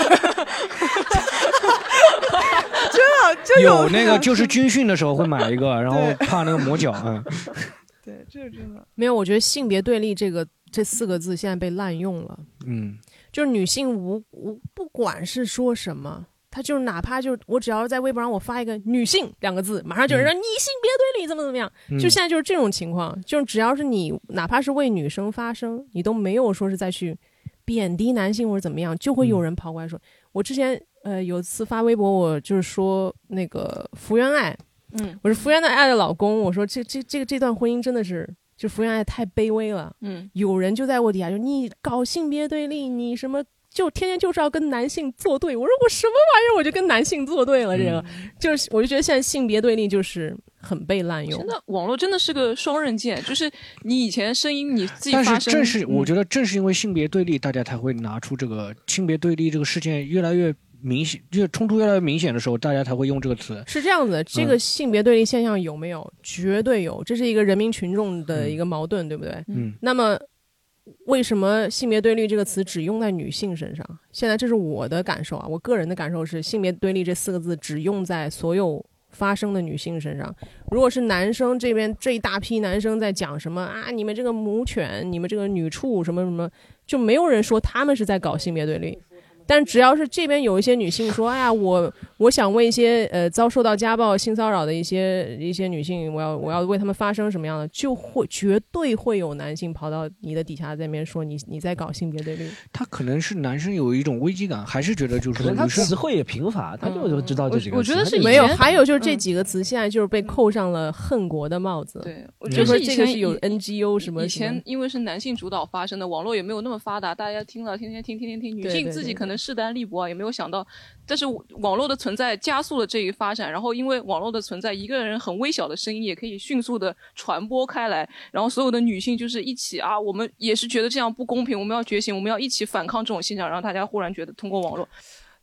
就有那个就是军训的时候会买一个，然后怕那个磨脚。 对，这是真的。 没有，我觉得性别对立这4个字现在被滥用了。就是女性不管是说什么，她就是哪怕就我只要在微博上我发一个女性2个字，马上就有人说你性别对立怎么样。就现在就是这种情况，就是只要是你哪怕是为女生发声，你都没有说是再去贬低男性或者怎么样，就会有人跑过来说。我之前有一次发微博，我就是说那个福原爱。我是福原爱的老公，我说这段婚姻真的是，就福原爱太卑微了。有人就在我底下就你搞性别对立，你什么就天天就是要跟男性作对。我说我什么玩意儿，我就跟男性作对了。这个就是我就觉得现在性别对立就是很被滥用。 现在网络真的是个双刃剑，就是你以前声音你自己发声， 但是我觉得正是因为性别对立，大家才会拿出这个性别对立这个事件越来越明显，就是冲突越来越明显的时候，大家才会用这个词。 是这样子，这个性别对立现象有没有？绝对有，这是一个人民群众的一个矛盾，对不对？那么为什么性别对立这个词只用在女性身上？现在这是我的感受啊，我个人的感受是，性别对立这4个字只用在所有发生的女性身上。如果是男生这边这一大批男生在讲什么啊，你们这个母犬，你们这个女畜什么什么，就没有人说他们是在搞性别对立。但只要是这边有一些女性说，哎呀，我想为一些遭受到家暴、性骚扰的一些女性，我要为他们发声什么样的，就会绝对会有男性跑到你的底下在那边说你在搞性别对立。 他可能是男生有一种危机感，还是觉得就是可能他词汇也贫乏，他就知道这几个词。 我觉得是没有，还有就是这几个词现在就是被扣上了恨国的帽子。 对，我觉得是以前这个是有 NGO 什么。 以前因为是男性主导发生的，网络也没有那么发达，大家听了天天听，女性自己可能势单力薄啊，也没有想到。但是网络的存在加速了这一发展，然后因为网络的存在，一个人很微小的声音也可以迅速的传播开来，然后所有的女性就是一起啊，我们也是觉得这样不公平，我们要觉醒，我们要一起反抗这种现象，然后大家忽然觉得通过网络。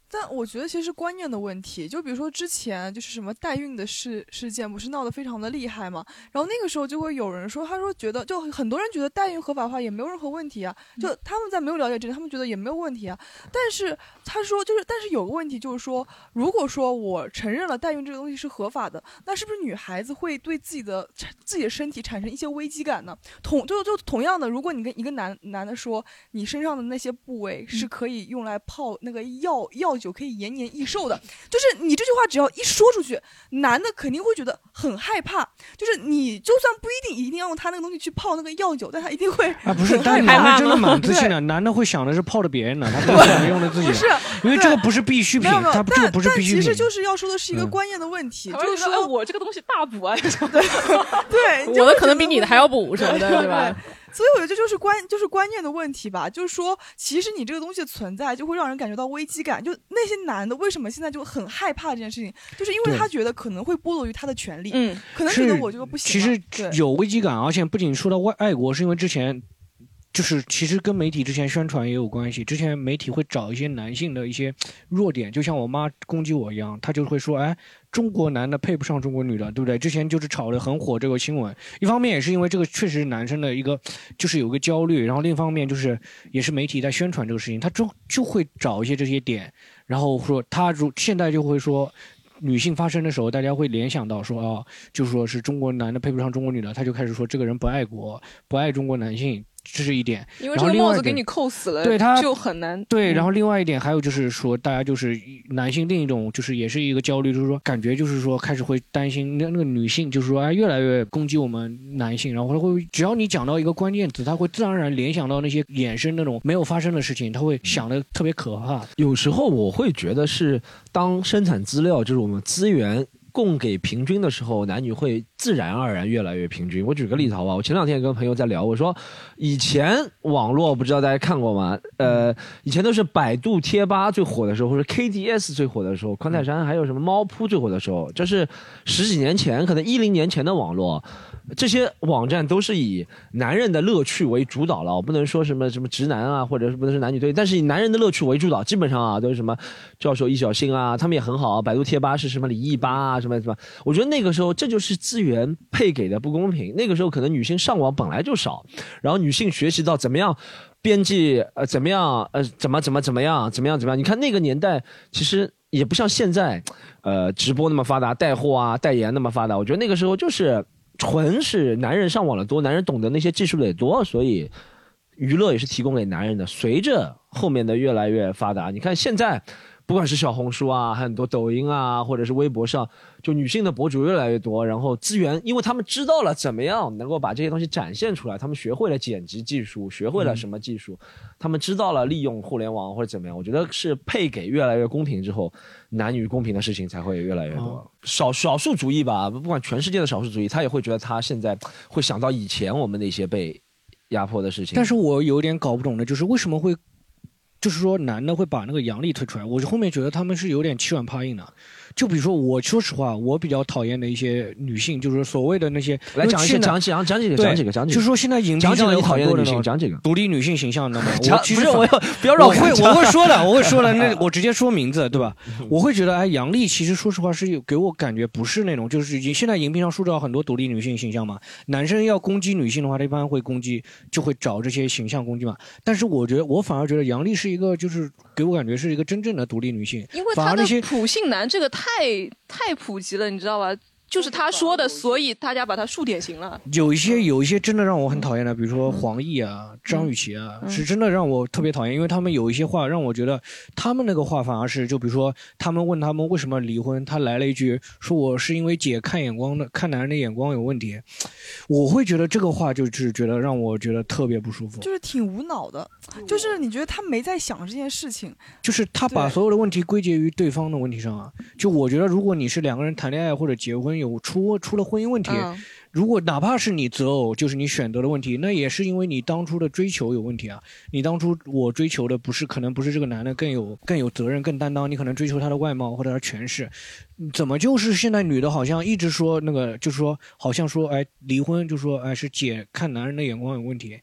但我觉得其实观念的问题，就比如说之前就是什么代孕的事件，不是闹得非常的厉害嘛？然后那个时候就会有人说，他说觉得就很多人觉得代孕合法化也没有任何问题啊，就他们在没有了解之前，他们觉得也没有问题啊。但是他说但是有个问题就是说，如果说我承认了代孕这个东西是合法的，那是不是女孩子会对自己的身体产生一些危机感呢？同样的，如果你跟一个男的说你身上的那些部位是可以用来泡那个药酒，可以延年益寿的，就是你这句话只要一说出去，男的肯定会觉得很害怕。就是你就算不一定要用他那个东西去泡那个药酒，但他一定会不是，但男的真的蛮自信的，男的会想的是泡的别人的，他不会想着用的自己的。 不是， 因为这个不是必需品，它这个不是必需品。 但其实就是要说的是一个观念的问题，就是说我这个东西大补啊， 对， 我的可能比你的还要补什么的，对吧？ 所以我觉得这就是观念的问题吧，就是说，其实你这个东西的存在就会让人感觉到危机感。就那些男的为什么现在就很害怕这件事情，就是因为他觉得可能会剥夺于他的权利，可能觉得我这个不行。 其实有危机感，而且不仅说到爱国，是因为之前。就是其实跟媒体之前宣传也有关系，之前媒体会找一些男性的一些弱点，就像我妈攻击我一样，她就会说，哎，中国男的配不上中国女的，对不对？之前就是炒得很火这个新闻，一方面也是因为这个确实男生的一个就是有个焦虑，然后另一方面就是也是媒体在宣传这个事情，他就会找一些这些点，然后说他现在就会说。女性发生的时候，大家会联想到说啊，就是说是中国男的配不上中国女的，他就开始说这个人不爱国，不爱中国男性，这是一点。 因为这个帽子给你扣死了， 对他就很难。 对，然后另外一点还有就是说，大家就是男性另一种就是也是一个焦虑，就是说感觉就是说开始会担心那个女性，就是说越来越攻击我们男性，然后他会只要你讲到一个关键词，他会自然而然联想到那些衍生那种没有发生的事情，他会想的特别可怕。 有时候我会觉得是当生产资料就是我们资源供给平均的时候，男女会自然而然越来越平均。我举个例子好吧，我前两天跟朋友在聊，我说以前网络不知道大家看过吗？以前都是百度贴吧最火的时候，或者 KDS 最火的时候，宽带山还有什么猫扑最火的时候，这是10几年前，可能10年前的网络。这些网站都是以男人的乐趣为主导了，我不能说什么直男啊，或者是不能是男女对，但是以男人的乐趣为主导，基本上啊都是什么教授易小星啊，他们也很好，百度贴吧是什么李毅吧啊什么。我觉得那个时候这就是资源配给的不公平。那个时候可能女性上网本来就少，然后女性学习到怎么样编辑怎么样怎么样。你看那个年代其实也不像现在直播那么发达，带货啊代言那么发达。我觉得那个时候就是纯是男人上网的多，男人懂得那些技术的也多，所以娱乐也是提供给男人的。随着后面的越来越发达，你看现在不管是小红书啊，很多抖音啊，或者是微博上，就女性的博主越来越多，然后资源，因为他们知道了怎么样能够把这些东西展现出来，他们学会了剪辑技术，学会了什么技术，他们知道了利用互联网或者怎么样。我觉得是配给越来越公平之后，男女公平的事情才会越来越多。少数主义吧，不管全世界的少数主义，他也会觉得他现在会想到以前我们那些被压迫的事情。 但是我有点搞不懂的就是为什么会。就是说男的会把那个阳历推出来，我后面觉得他们是有点欺软怕硬的。就比如说我说实话，我比较讨厌的一些女性，就是所谓的那些来讲几个， 就是说现在荧屏上有很多的独立女性形象的嘛。我其实不要绕我会说的，那我直接说名字，对吧？我会觉得杨丽其实说实话是给我感觉不是那种，就是现在荧屏上塑造很多独立女性形象嘛。男生要攻击女性的话，他一般会攻击，就会找这些形象攻击嘛。但是我反而觉得杨丽是一个，就是给我感觉是一个真正的独立女性， 因为她的普信男这个太普及了，你知道吧？就是他说的，所以大家把他树典型了。 有一些真的让我很讨厌的，比如说黄奕啊、张雨绮啊，是真的让我特别讨厌，因为他们有一些话让我觉得，他们那个话反而是，就比如说他们问他们为什么离婚，他来了一句说我是因为姐看男人的眼光有问题，我会觉得这个话就是觉得让我觉得特别不舒服， 就是挺无脑的，就是你觉得他没在想这件事情， 就是他把所有的问题归结于对方的问题上啊。就我觉得如果你是两个人谈恋爱或者结婚有出了婚姻问题，如果哪怕是你择偶，就是你选择的问题，那也是因为你当初的追求有问题啊。你当初我追求的可能不是这个男的更有责任更担当，你可能追求他的外貌或者他权势，怎么就是现在女的好像一直说那个，就是说好像说哎离婚就说哎是姐看男人的眼光有问题。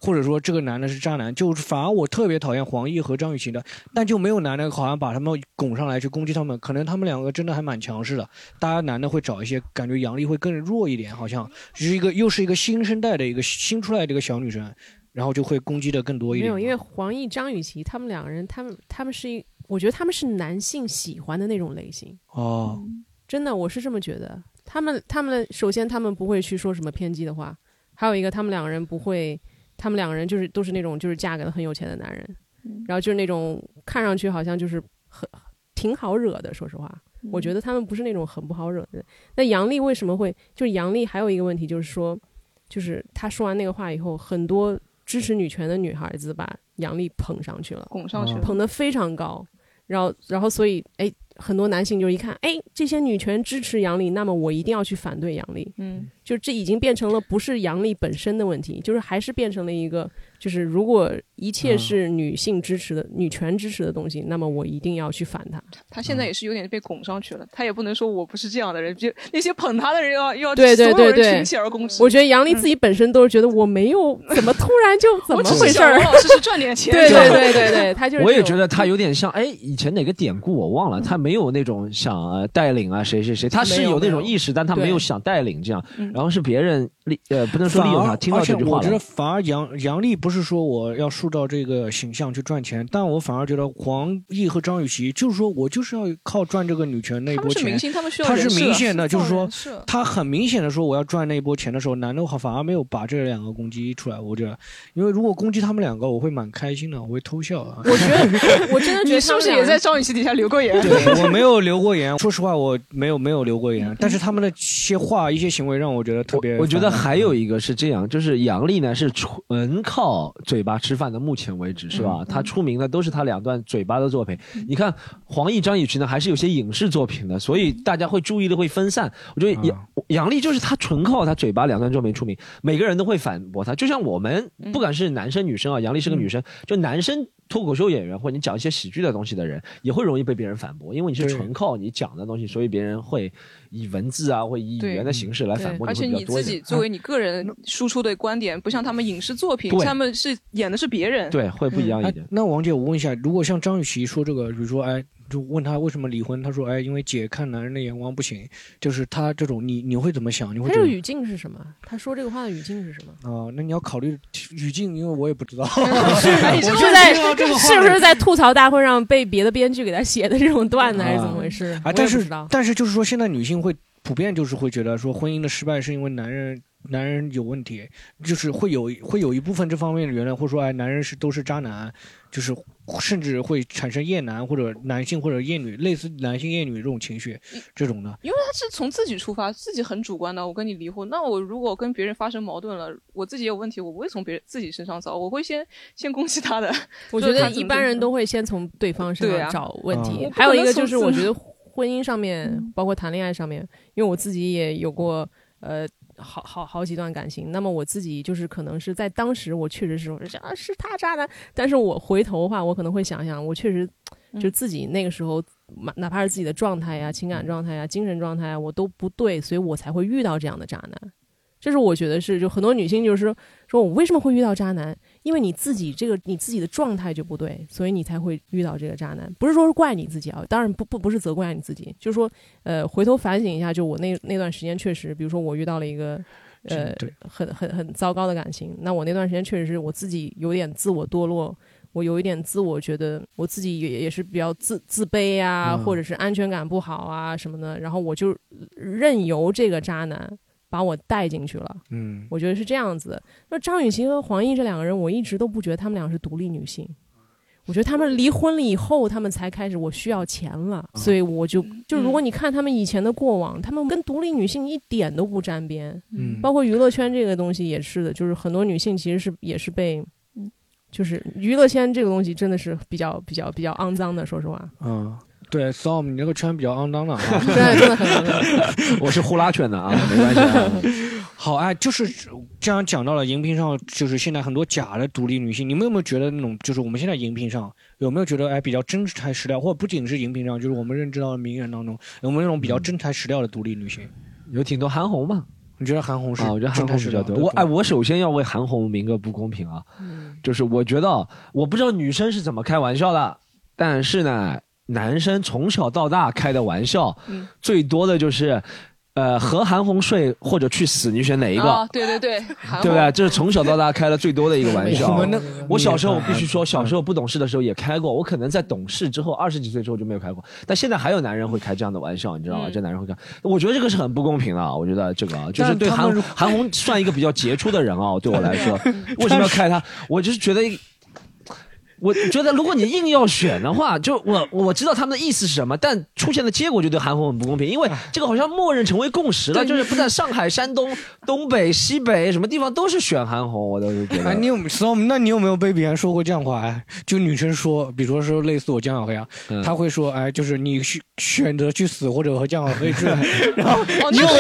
或者说这个男的是渣男，就是反而我特别讨厌黄奕和张雨绮的，但就没有男的好像把他们拱上来去攻击他们，可能他们两个真的还蛮强势的，大家男的会找一些感觉杨笠会更弱一点，好像又是一个新生代的一个新出来的一个小女生，然后就会攻击的更多一点。 没有，因为黄奕、张雨绮他们两个人，他们是我觉得他们是男性喜欢的那种类型。 哦， 真的，我是这么觉得。他们首先他们不会去说什么偏激的话，还有一个他们两个人不会，他们两个人就是都是那种就是嫁给了很有钱的男人，然后就是那种看上去好像就是挺好惹的。说实话，我觉得他们不是那种很不好惹的人。那杨笠为什么会？就是杨笠还有一个问题就是说，就是他说完那个话以后，很多支持女权的女孩子把杨笠捧上去了， 拱上去了， 捧得非常高。然后所以很多男性就一看，这些女权支持杨笠，那么我一定要去反对杨笠。就这已经变成了不是杨笠本身的问题，就是还是变成了一个，就是如果一切是女性支持的、女权支持的东西，那么我一定要去反他。 他现在也是有点被拱上去了，他也不能说我不是这样的人，就那些捧他的人要对所有人群起而攻之。 我觉得杨笠自己本身都是觉得我没有，怎么突然就怎么回事？ 王老师是赚点钱。 对，他就是。 我也觉得他有点像，以前哪个典故我忘了，他没有那种想带领啊谁，他是有那种意识，但他没有想带领这样。然后是别人不能说利用他，听到这句话了。 我觉得反而杨笠不是说我要塑造这个形象去赚钱，但我反而觉得黄奕和张雨绮就是说我就是要靠赚这个女权那一波钱。 他们是明星，他们需要人设。他是明显的，就是说他很明显的说我要赚那一波钱的时候，男的反而没有把这两个攻击出来。我觉得，因为如果攻击他们两个，我会蛮开心的，我会偷笑啊。 我觉得我真的觉得你是不是也在张雨绮底下留过言？ 对，我没有留过言，说实话我没有留过言，但是他们的一些话一些行为让我觉得特别。 我觉得还有一个是这样，就是杨笠呢是纯靠嘴巴吃饭的，目前为止是吧？他出名的都是他两段嘴巴的作品。你看黄奕、张雨绮呢，还是有些影视作品的，所以大家会注意力会分散。我觉得杨笠就是他纯靠他嘴巴两段作品出名，每个人都会反驳他。就像我们不管是男生女生啊，杨笠是个女生，就男生脱口秀演员或者你讲一些喜剧的东西的人，也会容易被别人反驳，因为你是纯靠你讲的东西，所以别人会以文字啊，或以语言的形式来反驳你。 而且你自己作为你个人输出的观点，不像他们影视作品，他们是演的是别人， 对，会不一样一点。 那王姐，我问一下，如果像张雨绮说这个，比如说就问他为什么离婚，他说因为姐看男人的眼光不行，就是他这种你会怎么想？你会他这个语境是什么？他说这个话的语境是什么？ 那你要考虑语境，因为我也不知道。 是不是在吐槽大会上被别的编剧给他写的这种段子，还是怎么回事？ 但是就是说，现在女性会普遍就是会觉得说，婚姻的失败是因为男人有问题，就是会有一部分这方面的原来会说，男人都是渣男，就是甚至会产生厌男或者男性或者厌女，类似男性厌女这种情绪，这种的。 因为他是从自己出发，自己很主观的。我跟你离婚，那我如果跟别人发生矛盾了，我自己有问题，我不会从自己身上找，我会先攻击他的。 我觉得一般人都会先从对方身上找问题。还有一个就是我觉得婚姻上面，包括谈恋爱上面，因为我自己也有过好几段感情，那么我自己就是可能是在当时我确实是是他渣男，但是我回头的话，我可能会想想，我确实就自己那个时候，哪怕是自己的状态呀、情感状态呀、精神状态呀，我都不对，所以我才会遇到这样的渣男。这是我觉得是，就很多女性就是说我为什么会遇到渣男？因为你自己的状态就不对，所以你才会遇到这个渣男。不是说是怪你自己啊，当然不是责怪你自己，就是说回头反省一下，就我那段时间确实，比如说我遇到了一个很糟糕的感情，那我那段时间确实是我自己有点自我堕落，我有一点自我觉得我自己也是比较自卑啊，或者是安全感不好啊什么的，然后我就任由这个渣男把我带进去了。我觉得是这样子的。那张雨绮和黄奕这两个人，我一直都不觉得他们俩是独立女性，我觉得他们离婚了以后，他们才开始我需要钱了，所以我就如果你看他们以前的过往，他们跟独立女性一点都不沾边。包括娱乐圈这个东西也是的，就是很多女性其实也是被，就是娱乐圈这个东西真的是比较肮脏的，说实话。 对 ，Storm， 你这个圈比较肮脏的啊， 真的很肮脏。 我是呼啦圈的啊，没关系啊。 好，就是这样讲到了荧屏上，就是现在很多假的独立女性，你们有没有觉得那种，就是我们现在荧屏上有没有觉得比较真材实料，或者不仅是荧屏上，就是我们认知到的名人当中，有没有那种比较真材实料的独立女性？ 有挺多韩红嘛。 你觉得韩红是？ 我觉得韩红比较多。我首先要为韩红鸣个不公平啊，就是我觉得我不知道女生是怎么开玩笑的，但是呢，男生从小到大开的玩笑，最多的就是。和韩红睡或者去死，你选哪一个？ 对对对， 对不对？这是从小到大开的最多的一个玩笑。我小时候我必须说，小时候不懂事的时候也开过。我可能在懂事之后，20几岁之后就没有开过。但现在还有男人会开这样的玩笑，你知道吗？这男人会开，我觉得这个是很不公平的。我觉得这个就是对韩红算一个比较杰出的人啊，对我来说，为什么要开他？我就是觉得。我觉得如果你硬要选的话，就我知道他们的意思是什么，但出现的结果就对韩红很不公平，因为这个好像默认成为共识了，就是不在上海、山东、东北、西北什么地方都是选韩红，我都是觉得。 哎，那你有没有被别人说过这样话？哎，就女生说，比如说类似我江小黑啊，他会说，哎，就是你选择去死或者和江小黑去，然后你有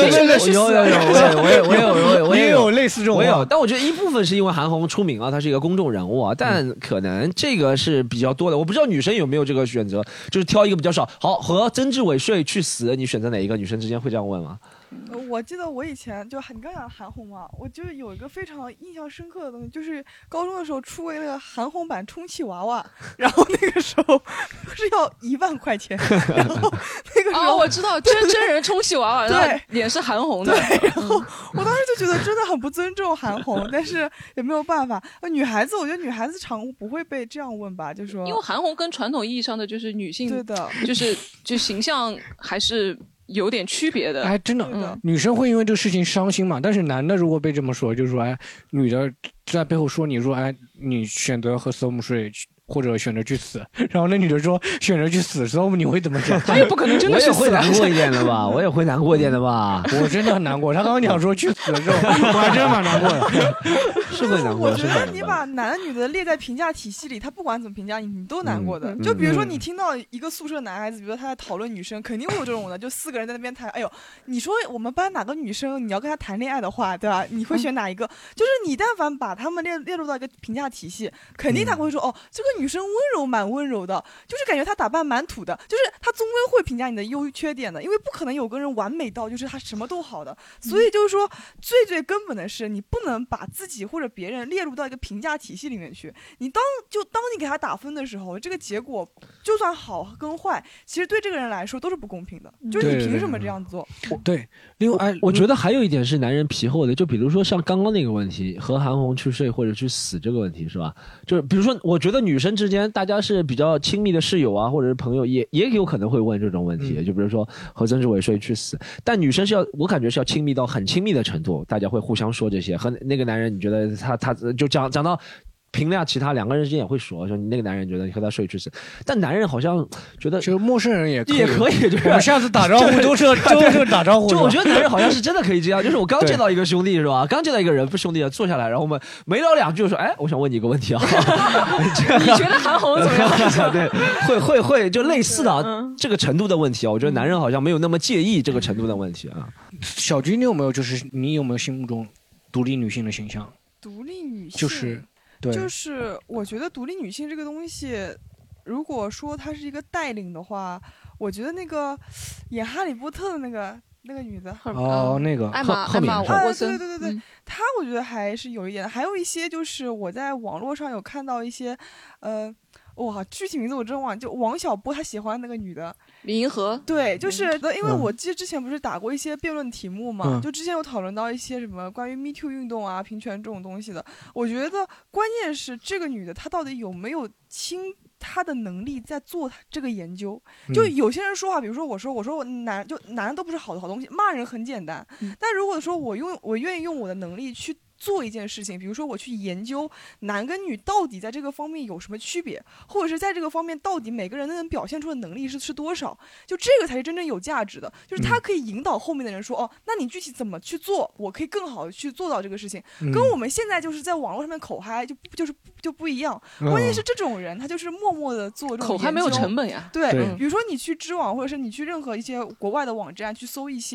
我也有类似这种， 我有，但我觉得一部分是因为韩红出名啊，她是一个公众人物啊，但可能这个是比较多的，我不知道女生有没有这个选择，就是挑一个比较少。好，和曾志伟睡去死，你选择哪一个？女生之间会这样问吗？ 我记得我以前就你刚讲韩红嘛，我就有一个非常印象深刻的东西，就是高中的时候出过那个韩红版充气娃娃，然后那个时候是要1万块钱，然后那个时候我知道真人充气娃娃，对，脸是韩红的， 对，然后我当时就觉得真的很不尊重韩红，但是也没有办法。女孩子，我觉得女孩子场不会被这样问吧，就说因为韩红跟传统意义上的就是女性， 对的， 就形象还是。有点区别的， 哎，真的，女生会因为这个事情伤心嘛？但是男的如果被这么说，就是说，哎，女的在背后说你说，哎，你选择和 Storm 睡。或者选择去死，然后那女的说选择去死之后你会怎么讲？ 他也不可能真的去死。 我也会难过一点的吧，我也会难过一点的吧。 我真的很难过。他刚刚讲说去死的时候，我还真蛮难过的。 是会难过。 我觉得你把男的女的列在评价体系里，他不管怎么评价你都难过的。就比如说你听到一个宿舍男孩子，比如说他在讨论女生，肯定会有这种的，就4个人在那边谈。哎呦，你说我们班哪个女生你要跟她谈恋爱的话，对吧？你会选哪一个？就是你但凡把他们列入到一个评价体系，肯定他会说哦，这个女生温柔蛮温柔的，就是感觉她打扮蛮土的，就是她终归会评价你的优缺点的，因为不可能有个人完美到就是她什么都好的，所以就是说最根本的是你不能把自己或者别人列入到一个评价体系里面去。你当你给他打分的时候，这个结果就算好跟坏，其实对这个人来说都是不公平的，就是你凭什么这样做？ 对，另外我觉得还有一点是男人皮厚的，就比如说像刚刚那个问题，和韩红去睡或者去死这个问题是吧？就是比如说，我觉得女生之间大家是比较亲密的室友啊，或者是朋友，也有可能会问这种问题，就比如说和曾志伟睡去死，但女生是要，我感觉是要亲密到很亲密的程度，大家会互相说这些。和那个男人，你觉得他就讲到。评价其他2个人之间也会说你那个男人觉得你和他睡去死，但男人好像觉得就陌生人也可以， 就是我们下次打招呼都是打招呼。 就我觉得男人好像是真的可以这样，就是我刚见到一个兄弟是吧？刚见到一个人不兄弟坐下来，然后我们没聊2句就说，哎，我想问你一个问题啊， 你觉得韩红怎么样？ 对，会就类似的这个程度的问题啊，我觉得男人好像没有那么介意这个程度的问题啊。 小军，你有没有心目中独立女性的形象？ 独立女性就是我觉得独立女性这个东西，如果说她是一个带领的话，我觉得那个演哈利波特的那个女的那个艾玛沃森， 对，她我觉得还是有一点。还有一些就是我在网络上有看到一些哇，具体名字我真忘了，就王小波他喜欢那个女的李银河， 对，就是因为我记得之前不是打过一些辩论题目嘛，就之前有讨论到一些什么关于 Me Too 运动啊、平权这种东西的。我觉得关键是这个女的她到底有没有她的能力在做这个研究。就有些人说话，比如说我说男人都不是好东西，骂人很简单，但如果说我愿意用我的能力去做一件事情，比如说我去研究男跟女到底在这个方面有什么区别，或者是在这个方面到底每个人能表现出的能力是多少，就这个才是真正有价值的。就是他可以引导后面的人说，哦，那你具体怎么去做，我可以更好的去做到这个事情，跟我们现在就是在网络上面口嗨就不一样。关键是这种人他就是默默的做这种口嗨没有成本呀。 对，比如说你去知网或者是你去任何一些国外的网站去搜一些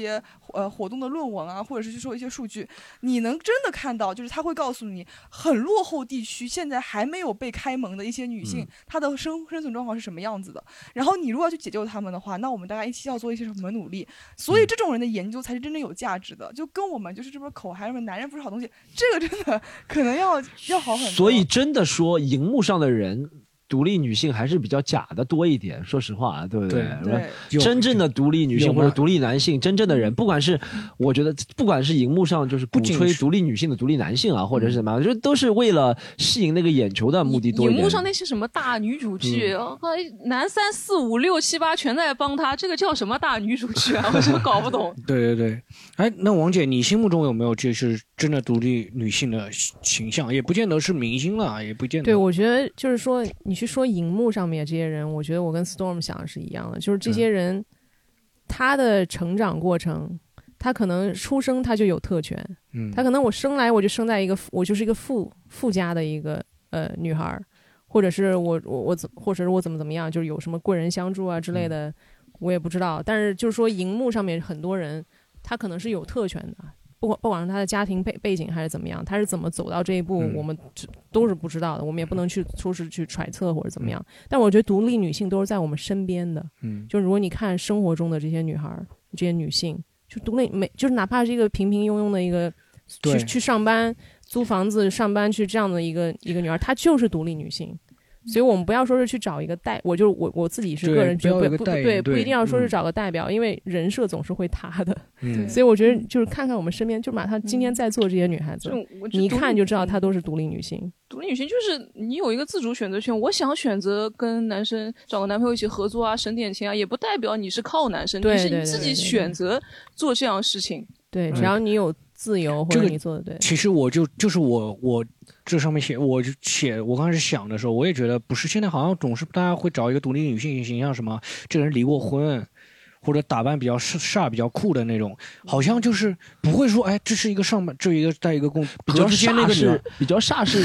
活动的论文啊，或者是去说一些数据，你能真的看到，就是他会告诉你，很落后地区现在还没有被开蒙的一些女性，她的生存状况是什么样子的。然后你如果要去解救他们的话，那我们大家一起要做一些什么努力？所以这种人的研究才是真正有价值的，就跟我们就是这边口还是男人不是好东西，这个真的可能要好很多。 所以真的说，荧幕上的人。独立女性还是比较假的多一点，说实话，对不对？ 对， 真正的独立女性或者独立男性，真正的人，不管是我觉得，不管是荧幕上就是鼓吹独立女性的独立男性啊，或者是什么，我觉得都是为了吸引那个眼球的目的多一点。 荧幕上那些什么大女主剧，男3、4、5、6、7、8全在帮她，这个叫什么大女主剧啊？我真的搞不懂。 对，哎，那王姐，你心目中有没有就是真的独立女性的形象？也不见得是明星了，也不见得。 对，我觉得就是说你去说荧幕上面这些人，我觉得我跟 Storm 想的是一样的，就是这些人，他的成长过程，他可能出生他就有特权，他可能我生来我就生在我就是一个富家的一个女孩，或者是或者是我怎么样，就是有什么贵人相助啊之类的，我也不知道。但是就是说荧幕上面很多人，他可能是有特权的。不管是他的家庭背景还是怎么样，他是怎么走到这一步，我们都是不知道的，我们也不能去说是去揣测或者怎么样。但我觉得独立女性都是在我们身边的，就如果你看生活中的这些女孩、这些女性，就独立就是哪怕是一个平平庸庸的一个去上班、租房子、上班去这样的一个女孩，她就是独立女性。所以我们不要说是去找一个我自己是个人觉得不一定要说是找个代表，因为人设总是会塌的。所以我觉得就是看看我们身边，就把她今天在座这些女孩子，你一看就知道她都是独立女性。 独立女性就是你有一个自主选择权，我想选择跟男生找个男朋友一起合作啊，省点钱啊，也不代表你是靠男生，你是你自己选择做这样的事情。 对，只要你有自由或者你做的对。 其实我就是我这上面我刚开始想的时候，我也觉得不是，现在好像总是大家会找一个独立女性形象，什么这个人离过婚，或者打扮比较飒比较酷的那种，好像就是不会说，哎，这是一个上班，这一个在一个公比较飒是比较飒是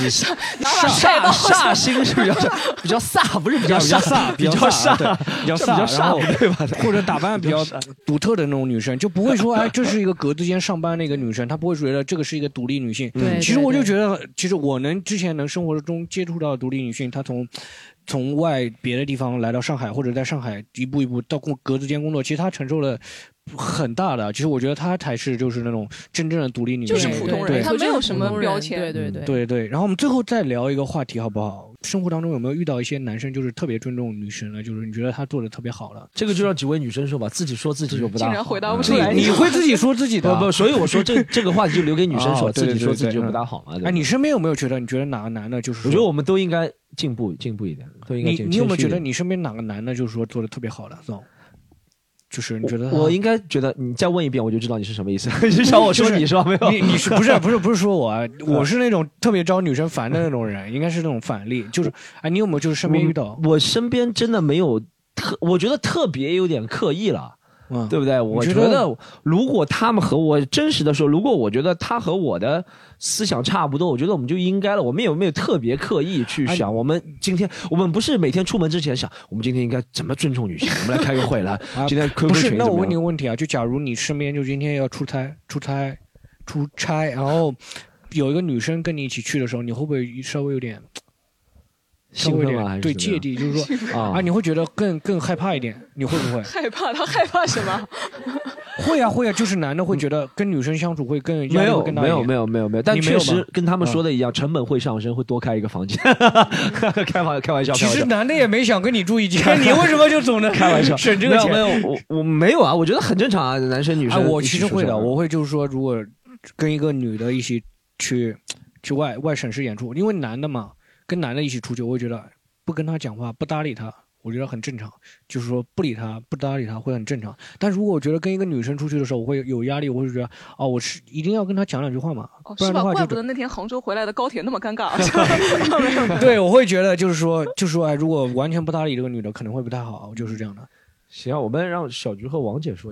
煞星是比较飒，不是比较飒，比较飒， 比较飒，对吧？或者打扮比较独特的那种女生，就不会说，哎，这是一个格子间上班的一个女生，她不会觉得这个是一个独立女性。其实我就觉得，其实我之前能生活中接触到的独立女性，她从别的地方来到上海，或者在上海一步一步到格子间工作，其实她承受了很大的。其实我觉得她才是就是那种真正的独立女性， 就是普通人，她没有什么标签。 对。 然后我们最后再聊一个话题好不好？生活当中有没有遇到一些男生就是特别尊重女生的，就是你觉得他做的特别好了？ 这个就让几位女生说吧，自己说自己就不大好。 竟然回答不出来。 你会自己说自己的？ 不，所以我说这个话题就留给女生说，自己说自己就不大好嘛。 哎，你身边有没有觉得？你觉得哪个男的就是？ 我觉得我们都应该进步一点，都应该进步。 你有没有觉得你身边哪个男的就是说做的特别好的？就是你觉得我应该觉得你再问一遍我就知道你是什么意思。你是想我说你是吧？没有， 你是不是说我啊？我是那种特别招女生烦的那种人，应该是那种反例。就是哎，你有没有就是身边遇到？ 我身边真的没有我觉得特别有点刻意了。对不对？我觉得如果他们和我真实的说，如果我觉得他和我的思想差不多，我觉得我们就应该了。我们有没有特别刻意去想？我们不是每天出门之前想，我们今天应该怎么尊重女性？我们来开个会来。今天不是？那我问你个问题啊，就假如你身边就今天要出差，然后有一个女生跟你一起去的时候，你会不会稍微有点？ 兴奋吗？ 对，芥蒂，就是说你会觉得更害怕一点，你会不会害怕？他害怕什么？ 会啊，就是男的会觉得跟女生相处会更没有，但确实跟他们说的一样，成本会上升，会多开一个房间。开玩笑。 其实男的也没想跟你住一间，你为什么就总能开玩笑省这个钱？ 没有，我没有啊，我觉得很正常啊，男生女生。 我其实会的，我会就是说，如果跟一个女的一起去外省市演出，因为男的嘛。跟男的一起出去，我会觉得不跟他讲话，不搭理他，我觉得很正常。就是说不理他，不搭理他会很正常。但如果我觉得跟一个女生出去的时候，我会有压力，我会觉得我是一定要跟他讲两句话嘛。不然的话怪不得那天杭州回来的高铁那么尴尬。 对，我会觉得就是说，哎，如果完全不搭理这个女的，可能会不太好，就是这样的。 行，我们让小菊和王姐说一点。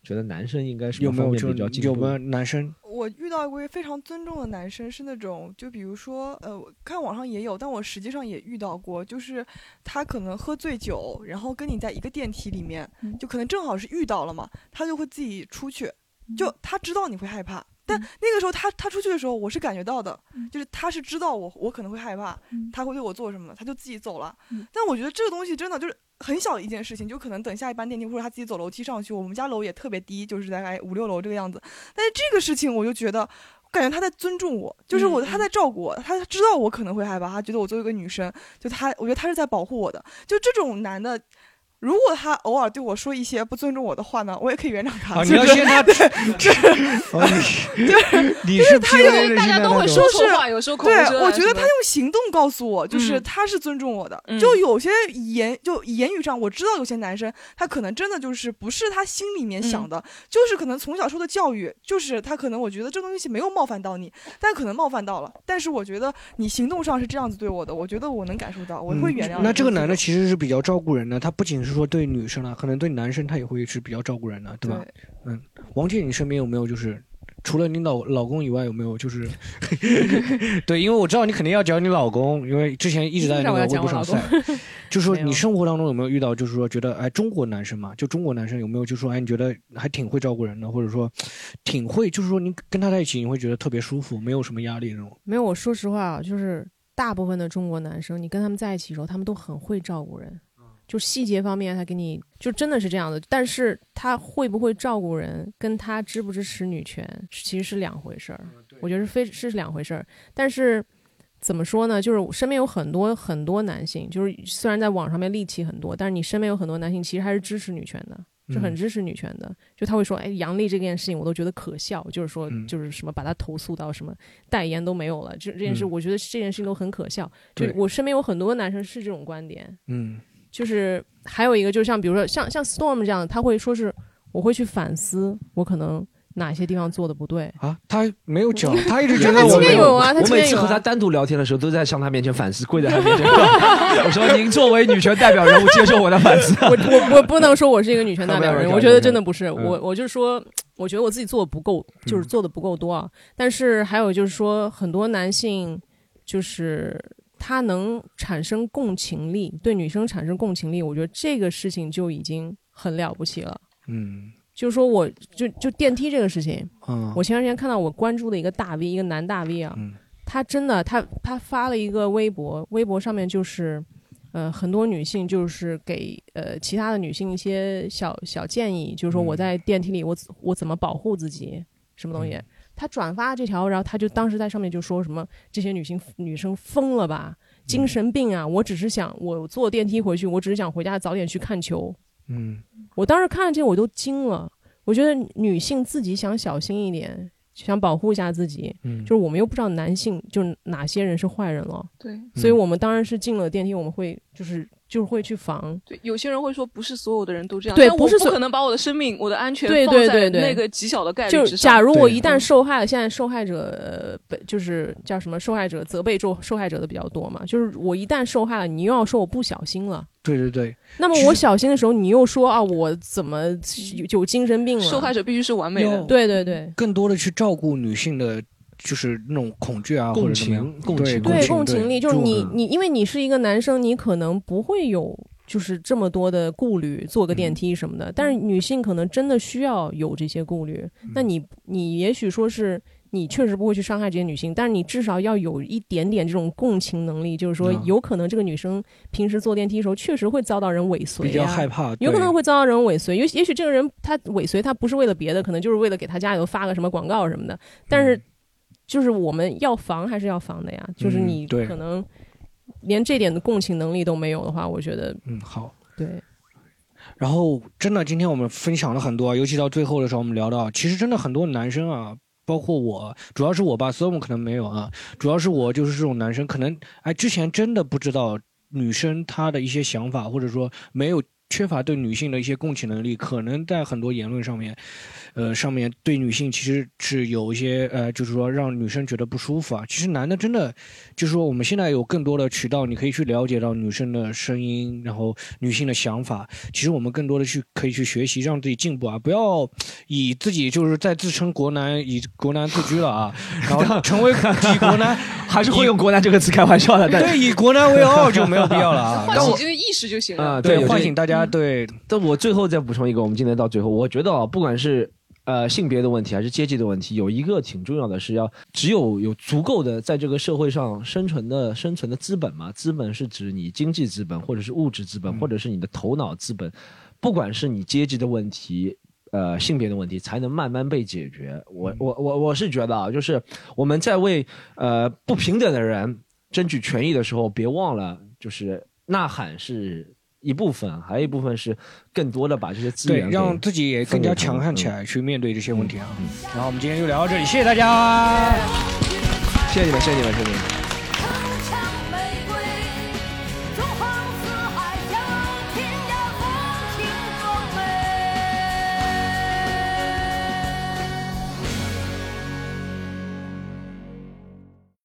觉得男生应该什么有没有方面比较进步？ 有没有男生？ 我遇到过非常尊重的男生，是那种就比如说看网上也有，但我实际上也遇到过，就是他可能喝醉酒，然后跟你在一个电梯里面，就可能正好是遇到了嘛，他就会自己出去，就他知道你会害怕。但那个时候他出去的时候，我是感觉到的，就是他是知道我可能会害怕，他会对我做什么的，他就自己走了。但我觉得这个东西真的就是很小的一件事情，就可能等下一班电梯或者他自己走楼梯上去，我们家楼也特别低，就是大概5、6楼这个样子。但是这个事情我就觉得，我感觉他在尊重我，就是他在照顾我，他知道我可能会害怕，他觉得我作为一个女生，我觉得他是在保护我的。就这种男的。如果他偶尔对我说一些不尊重我的话呢，我也可以原谅他。 你要先他，你是他大家都会说错话，有时候口无遮拦。 对，我觉得他用行动告诉我，就是他是尊重我的。就有些言语上，我知道有些男生他可能真的就是不是他心里面想的，就是可能从小受的教育，就是他可能我觉得这东西没有冒犯到你，但可能冒犯到了。但是我觉得你行动上是这样子对我的，我觉得我能感受到，我会原谅你。 那这个男的其实是比较照顾人的，他不仅是说对女生了，可能对男生他也会是比较照顾人的，对吧？对。王姐，你身边有没有就是除了你老公以外，有没有就是对，因为我知道你肯定要讲你老公，因为之前一直在那个微博上晒，就说你生活当中有没有遇到，就是说觉得哎，中国男生嘛，就中国男生有没有就说哎，你觉得还挺会照顾人的，或者说挺会，就是说你跟他在一起你会觉得特别舒服，没有什么压力那种？ 没有，我说实话，就是大部分的中国男生，你跟他们在一起的时候，他们都很会照顾人。就细节方面，他给你就真的是这样的，但是他会不会照顾人，跟他支不支持女权，其实是两回事儿。我觉得是两回事儿。但是怎么说呢？就是我身边有很多男性，就是虽然在网上面戾气很多，但是你身边有很多男性其实还是支持女权的，是很支持女权的。就他会说，哎，杨笠这件事情我都觉得可笑，就是说，就是什么把他投诉到什么代言都没有了，这件事我觉得这件事情都很可笑。就我身边有很多男生是这种观点，就是还有一个，就像比如说像 Storm 这样的，他会说是我会去反思，我可能哪些地方做的不对啊？他没有讲，他一直觉得我有啊。 我每次和他单独聊天的时候，都在向他面前反思，跪在他面前。我说：“您作为女权代表人物，接受我的反思。” 我不能说我是一个女权代表人，我觉得真的不是。我就是说，我觉得我自己做的不够，就是做的不够多啊。但是还有就是说，很多男性就是他能产生共情力，对女生产生共情力，我觉得这个事情就已经很了不起了。就是说我就电梯这个事情，我前段时间看到我关注的一个大 V， 一个男大 V 啊，他真的他发了一个微博上面就是很多女性就是给其他的女性一些小建议，就是说我在电梯里我怎么保护自己，什么东西。他转发这条，然后他就当时在上面就说什么这些女生疯了吧，精神病啊！我只是想我坐电梯回去，我只是想回家早点去看球。我当时看了这个我都惊了，我觉得女性自己想小心一点，想保护一下自己。就是我们又不知道男性就是哪些人是坏人了， 对， 所以我们当然是进了电梯，我们会就是会去防。 对，有些人会说不是所有的人都这样， 对， 但我不可能把我的生命、我的安全放在那个极小的概率之上。 就假如我一旦受害了，现在受害者就是叫什么受害者责备受害者的比较多嘛，就是我一旦受害了，你又要说我不小心了。 对。 那么我小心的时候，你又说啊，我怎么有精神病了？ 受害者必须是完美的。 对， 更多的去照顾女性的。就是那种恐惧啊，或者什么共情力，就是你因为你是一个男生，你可能不会有就是这么多的顾虑，坐个电梯什么的。但是女性可能真的需要有这些顾虑。那你也许说是你确实不会去伤害这些女性，但是你至少要有一点点这种共情能力，就是说有可能这个女生平时坐电梯的时候确实会遭到人尾随， 比较害怕， 有可能会遭到人尾随。也许这个人他尾随他不是为了别的，可能就是为了给他家里头发个什么广告什么的，但是。就是我们要防还是要防的呀，就是你可能连这点的共情能力都没有的话，我觉得好， 对。 然后真的今天我们分享了很多，尤其到最后的时候我们聊到，其实真的很多男生啊，包括我，主要是我吧，Storm可能没有啊，主要是我就是这种男生，可能之前真的不知道女生她的一些想法，或者说没有缺乏对女性的一些共情能力，可能在很多言论上面，对女性其实是有一些就是说让女生觉得不舒服啊。其实男的真的就是说，我们现在有更多的渠道，你可以去了解到女生的声音，然后女性的想法。其实我们更多的可以去学习，让自己进步啊，不要以自己就是在自称国男，以国男自居了啊，然后成为以国男， 还是会用国男这个词开玩笑的。 对，以国男为傲就没有必要了啊。 唤醒这个意识就行了。 对，唤醒大家。对， 但我最后再补充一个，我们今天到最后，我觉得啊，不管是性别的问题还是阶级的问题，有一个挺重要的是只有足够的在这个社会上生存的资本嘛，资本是指你经济资本或者是物质资本，或者是你的头脑资本，不管是你阶级的问题。性别的问题才能慢慢被解决。我是觉得啊，就是我们在为不平等的人争取权益的时候，别忘了就是呐喊是一部分，还有一部分是更多的把这些资源让自己也更加强悍起来，去面对这些问题啊。然后我们今天就聊到这里，谢谢大家， 谢谢你们，谢谢你们，谢谢你们。